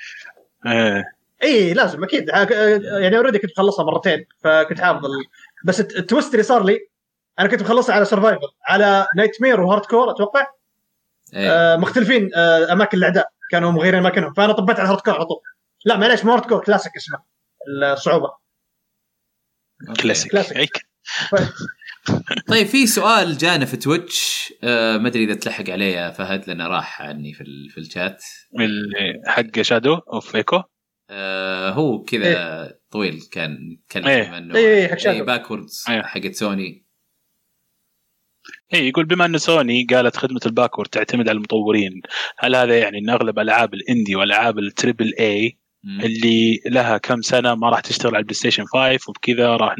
Speaker 3: إيه لازم أكيد يعني أوريدي كنت مخلصها مرتين فكنت حافظ بس التويست اللي صار لي أنا كنت مخلصها على سرفايفل على نايتمير وهاردكور أتوقع مختلفين أماكن الأعداء كانوا مغيرين مكانهم فأنا طبيت على هاردكور على طول. لا معليش مو هاردكور كلاسيك اسمه الصعوبة
Speaker 2: كلاسيك.
Speaker 1: طيب في سؤال جانا في تويتش ما ادري اذا تلحق عليه يا فهد لانه راح عني في الشات
Speaker 2: حق شادو اوف ايكو.
Speaker 1: هو كذا طويل كان يتكلم عنه
Speaker 3: حق شادو
Speaker 1: باكوردز حقت سوني.
Speaker 2: يقول بما أن سوني قالت خدمة الباكورد تعتمد على المطورين، هل هذا يعني أن أغلب ألعاب الإندي والألعاب التريبل اي اللي لها كم سنة ما راح تشتغل على البلاي ستيشن 5 وبكذا راح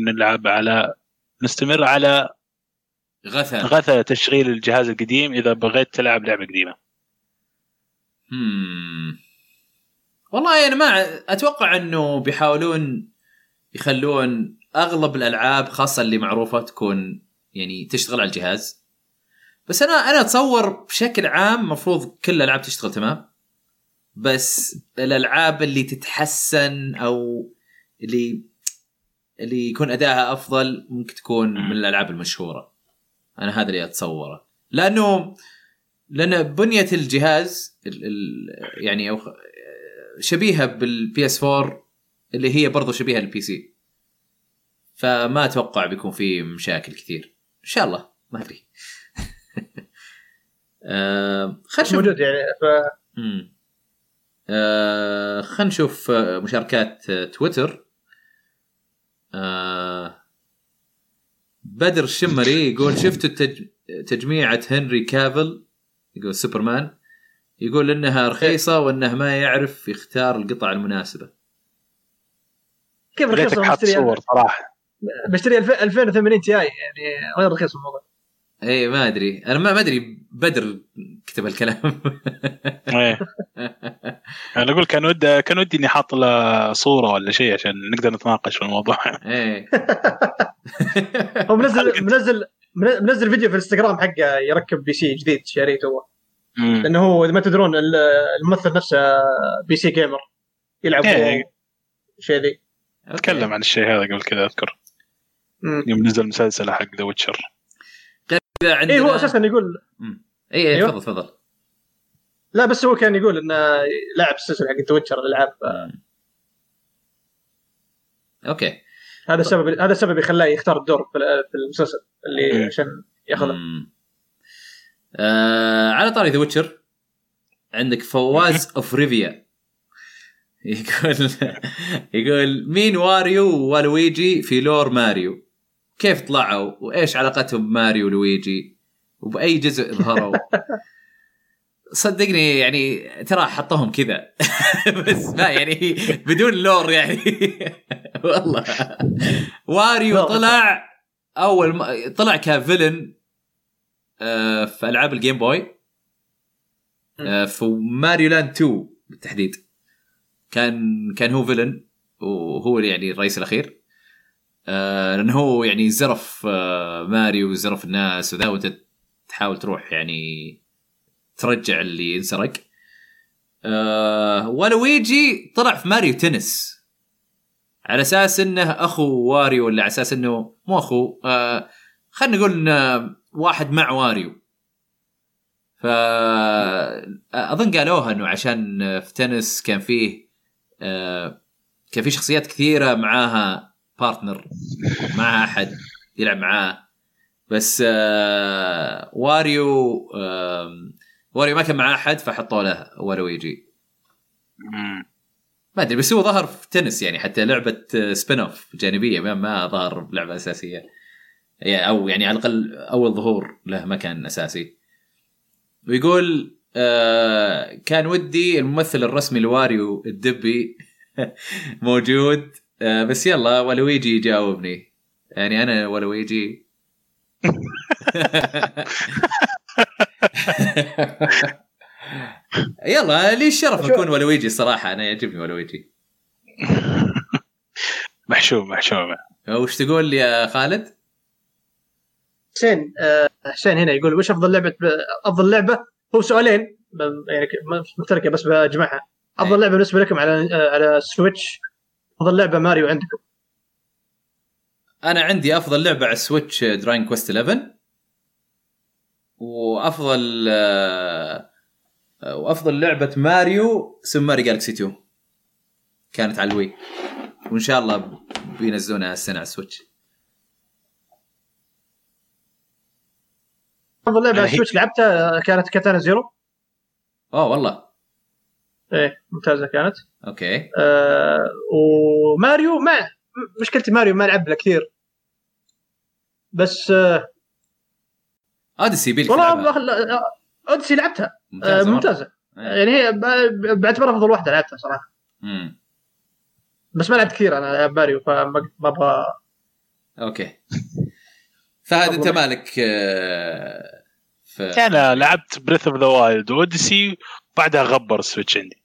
Speaker 2: نستمر على غثى تشغيل الجهاز القديم إذا بغيت تلعب لعبة قديمة؟
Speaker 1: والله أنا ما أتوقع أنه بيحاولون يخلون أغلب الألعاب خاصة اللي معروفة تكون يعني تشتغل على الجهاز. بس أنا أتصور بشكل عام مفروض كل الألعاب تشتغل تمام، بس الألعاب اللي تتحسن أو اللي يكون أداءها أفضل ممكن تكون من الألعاب المشهورة. أنا هذا اللي أتصوره، لأن بنية الجهاز يعني أو شبيهة بالبي اس 4 اللي هي برضو شبيهة للبي سي، فما أتوقع بيكون فيه مشاكل كثير إن شاء الله، ما أدري. خلنا
Speaker 3: موجود يعني
Speaker 1: خلنا نشوف مشاركات تويتر. بدر الشمري يقول شفت تجميعة هنري كافل يقول سوبرمان، يقول إنها رخيصة وإنه ما يعرف يختار القطع المناسبة.
Speaker 3: كيف رخيصة؟
Speaker 2: صور صراحة
Speaker 3: بشتري 2080 تي يعني غير رخيص الموضوع.
Speaker 1: ايه ما ادري، انا ما ادري بدر كتب الكلام.
Speaker 2: ايه انا اقول كان ودي اني حاط له صوره ولا شيء عشان نقدر نتناقش في الموضوع.
Speaker 1: ايه
Speaker 3: هو منزل فيديو في الانستغرام حقه يركب بي سي جديد شاريته هو، لانه هو اذا ما تدرون الممثل نفسه بي سي جيمر يلعب شيء ذي.
Speaker 2: اتكلم عن الشيء هذا قبل كذا اذكر يوم نزل مسلسل حق ذا ويتشر.
Speaker 3: ايه هو اساسا يقول
Speaker 1: ايه أيوة. تفضل.
Speaker 3: لا بس هو كان يقول انه لاعب السلسله حق تويتشر الالعاب.
Speaker 1: اوكي
Speaker 3: هذا السبب يخليه يختار الدور في المسلسل اللي عشان ياخذه.
Speaker 1: على طاري ذا ويتشر عندك فواز اوف ريفيا يقول مين واريو ولويجي في لور ماريو، كيف طلعوا وإيش علاقتهم بماريو ولويجي وبأي جزء ظهروا؟ صدقني يعني ترى حطهم كذا بس ما يعني بدون لور يعني. والله واريو طلع كفيلن في ألعاب الجيم بوي في ماريو لاند 2 بالتحديد، كان هو فيلن وهو يعني الرئيس الأخير، لأنه هو يعني زرف ماريو وزرف الناس وذا، وانت تحاول تروح يعني ترجع اللي انسرق. ولويجي طلع في ماريو تنس على أساس انه اخو واريو، ولا على أساس انه مو اخو، خلينا نقول انه واحد مع واريو. فأظن قالوها انه عشان في تنس كان فيه شخصيات كثيرة معاها بارتنر، معها أحد يلعب معاه، بس واريو ما كان معاه أحد فحطوا له ولويجي. ما أدري بس هو ظهر في تنس يعني، حتى لعبة سبين أوف جانبية ما ظهر بلعبة أساسية، أو يعني على الأقل أول ظهور له ما كان أساسي. ويقول كان ودي الممثل الرسمي لواريو الدبي موجود، بس يلا ولويجي يجاوبني، يعني أنا ولويجي. يلا لي الشرف أكون ولويجي الصراحة، أنا يعجبني ولويجي.
Speaker 2: محشوم.
Speaker 1: وش تقول يا خالد؟
Speaker 3: حسين هنا يقول وش أفضل لعبة هو سؤالين يعني مشتركة بس بجمعها. أفضل لعبة بالنسبة لكم على سويتش، أفضل لعبة ماريو عندكم؟
Speaker 1: أنا عندي أفضل لعبة على السويتش دراين كويست 11، وأفضل لعبة ماريو سوبر ماريو جالكسي 2 كانت على الوي، وإن شاء الله بينزلونها السنة على السويتش.
Speaker 3: افضل لعبه على السويتش لعبتها كانت كاتانا زيرو.
Speaker 1: والله
Speaker 3: ايه ممتازه كانت.
Speaker 1: اوكي.
Speaker 3: وماريو ما مشكلتي ماريو ما لعب له كثير بس
Speaker 1: اوديسي
Speaker 3: والله اوديسي لعبتها ممتازه. يعني هي بعتبرها افضل واحده لعبتها صراحه. بس ما لعبت كثير انا ماريو فما ابغى.
Speaker 1: اوكي. فهذا انت مالك
Speaker 2: انا لعبت بريث اوف ذا وايلد واوديسي بعدها غبر السويتش عندي.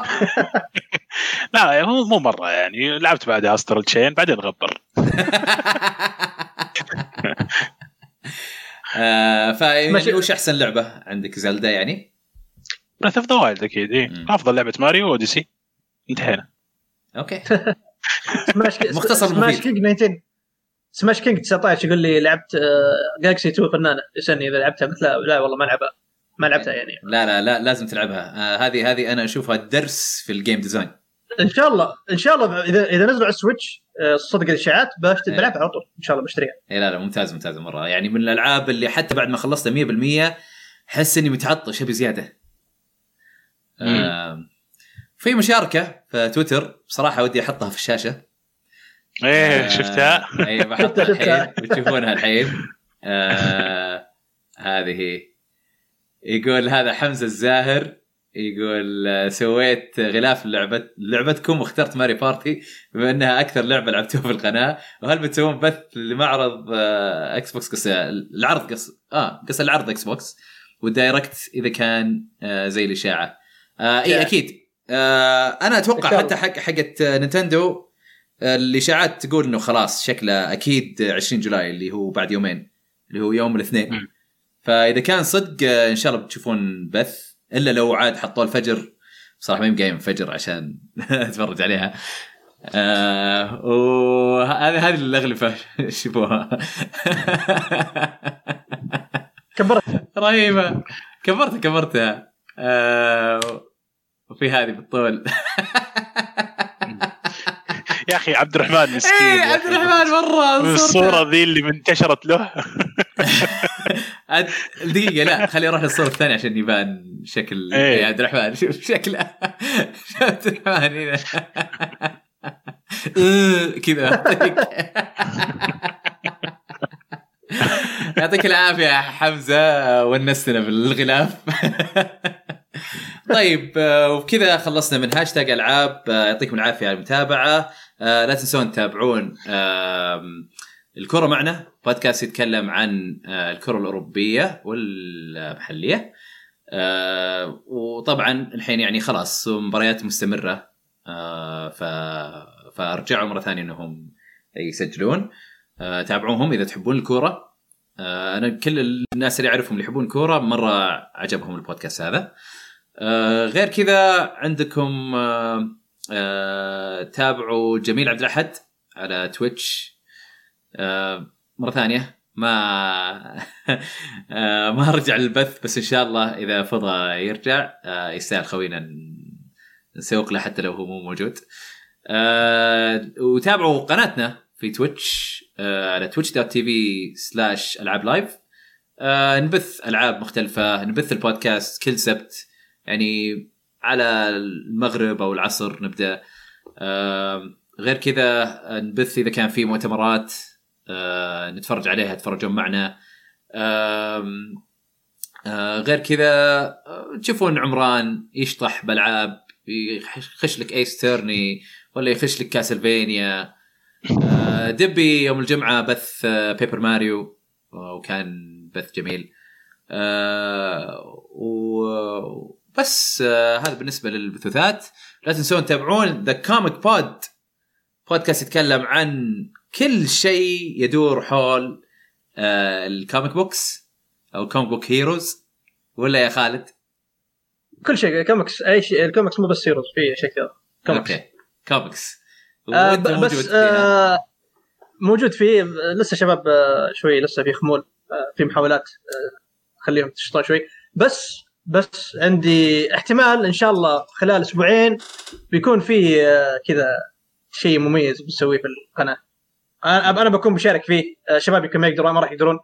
Speaker 2: لا مو مره يعني لعبت بعدها استرال تشين بعدين غبر.
Speaker 1: فيعني وش احسن لعبه عندك؟ زلدا يعني؟
Speaker 2: بريث اوف ذا وايلد اكيد. ايه افضل لعبه ماريو واوديسي. انتهينا.
Speaker 1: اوكي.
Speaker 3: مختصر مفيد. سماش كينج 19 يقول لي لعبت جالكسي 2 فنانه يسألني اذا لعبتها. قلت لا والله ما لعبتها يعني.
Speaker 1: لا لازم تلعبها. هذه انا اشوفها درس في الجيم ديزاين.
Speaker 3: ان شاء الله اذا نزلوا على السويتش صدق الاشاعات بلعبها على طول ان شاء الله بشتريها.
Speaker 1: لا ممتاز مره يعني من الالعاب اللي حتى بعد ما خلصتها 100% حس اني متعطش ابي زياده. في مشاركه في تويتر بصراحه ودي احطها في الشاشه.
Speaker 2: ايه شفتها.
Speaker 1: ايه بحطها الحين بتشوفونها الحين. هذه يقول هذا حمزة الزاهر يقول سويت غلاف لعبتكم واخترت ماري بارتي بما انها اكثر لعبه لعبتوها في القناه. وهل بتسوون بث لمعرض اكس بوكس العرض قص العرض اكس بوكس والدايركت اذا كان زي الاشاعه؟ اي اكيد. انا اتوقع حتى حقت نينتندو الاشاعات تقول انه خلاص شكله اكيد 20 جولاي اللي هو بعد يومين اللي هو يوم الاثنين. فاذا كان صدق ان شاء الله بتشوفون بث الا لو عاد حطوا الفجر. بصراحه مين قايم فجر عشان اتفرج عليها. وهذه الاغلفه شوفوها.
Speaker 3: كبرتها
Speaker 1: رهيبه. كبرتها. وفي هذه بالطول.
Speaker 2: يا اخي عبد الرحمن مسكين.
Speaker 1: عبد الرحمن مره
Speaker 2: الصوره ذي اللي انتشرت له.
Speaker 1: دقيقه لا خلي اروح للصوره الثانيه عشان يبان شكل يا عبد الرحمن. شوف شكله عبد الرحمن كذا. يعطيك العافيه يا حمزه ونستنا بالغلاف. طيب وبكذا خلصنا من هاشتاج العاب. يعطيكم العافيه على المتابعه. لا تنسون تتابعون الكرة معنا بودكاست يتكلم عن الكرة الأوروبية والمحلية. وطبعا الحين يعني خلاص مباريات مستمرة. فارجعوا مرة ثانية انهم يسجلون. تابعوهم اذا تحبون الكرة. انا كل الناس اللي اعرفهم اللي يحبون الكرة مرة عجبهم البودكاست هذا. غير كذا عندكم تابعوا جميل عبد الأحد على تويتش. مرة ثانية ما رجع للبث بس إن شاء الله إذا فضى يرجع. يستاهل خوينا نسوق له حتى لو هو مو موجود. وتابعوا قناتنا في تويتش على twitch.tv/ألعاب لايف. نبث ألعاب مختلفة. نبث البودكاست كل سبت يعني على المغرب أو العصر نبدأ. غير كذا نبث إذا كان في مؤتمرات نتفرج عليها تفرجون معنا. غير كذا تشوفون عمران يشطح بالعاب يخش لك ايس تيرني ولا يخش لك كاسلفينيا. دبي يوم الجمعة بث بيبر ماريو وكان بث جميل. وبس هذا بالنسبة للبثوثات. لا تنسون تتابعون The Comic Pod بودكاست يتكلم عن كل شيء يدور حول الكوميك بوكس او كوميك بوك هيروز. ولا يا خالد
Speaker 3: كل شيء كوميكس اي شيء. الكوميكس مو بس هيروز في شيء كذا كوميكس.
Speaker 1: اوكي كوميكس
Speaker 3: بس موجود فيه لسه شباب شوي لسه في خمول في محاولات خليهم تشطوا شوي. بس عندي احتمال ان شاء الله خلال اسبوعين بيكون في كذا شيء مميز بنسويه في القناه. انا بكون بشارك فيه. شباب يمكن ما يقدرون ما راح يقدرون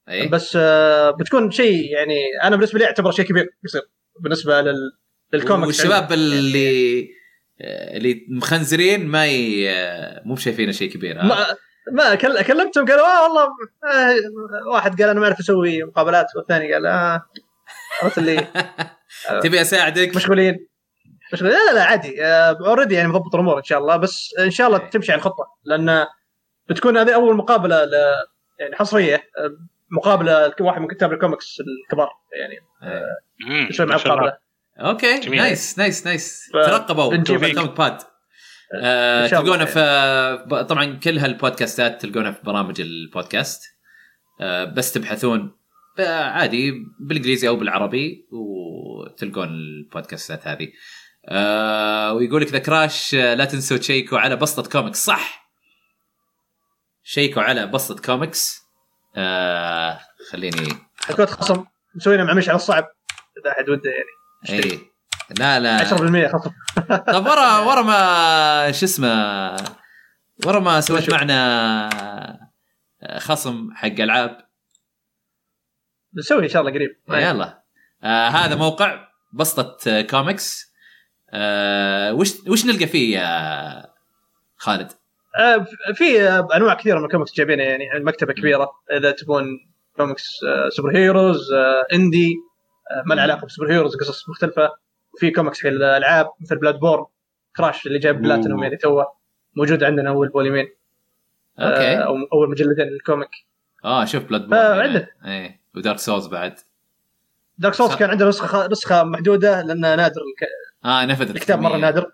Speaker 3: بس بتكون شيء يعني انا بالنسبه لي اعتبر شيء كبير يصير بالنسبه للكوميكس.
Speaker 1: والشباب اللي مخنزرين مو شايفينه شيء كبير.
Speaker 3: ما كلمتهم قالوا والله واحد قال انا ما اعرف اسوي مقابلات والثاني قال عرفت اللي
Speaker 1: تبي اساعدك
Speaker 3: مشغولين. لا عادي اوريدي يعني مضبط الامور ان شاء الله. بس ان شاء الله تمشي على الخطه لان بتكون هذه اول مقابله يعني حصريه مقابله واحد من كتاب الكوميكس الكبار يعني نسوي مع مقابله.
Speaker 1: اوكي نايس ترقبوا كوميك باد. تلقونا في طبعا كل هالبودكاستات تلقونا في برامج البودكاست. بس تبحثون عادي بالانجليزي او بالعربي وتلقون البودكاستات هذه. ويقول لك ذا كراش لا تنسوا تشيكوا على بسطة كوميكس. صح شيكوا على بسطة كوميكس. خليني
Speaker 3: كود خصم مسوينا مع مش على الصعب اذا احد وده يعني
Speaker 1: اي لا
Speaker 3: 10% خصم.
Speaker 1: طب ورا ما شو اسمه ورا ما سويت معنا خصم حق العاب
Speaker 3: نسوي ان شاء الله قريب.
Speaker 1: يلا هذا موقع بسطة كوميكس. وش نلقى فيه يا خالد؟
Speaker 3: في انواع كثيره من الكوميكس جايبينها يعني المكتبه كبيره. اذا تبون كوميكس سوبر هيروز اندي ما له علاقه بسوبر هيروز قصص مختلفه. وفي كوميكس حق الالعاب مثل بلاد بورن كراش اللي جايب بلاتينوم يعني توه موجود عندنا اول فوليومين.
Speaker 1: اوكي
Speaker 3: او اول مجلدين للكوميك.
Speaker 1: شوف بلاد بورن اي ودارك سولز بعد.
Speaker 3: دارك سولز كان عنده نسخه محدوده لانه نادر
Speaker 1: نفذت
Speaker 3: الكتاب مره نادر.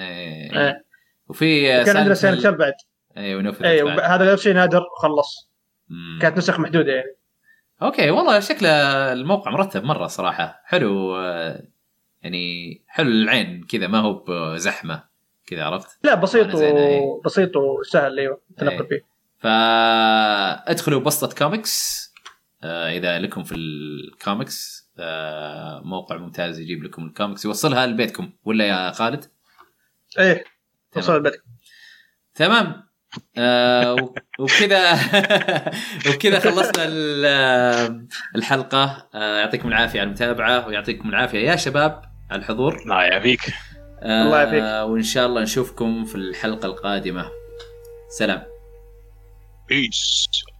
Speaker 1: وفي
Speaker 3: كان عندنا سايلنت بعد
Speaker 1: ونفذت
Speaker 3: هذا غير شيء نادر وخلص. كانت نسخ محدوده يعني.
Speaker 1: اوكي والله شكله الموقع مرتب مره صراحه حلو. يعني حلو العين كذا ما هو بزحمه كذا عرفت.
Speaker 3: لا بسيط وسهل ايوه تنقل فيه.
Speaker 1: فادخلوا بسطة كوميكس اذا لكم في الكوميكس. موقع ممتاز يجيب لكم الكوميكس يوصلها لبيتكم ولا يا خالد؟
Speaker 3: ايه توصل لبيتكم
Speaker 1: تمام. وكذا خلصنا الحلقة. يعطيكم العافية على المتابعة ويعطيكم العافية يا شباب على الحضور.
Speaker 2: الله يعافيك.
Speaker 3: الله يعافيك.
Speaker 1: وإن شاء الله نشوفكم في الحلقة القادمة. سلام.
Speaker 2: Peace.